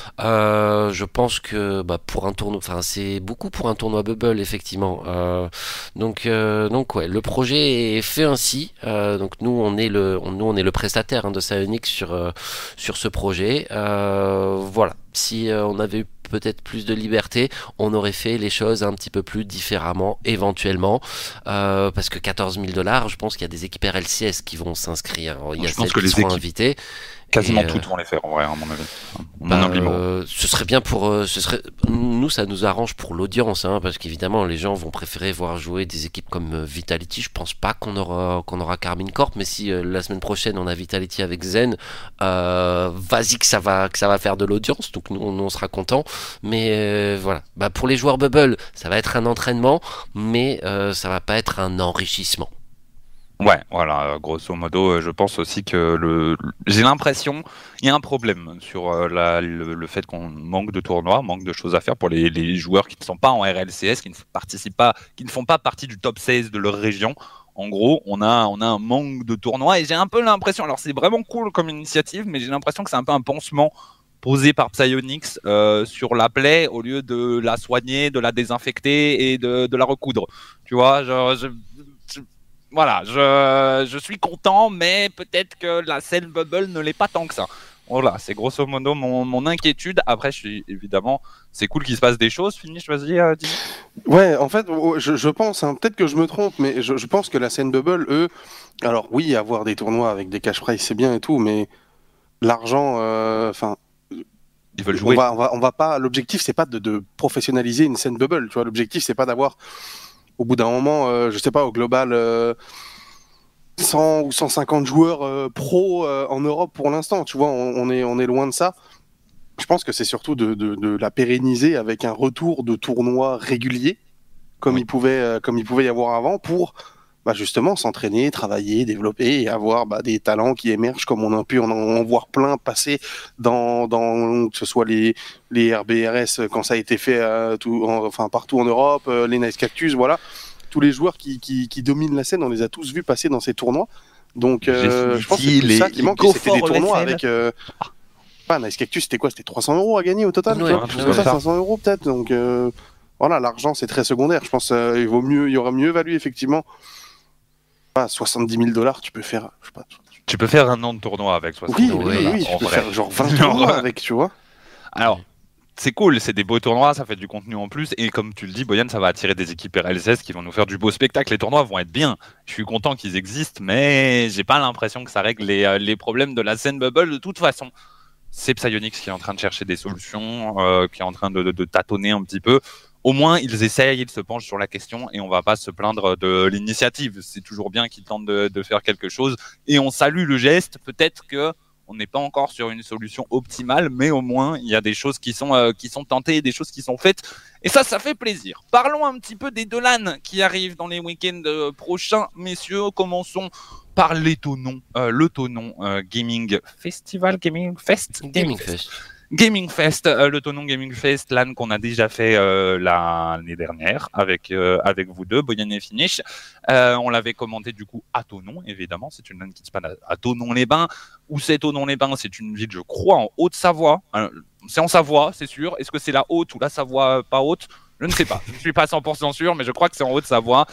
Euh, je pense que bah, pour un tournoi, enfin, c'est beaucoup pour un tournoi Bubble, effectivement. Euh, donc, euh, donc, ouais, le projet est fait ainsi. Euh, donc, nous, on est le, on, nous, on est le prestataire hein, de Psyonix sur, euh, sur ce projet. Euh, voilà. Si euh, on avait eu peut-être plus de liberté, on aurait fait les choses un petit peu plus différemment, éventuellement, euh, parce que quatorze mille dollars, je pense qu'il y a des équipes R L C S qui vont s'inscrire. Il y a Je pense celles que qui les seront équipes- invitées. Quasiment Et, euh, toutes vont les faire en vrai à mon avis. Mon Bah, humble mot. euh, ce serait bien pour, euh, ce serait, nous ça nous arrange pour l'audience, hein, parce qu'évidemment les gens vont préférer voir jouer des équipes comme euh, Vitality. Je pense pas qu'on aura, qu'on aura Carmine Corp, mais si euh, la semaine prochaine on a Vitality avec Zen, euh, vas-y que ça va, que ça va faire de l'audience, donc nous, nous, on sera content. Mais euh, voilà, bah pour les joueurs Bubble, ça va être un entraînement, mais euh, ça va pas être un enrichissement. Ouais, voilà, euh, grosso modo, euh, je pense aussi que le, le- j'ai l'impression il y a un problème sur euh, la- le, le fait qu'on manque de tournois, manque de choses à faire pour les, les joueurs qui ne sont pas en R L C S, qui ne participent pas, qui ne font pas partie du top seize de leur région. En gros, on a, on a un manque de tournois et j'ai un peu l'impression, alors c'est vraiment cool comme initiative, mais j'ai l'impression que c'est un peu un pansement posé par Psyonix euh, sur la plaie au lieu de la soigner, de la désinfecter et de, de la recoudre. Tu vois, je, je- je- voilà, je, je suis content, mais peut-être que la scène Bubble ne l'est pas tant que ça. Voilà, c'est grosso modo mon, mon inquiétude. Après, je suis évidemment, c'est cool qu'il se passe des choses. Finish, vas-y, euh, dis. Ouais, en fait, oh, je, je pense, hein, peut-être que je me trompe, mais je, je pense que la scène Bubble, eux, alors oui, avoir des tournois avec des cash prizes, c'est bien et tout, mais l'argent, enfin, Ils veulent on jouer. va, on va, on va pas. L'objectif, c'est pas de, de professionnaliser une scène Bubble, tu vois. L'objectif, c'est pas d'avoir, au bout d'un moment, euh, je sais pas, au global. Euh, cent ou cent cinquante joueurs euh, pro euh, en Europe pour l'instant, tu vois, on, on est, on est loin de ça. Je pense que c'est surtout de, de, de la pérenniser avec un retour de tournois réguliers, comme, Oui. il pouvait, euh, comme il pouvait y avoir avant, pour bah, justement s'entraîner, travailler, développer et avoir bah, des talents qui émergent, comme on a pu en, en voir plein passer dans, dans que ce soit les, les R B R S quand ça a été fait euh, tout, en, enfin, partout en Europe, euh, les Nice Cactus, voilà. Tous les joueurs qui, qui, qui dominent la scène, on les a tous vus passer dans ces tournois. Donc, euh, J'ai je pense que dit c'est plus les- ça qui les manque. Et c'était des Gofor tournois E S L. avec. Euh... Pas Nice Cactus, c'était quoi? C'était trois cents euros à gagner au total, Ouais, tu vois, ouais, quelque chose ouais, comme ça, ouais. cinq cents euros peut-être. Donc, euh, voilà, l'argent c'est très secondaire. Je pense euh, il vaut mieux, il y aura mieux valu effectivement pas, soixante-dix mille dollars, tu peux faire, je sais pas. Tu peux faire un an de tournoi avec soixante-dix mille Oui, dollars. oui, oui, tu en peux vrai. faire genre vingt tournois avec, tu vois. Alors, c'est cool, c'est des beaux tournois, ça fait du contenu en plus, et comme tu le dis, Boyan, ça va attirer des équipes R L S S qui vont nous faire du beau spectacle. Les tournois vont être bien. Je suis content qu'ils existent, mais j'ai pas l'impression que ça règle les, euh, les problèmes de la scène bubble de toute façon. C'est Psyonix qui est en train de chercher des solutions, euh, qui est en train de, de, de tâtonner un petit peu. Au moins, ils essayent, ils se penchent sur la question et on va pas se plaindre de l'initiative. C'est toujours bien qu'ils tentent de, de faire quelque chose et on salue le geste. Peut-être que on n'est pas encore sur une solution optimale, mais au moins, il y a des choses qui sont, euh, qui sont tentées, des choses qui sont faites. Et ça, ça fait plaisir. Parlons un petit peu des deux LAN qui arrivent dans les week-ends euh, prochains, messieurs. Commençons par les Tonon, euh, le Tonon euh, Gaming Festival, Gaming Fest Gaming Fest. Gaming Fest, euh, le Tonon Gaming Fest, LAN qu'on a déjà fait euh, l'année dernière avec euh, avec vous deux, Boyan et Finish. Euh, on l'avait commenté du coup à Tonon, évidemment. C'est une LAN qui se passe à, à Thonon-les-Bains. Où c'est Thonon-les-Bains? C'est une ville, je crois, en Haute-Savoie. Euh, c'est en Savoie, c'est sûr. Est-ce que c'est la Haute ou la Savoie pas haute? Je ne sais pas. Je ne suis pas cent pour cent sûr, mais je crois que c'est en Haute-Savoie,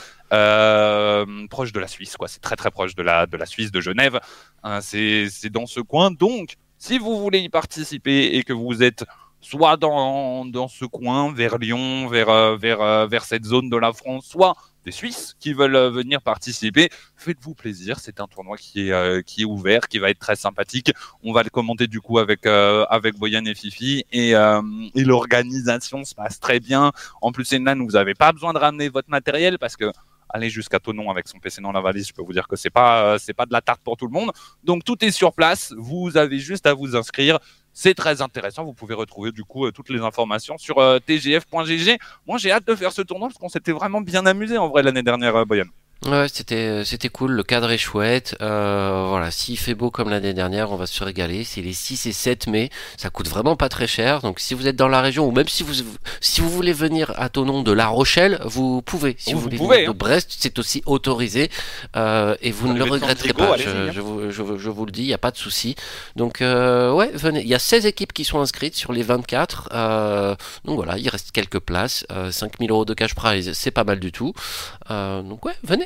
euh, proche de la Suisse, quoi. C'est très très proche de la de la Suisse, de Genève. Euh, c'est c'est dans ce coin, donc. Si vous voulez y participer et que vous êtes soit dans, dans ce coin, vers Lyon, vers, euh, vers, euh, vers cette zone de la France, soit des Suisses qui veulent euh, venir participer, faites-vous plaisir. C'est un tournoi qui est, euh, qui est ouvert, qui va être très sympathique. On va le commenter du coup avec, euh, avec Boyan et Fifi et, euh, et l'organisation se passe très bien. En plus, c'est une LAN où vous n'avez pas besoin de ramener votre matériel parce que aller jusqu'à Thonon avec son P C dans la valise, je peux vous dire que c'est pas euh, c'est pas de la tarte pour tout le monde. Donc tout est sur place, vous avez juste à vous inscrire. C'est très intéressant, vous pouvez retrouver du coup euh, toutes les informations sur euh, t g f point g g. Moi j'ai hâte de faire ce tournoi parce qu'on s'était vraiment bien amusé en vrai l'année dernière, euh, Boyan. Ouais, c'était c'était cool, le cadre est chouette. Euh, voilà, s'il fait beau comme l'année dernière, on va se régaler. C'est les six et sept mai, ça coûte vraiment pas très cher. Donc si vous êtes dans la région ou même si vous si vous voulez venir à Thonon de La Rochelle, vous pouvez. Si vous, vous voulez vous pouvez, venir hein. de Brest, c'est aussi autorisé euh, et vous, vous ne le regretterez Diego, pas. allez-y, Je, hein. je, vous, je, je vous le dis, il y a pas de souci. Donc euh, ouais, venez. Il y a seize équipes qui sont inscrites sur les vingt-quatre. Euh, donc voilà, il reste quelques places. Euh, cinq mille euros de cash prize, c'est pas mal du tout. Euh, donc ouais, venez.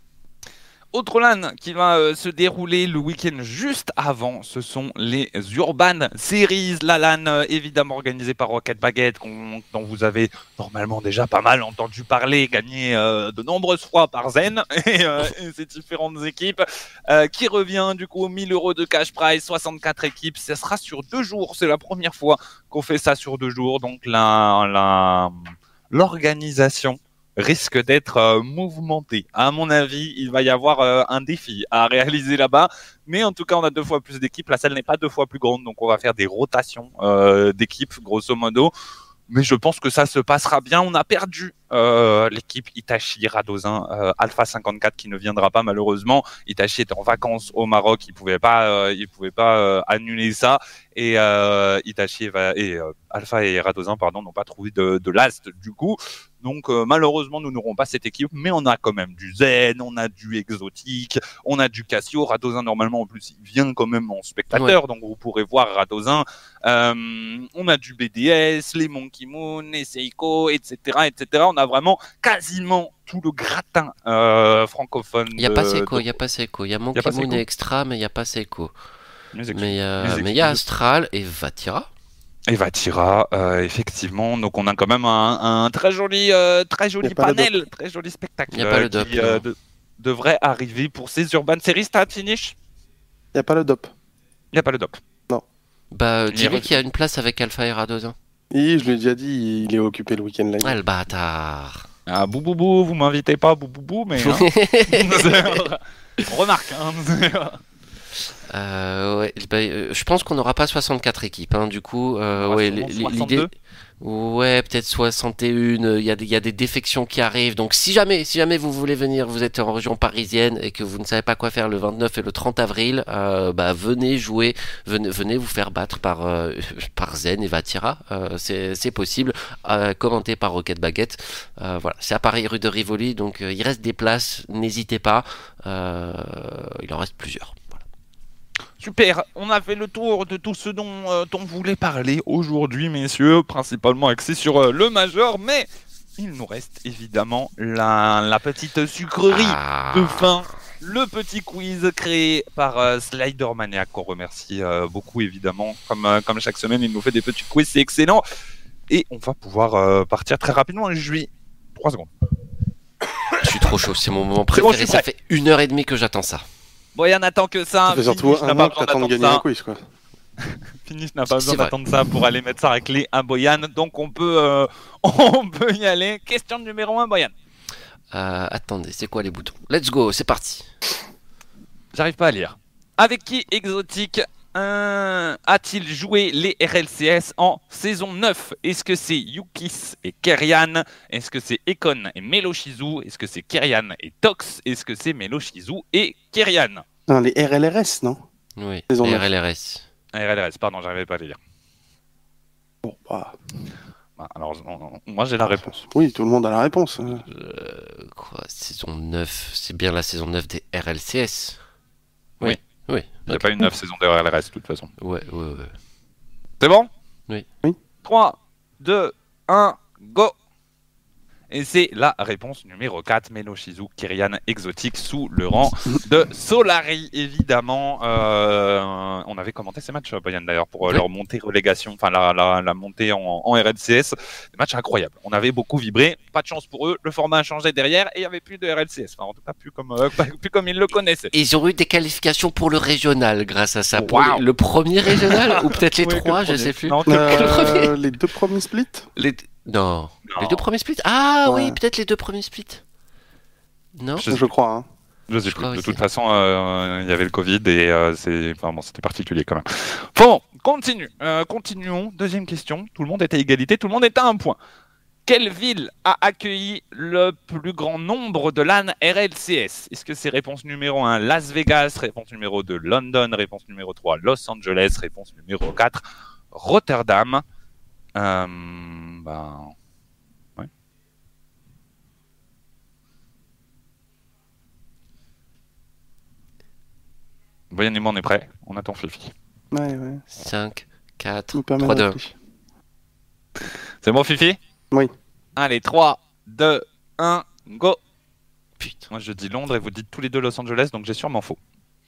Autre LAN qui va euh, se dérouler le week-end juste avant, ce sont les Urban Series, la LAN euh, évidemment organisée par Rocket Baguette, dont vous avez normalement déjà pas mal entendu parler, gagné euh, de nombreuses fois par Zen et, euh, et ses différentes équipes, euh, qui revient du coup aux mille euros de cash prize, soixante-quatre équipes, ce sera sur deux jours, c'est la première fois qu'on fait ça sur deux jours, donc la, la, l'organisation risque d'être euh, mouvementé. À mon avis, il va y avoir euh, un défi à réaliser là-bas. Mais en tout cas, on a deux fois plus d'équipes. La salle n'est pas deux fois plus grande, donc on va faire des rotations euh, d'équipes, grosso modo. Mais je pense que ça se passera bien. On a perdu euh, l'équipe Itachi Radozin euh, Alpha cinquante-quatre qui ne viendra pas malheureusement. Itachi était en vacances au Maroc, il pouvait pas, euh, il pouvait pas euh, annuler ça. Et euh, Itachi et, et euh, Alpha et Radozin pardon n'ont pas trouvé de, de last du coup. Donc euh, malheureusement nous n'aurons pas cette équipe, mais on a quand même du Zen, on a du Exotique, on a du Cassio. Radozin normalement en plus il vient quand même en spectateur, ouais. Donc vous pourrez voir Radozin. Euh, on a du B D S, les Monkey Moon, les Seiko, et cetera, et cetera. On a vraiment quasiment tout le gratin euh, francophone. Il n'y a, de... pas Seiko, il n'y a pas Seiko, il y a Monkey y a Moon et Extra, mais il n'y a pas Seiko. Mais il y, mais y a Astral et Vatira. Et Vatira, euh, effectivement. Donc on a quand même un, un très joli, euh, très joli panel, très joli spectacle. Il n'y a pas le dop. Qui euh, de, devrait arriver pour ces Urban Series. T'as finish? Il n'y a pas le dop. Il n'y a pas le dop. Non. Bah, dis-lui qu'il y a une place avec Alpha et Radozin. Oui, je lui ai déjà dit, il est occupé le week-end là. Ah, le bâtard. Ah, bouboubou, vous m'invitez pas, bouboubou, mais. Hein. On remarque, hein. Euh, ouais, bah, euh, je pense qu'on n'aura pas soixante-quatre équipes, hein, du coup. Euh, ouais, l'idée. Ouais, peut-être soixante et un. Il y a des, il y a des défections qui arrivent. Donc, si jamais, si jamais vous voulez venir, vous êtes en région parisienne et que vous ne savez pas quoi faire le vingt-neuf et le trente avril, euh, bah, venez jouer, venez, venez vous faire battre par, euh, par Zen et Vatira. Euh, c'est, c'est possible. Euh, commenté par Rocket Baguette. Euh, voilà, c'est à Paris, rue de Rivoli. Donc, euh, il reste des places. N'hésitez pas. Euh, il en reste plusieurs. Super, on a fait le tour de tout ce dont, euh, dont on voulait parler aujourd'hui, messieurs, principalement axé sur euh, le Major, mais il nous reste évidemment la, la petite sucrerie Ah. de fin, le petit quiz créé par euh, Slider Maniac, qu'on remercie euh, beaucoup évidemment. Comme, euh, comme chaque semaine, il nous fait des petits quiz, c'est excellent. Et on va pouvoir euh, partir très rapidement. Je lui trois secondes. Je suis trop chaud, c'est mon moment C'est bon, préféré. je suis Ça prêt. fait une heure et demie que j'attends ça. Boyan attend que ça. Ça fait surtout Finish n'a un pas an que besoin t'attends de d'attendre gagner ça. un quiz, quoi. Finish n'a pas besoin C'est vrai. d'attendre ça pour aller mettre sa raclée à Boyan. Donc on peut, euh, on peut y aller. Question numéro un, Boyan. Euh, attendez, c'est quoi les boutons? Let's go, c'est parti. J'arrive pas à lire. Avec qui exotique euh, a-t-il joué les R L C S en saison neuf? Est-ce que c'est Yukis et Kerian? Est-ce que c'est Ekon et Meloshizu? Est-ce que c'est Kerian et Tox? Est-ce que c'est Meloshizu et Kerian? Non, les R L R S, non? Oui, Saison les neuf. R L R S. R L R S, pardon, j'arrivais pas à les lire. Bon, bah, Bah, alors, on- on- moi j'ai la réponse. oui, tout le monde a la réponse. Euh, quoi, saison neuf, c'est bien la saison neuf des R L C S. Oui, oui. Il n'y a ok. pas une neuf saison de R L R S de toute façon. Ouais, ouais, ouais. C'est bon? Oui. Oui. trois, deux, un, go! Et c'est la réponse numéro quatre, Meloshizu Kerian exotique sous le rang de Solari, évidemment. Euh, on avait commenté ces matchs, Boyan, d'ailleurs, pour euh, Oui. leur montée relégation, enfin la, la, la montée en, en R L C S. Des matchs incroyables. On avait beaucoup vibré. Pas de chance pour eux. Le format a changé derrière et il n'y avait plus de R L C S. Enfin, en tout cas, plus comme, euh, pas- plus comme ils le connaissaient. Ils ont eu des qualifications pour le régional grâce à ça. Pour Wow. les- le premier régional ou peut-être les Oui, que le trois, je premier. sais plus. Non, que- que le premier. Euh, les deux premiers splits? Les... Non. Non. les deux premiers splits. Ah Ouais. oui, peut-être les deux premiers splits. Non. Je- Je crois, hein. Je sais Je crois plus. De aussi. toute façon, euh, il y avait le Covid et euh, c'est, enfin, bon, c'était particulier quand même. Bon, continue. Euh, continuons. Deuxième question. Tout le monde était à égalité, tout le monde était à un point. Quelle ville a accueilli le plus grand nombre de LAN R L C S? Est-ce que c'est réponse numéro un, Las Vegas, réponse numéro deux, London, réponse numéro trois, Los Angeles, réponse numéro quatre, Rotterdam? Euh, ben... ouais. Boyan et moi, on est prêts. On attend Fifi. Ouais, ouais. cinq, quatre, Nous permet trois, de deux. réfléchir. C'est bon, Fifi? Oui. Allez, trois, deux, un, go! Putain. Moi, je dis Londres et vous dites tous les deux Los Angeles, donc j'ai sûrement faux.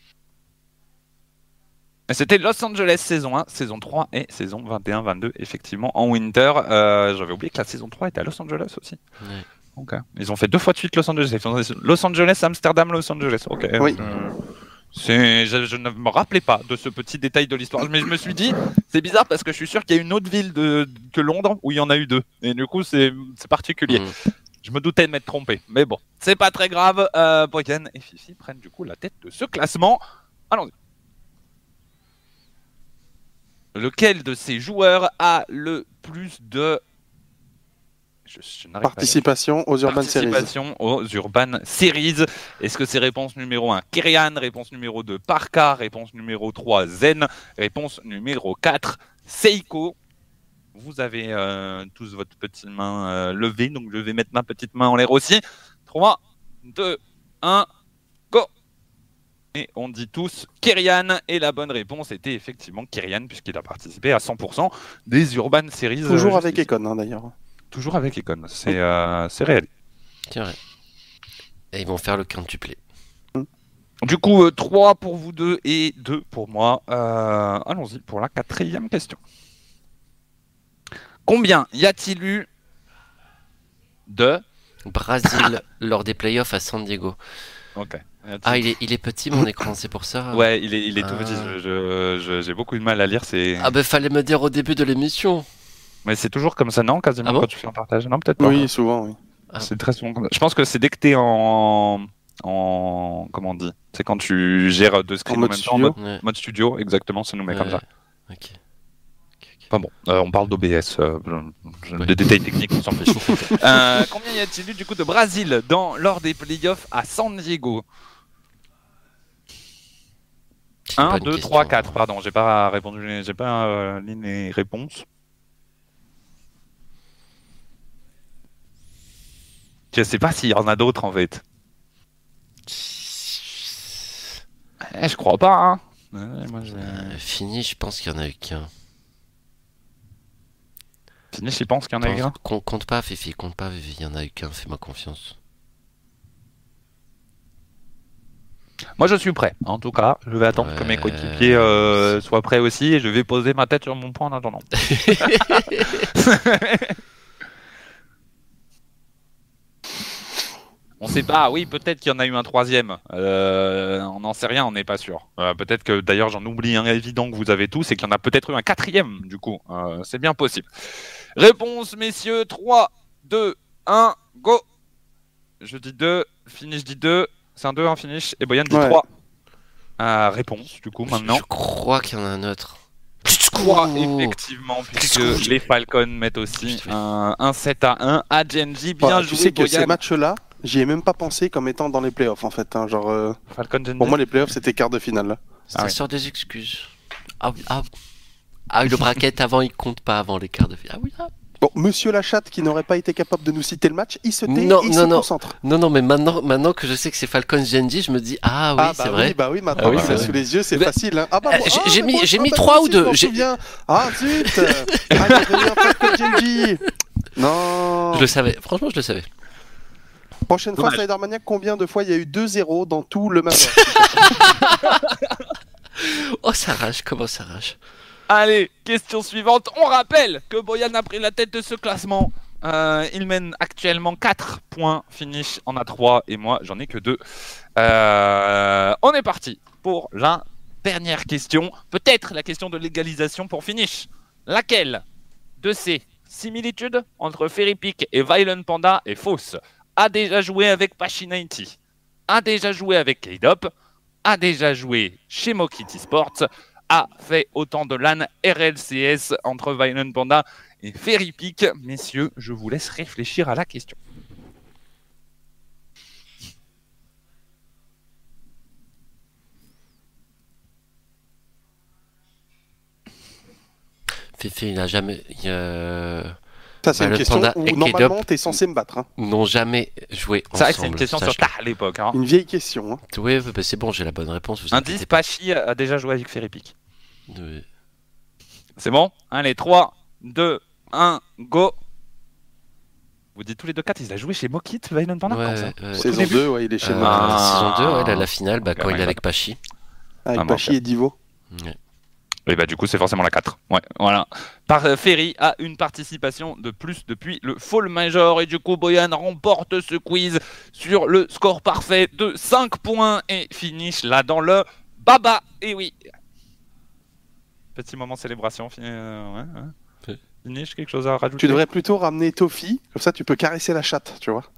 Et c'était Los Angeles saison un, saison trois et saison vingt et un vingt-deux, effectivement, en winter. Euh, J'avais oublié que la saison trois était à Los Angeles aussi. Ouais. Ok. Ils ont fait deux fois de suite Los Angeles. Ils ont fait Los Angeles, Amsterdam, Los Angeles. Ok. Oui. Euh, c'est- je, je ne me rappelais pas de ce petit détail de l'histoire, mais je me suis dit, c'est bizarre parce que je suis sûr qu'il y a une autre ville de, que Londres où il y en a eu deux. Et du coup, c'est c'est particulier. Mm. Je me doutais de m'être trompé, mais bon, c'est pas très grave. Euh, Boyan et Fifi prennent du coup la tête de ce classement. Allons-y. Lequel de ces joueurs a le plus de je, je n'arrive pas à lire. Participation aux Urban Series. Participation aux Urban Series. Est-ce que c'est réponse numéro un, Kerian? Réponse numéro deux, Parka? Réponse numéro trois, Zen? Réponse numéro quatre, Seiko? Vous avez euh, tous votre petite main euh, levée, donc je vais mettre ma petite main en l'air aussi. trois, deux, un, go! Et on dit tous Kerian, et la bonne réponse était effectivement Kerian, puisqu'il a participé à cent pour cent des Urban Series. Toujours euh, avec jusqu'ici. Econ, hein, d'ailleurs. Toujours avec Econ, c'est euh, c'est réel. C'est vrai. Et ils vont faire le quintuplé. Du coup, euh, trois pour vous deux et deux pour moi. Euh, Allons-y pour la quatrième question. Combien y a-t-il eu de... Brésil lors des playoffs à San Diego. Ok. Ah, il est, il est petit mon écran, c'est pour ça. Ouais, il est, il est tout Ah. petit. je- je- je- J'ai beaucoup de mal à lire. C'est... Ah ben fallait me dire au début de l'émission. Mais c'est toujours comme ça, non? Quasiment Ah bon quand tu fais un partage. Non, peut-être pas. Oui, souvent, oui. Ah. C'est très souvent comme ça. Je pense que c'est dès que t'es en... en... Comment on dit? C'est quand tu gères deux screens en, mode même temps, en studio. mode, Ouais. mode studio. Exactement, ça nous met comme Ouais. ça. Ok. Enfin bon, euh, on parle d'O B S, euh, je- Ouais. des détails techniques, on s'en fiche. Euh, combien y a-t-il eu du coup de Brésil dans, lors des playoffs à San Diego? C'est pas un, une deux, question. trois, quatre, pardon, j'ai pas répondu, j'ai pas euh, lié les réponses. Je sais pas s'il y en a d'autres en fait. Eh, je crois pas, hein. Ouais, moi, j'ai- Euh, fini, je pense qu'il y en a eu qu'un. Finish, il pense qu'il y en a eu un. Compte, compte pas, Fifi, compte pas, Fifi. Il y en a eu qu'un, fais-moi confiance. Moi, je suis prêt. En tout cas, je vais attendre Ouais. que mes coéquipiers euh, soient prêts aussi et je vais poser ma tête sur mon point en attendant. On sait pas, oui, peut-être qu'il y en a eu un troisième. Euh, on n'en sait rien, on n'est pas sûr. Euh, peut-être que d'ailleurs j'en oublie un évident que vous avez tous et qu'il y en a peut-être eu un quatrième du coup. Euh, c'est bien possible. Réponse, messieurs, trois, deux, un, go. Je dis deux, finish dit deux, c'est un deux, un finish, et Boyan dit Ouais. trois. Euh, réponse, du coup, maintenant. Je crois qu'il y en a un autre. trois, effectivement, puisque les Falcons mettent aussi un, un sept à un à Genji. Bien Voilà, joué, tu sais que Boyan. ces matchs-là, j'y ai même pas pensé comme étant dans les playoffs en fait. Hein, genre, euh, Falcon Genji. pour moi, les playoffs c'était quart de finale. Là. Ça Ah oui. sort des excuses. Ah oui, ah, ah, le bracket avant, il compte pas avant les quarts de finale. Ah oui, ah. Bon, Monsieur Lachatte qui n'aurait pas été capable de nous citer le match, il se tait Non, et il non, se non. concentre. Non, non, mais maintenant, maintenant que je sais que c'est Falcon Genji, je me dis, ah oui, ah c'est bah vrai. oui, bah oui, maintenant Ah oui, on c'est l'a vrai. sous les yeux, c'est Mais- facile. Hein. Ah bah, Euh, bon, j'ai- ah, j'ai bah, mis- moi, j'ai ah, mis bah, trois moi ou aussi, deux, je m'en j'ai- souviens. Ah zut. Ah, il y avait eu un Falcon Genji. Non. Je le savais, franchement, je le savais. Prochaine fois, Dommage. Slidermaniac, combien de fois il y a eu deux zéro dans tout le Major? Oh, ça rage, comment ça rage. Allez, question suivante. On rappelle que Boyan a pris la tête de ce classement. Euh, il mène actuellement quatre points. Finish en a trois et moi j'en ai que deux. Euh, on est parti pour la dernière question. Peut-être la question de l'égalisation pour Finish. Laquelle de ces similitudes entre Fairy Peak et Violent Panda est fausse? A déjà joué avec Pachi quatre-vingt-dix, a déjà joué avec K-Dop, a déjà joué chez Mokiti Sports, a fait autant de LAN R L C S entre Violent Panda et Fairy Peak. Messieurs, je vous laisse réfléchir à la question. Fifi, il n'a jamais. il, euh, Ça, c'est Bah, une le question Panda où et normalement K-Dop. t'es censé me battre. Hein. n'ont jamais joué C'est vrai ensemble. que c'est une question sur sache-le. tard à l'époque. Hein. Une vieille question. Hein. Oui, oui, bah, c'est bon, j'ai la bonne réponse. Vous Indice, inquiétez pas. Pachi a déjà joué avec Fairy Peak. Oui. C'est bon? Allez, trois, deux, un, go. Vous dites tous les deux quatre, il a joué chez Mokit, Violent Panda Ouais, quand ça ouais. Saison début. deux, ouais, il est chez Euh, moi. Ah. Saison deux, ouais, la, la finale, bah, Ok, quand il est ouais. avec Pachi. Avec Ah, Pachi et Divo. Ouais. Et bah du coup c'est forcément la quatre. Ouais, voilà. Par euh, Ferry a une participation de plus depuis le Fall Major et du coup Boyan remporte ce quiz sur le score parfait de cinq points et finish là dans le baba. Et oui. Petit moment célébration. Fini, euh, ouais, ouais. Ouais. Finish, quelque chose à rajouter? Tu devrais plutôt ramener Toffee, comme ça tu peux caresser la chatte, tu vois.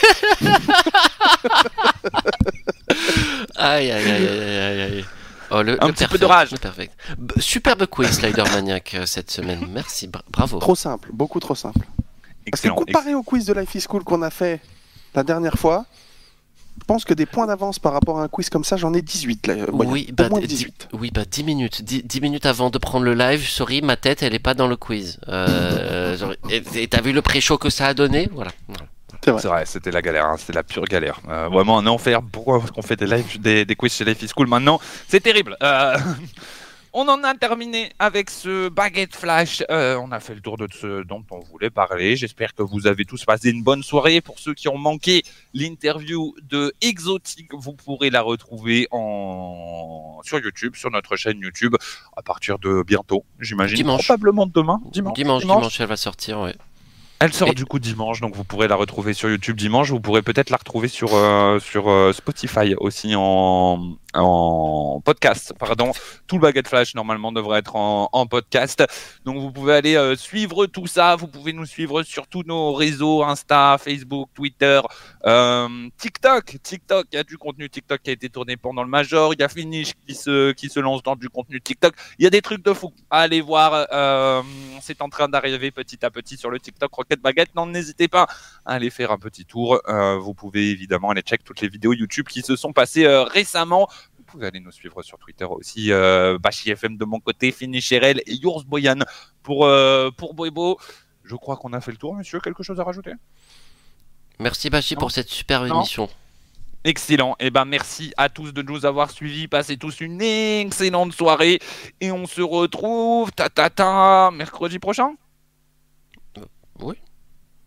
Aïe, aïe, aïe, aïe, aïe, aïe. Oh, le, Un le petit peu perfect, de rage. le perfect. B- superbe quiz, Slider Maniac, euh, cette semaine. Merci, bra- bravo. Trop simple, beaucoup trop simple. Parce que Excellent. comparé au quiz de Life is Cool qu'on a fait la dernière fois, je pense que des points d'avance par rapport à un quiz comme ça, j'en ai dix-huit là. euh, Boyan. Oui, Au bah, moins d- dix-huit. oui, bah dix minutes. dix minutes avant de prendre le live, sorry, ma tête, elle est pas dans le quiz. Euh, genre, et et t'as vu le pré-show que ça a donné? Voilà. voilà. C'est vrai. C'est vrai, c'était la galère, hein, c'était la pure galère. Euh, vraiment un enfer. Pourquoi on fait des lives, des, des quiz chez Life is Cool maintenant? C'est terrible. Euh, on en a terminé avec ce baguette flash. Euh, on a fait le tour de ce dont on voulait parler. J'espère que vous avez tous passé une bonne soirée. Pour ceux qui ont manqué l'interview de Exotic, vous pourrez la retrouver en... sur YouTube, sur notre chaîne YouTube, à partir de bientôt, j'imagine. Dimanche. Probablement demain. Dimanche, Dimanche, dimanche, elle va sortir, ouais. Elle sort Et- du coup dimanche, donc vous pourrez la retrouver sur YouTube dimanche. Vous pourrez peut-être la retrouver sur, euh, sur euh, Spotify aussi en, en podcast. Pardon. Tout le Baguette Flash normalement devrait être en, en podcast. Donc vous pouvez aller euh, suivre tout ça. Vous pouvez nous suivre sur tous nos réseaux, Insta, Facebook, Twitter, euh, TikTok. TikTok, il y a du contenu TikTok qui a été tourné pendant le Major. Il y a Finish qui se, qui se lance dans du contenu TikTok. Il y a des trucs de fou. Allez voir. Euh, c'est en train d'arriver petit à petit sur le TikTok Rocket Baguette. Non, n'hésitez pas à aller faire un petit tour. Euh, vous pouvez évidemment aller check toutes les vidéos YouTube qui se sont passées euh, récemment. Vous pouvez aller nous suivre sur Twitter aussi. Euh, Bachi F M de mon côté, Finish R L et Yours Boyan pour, euh, pour Boybo. Je crois qu'on a fait le tour, monsieur. Quelque chose à rajouter? Merci Bachi Non. pour cette super Non. émission. Excellent. Et ben merci à tous de nous avoir suivis. Passez tous une excellente soirée et on se retrouve ta ta ta mercredi prochain.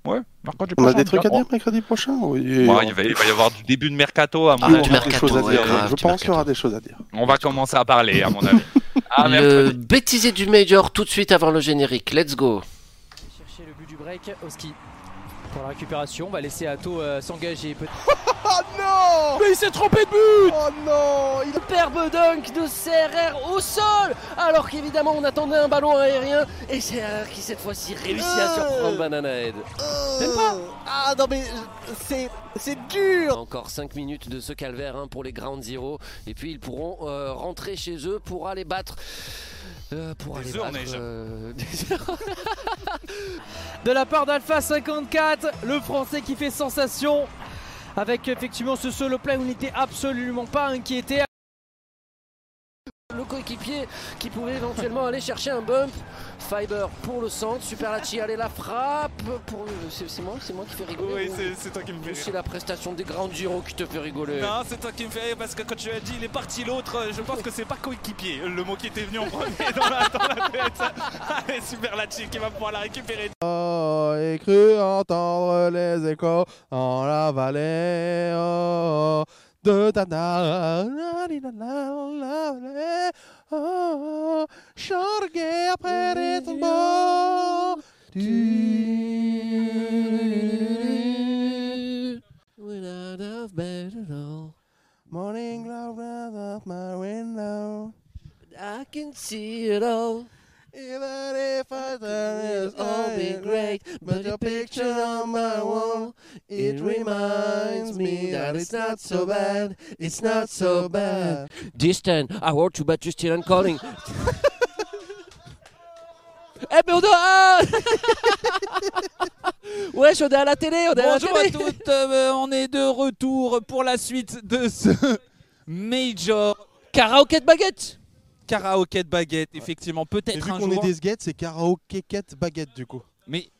Ouais, mercredi On prochain. a des trucs à bien. dire mercredi prochain oui. Ouais, il, va, il va y avoir du début de mercato à mon Ah, Oui, avis. du on a des mercato, choses à ouais, dire. grave, Je du pense qu'il y aura mercato. des choses à dire. On va commencer à parler à mon avis. Ah, Le mercredi. bêtisier du Major tout de suite avant le générique. Let's go. Chercher le but du break, Oski. Pour la récupération, on va laisser Atto euh, s'engager. Peut- Oh non! Mais il s'est trompé de but! Oh non! Il a... Superbe dunk de C R R au sol! Alors qu'évidemment on attendait un ballon aérien et C R R qui cette fois-ci réussit à surprendre Banana Head. T'aimes pas? Ah non mais c'est c'est dur! Encore cinq minutes de ce calvaire hein, pour les Ground Zero et puis ils pourront euh, rentrer chez eux pour aller battre. Euh, pour Des aller œufs en battre, neige. euh, de la part d'Alpha cinquante-quatre, le français qui fait sensation avec effectivement ce solo play où il n'était absolument pas inquiété. Le coéquipier qui pouvait éventuellement aller chercher un bump. Fiber pour le centre, Superlacci allez la frappe pour le... c'est c'est moi, c'est moi qui fais rigoler. Oui, ou- c'est- c'est toi qui me fais ou rire. c'est la prestation des Ground Zero qui te fait rigoler. Non, c'est toi qui me fais rire parce que quand tu as dit il est parti l'autre, je pense que c'est pas coéquipier, le mot qui était venu en premier dans la, dans la tête. Allez, Superlacci qui va pouvoir la récupérer. Oh, et cru entendre les échos en la vallée oh, de Tana. Oh, Chorgué après les tombeaux. Morning glow of my window. I can see it all. Even if I thought it was all be great, but your picture on my wall, it reminds me that it's not so bad, it's not so bad. Distant, I want to but you still and calling. Eh mais on est ah Wesh, on est à la télé, on est Bonjour à à la télé. toutes, euh, on est de retour pour la suite de ce Major Karaoke de baguette. Karaoke de baguette, effectivement, Et peut-être vu un qu'on jour. est des sguettes, c'est karaoke quête baguette du coup. Mais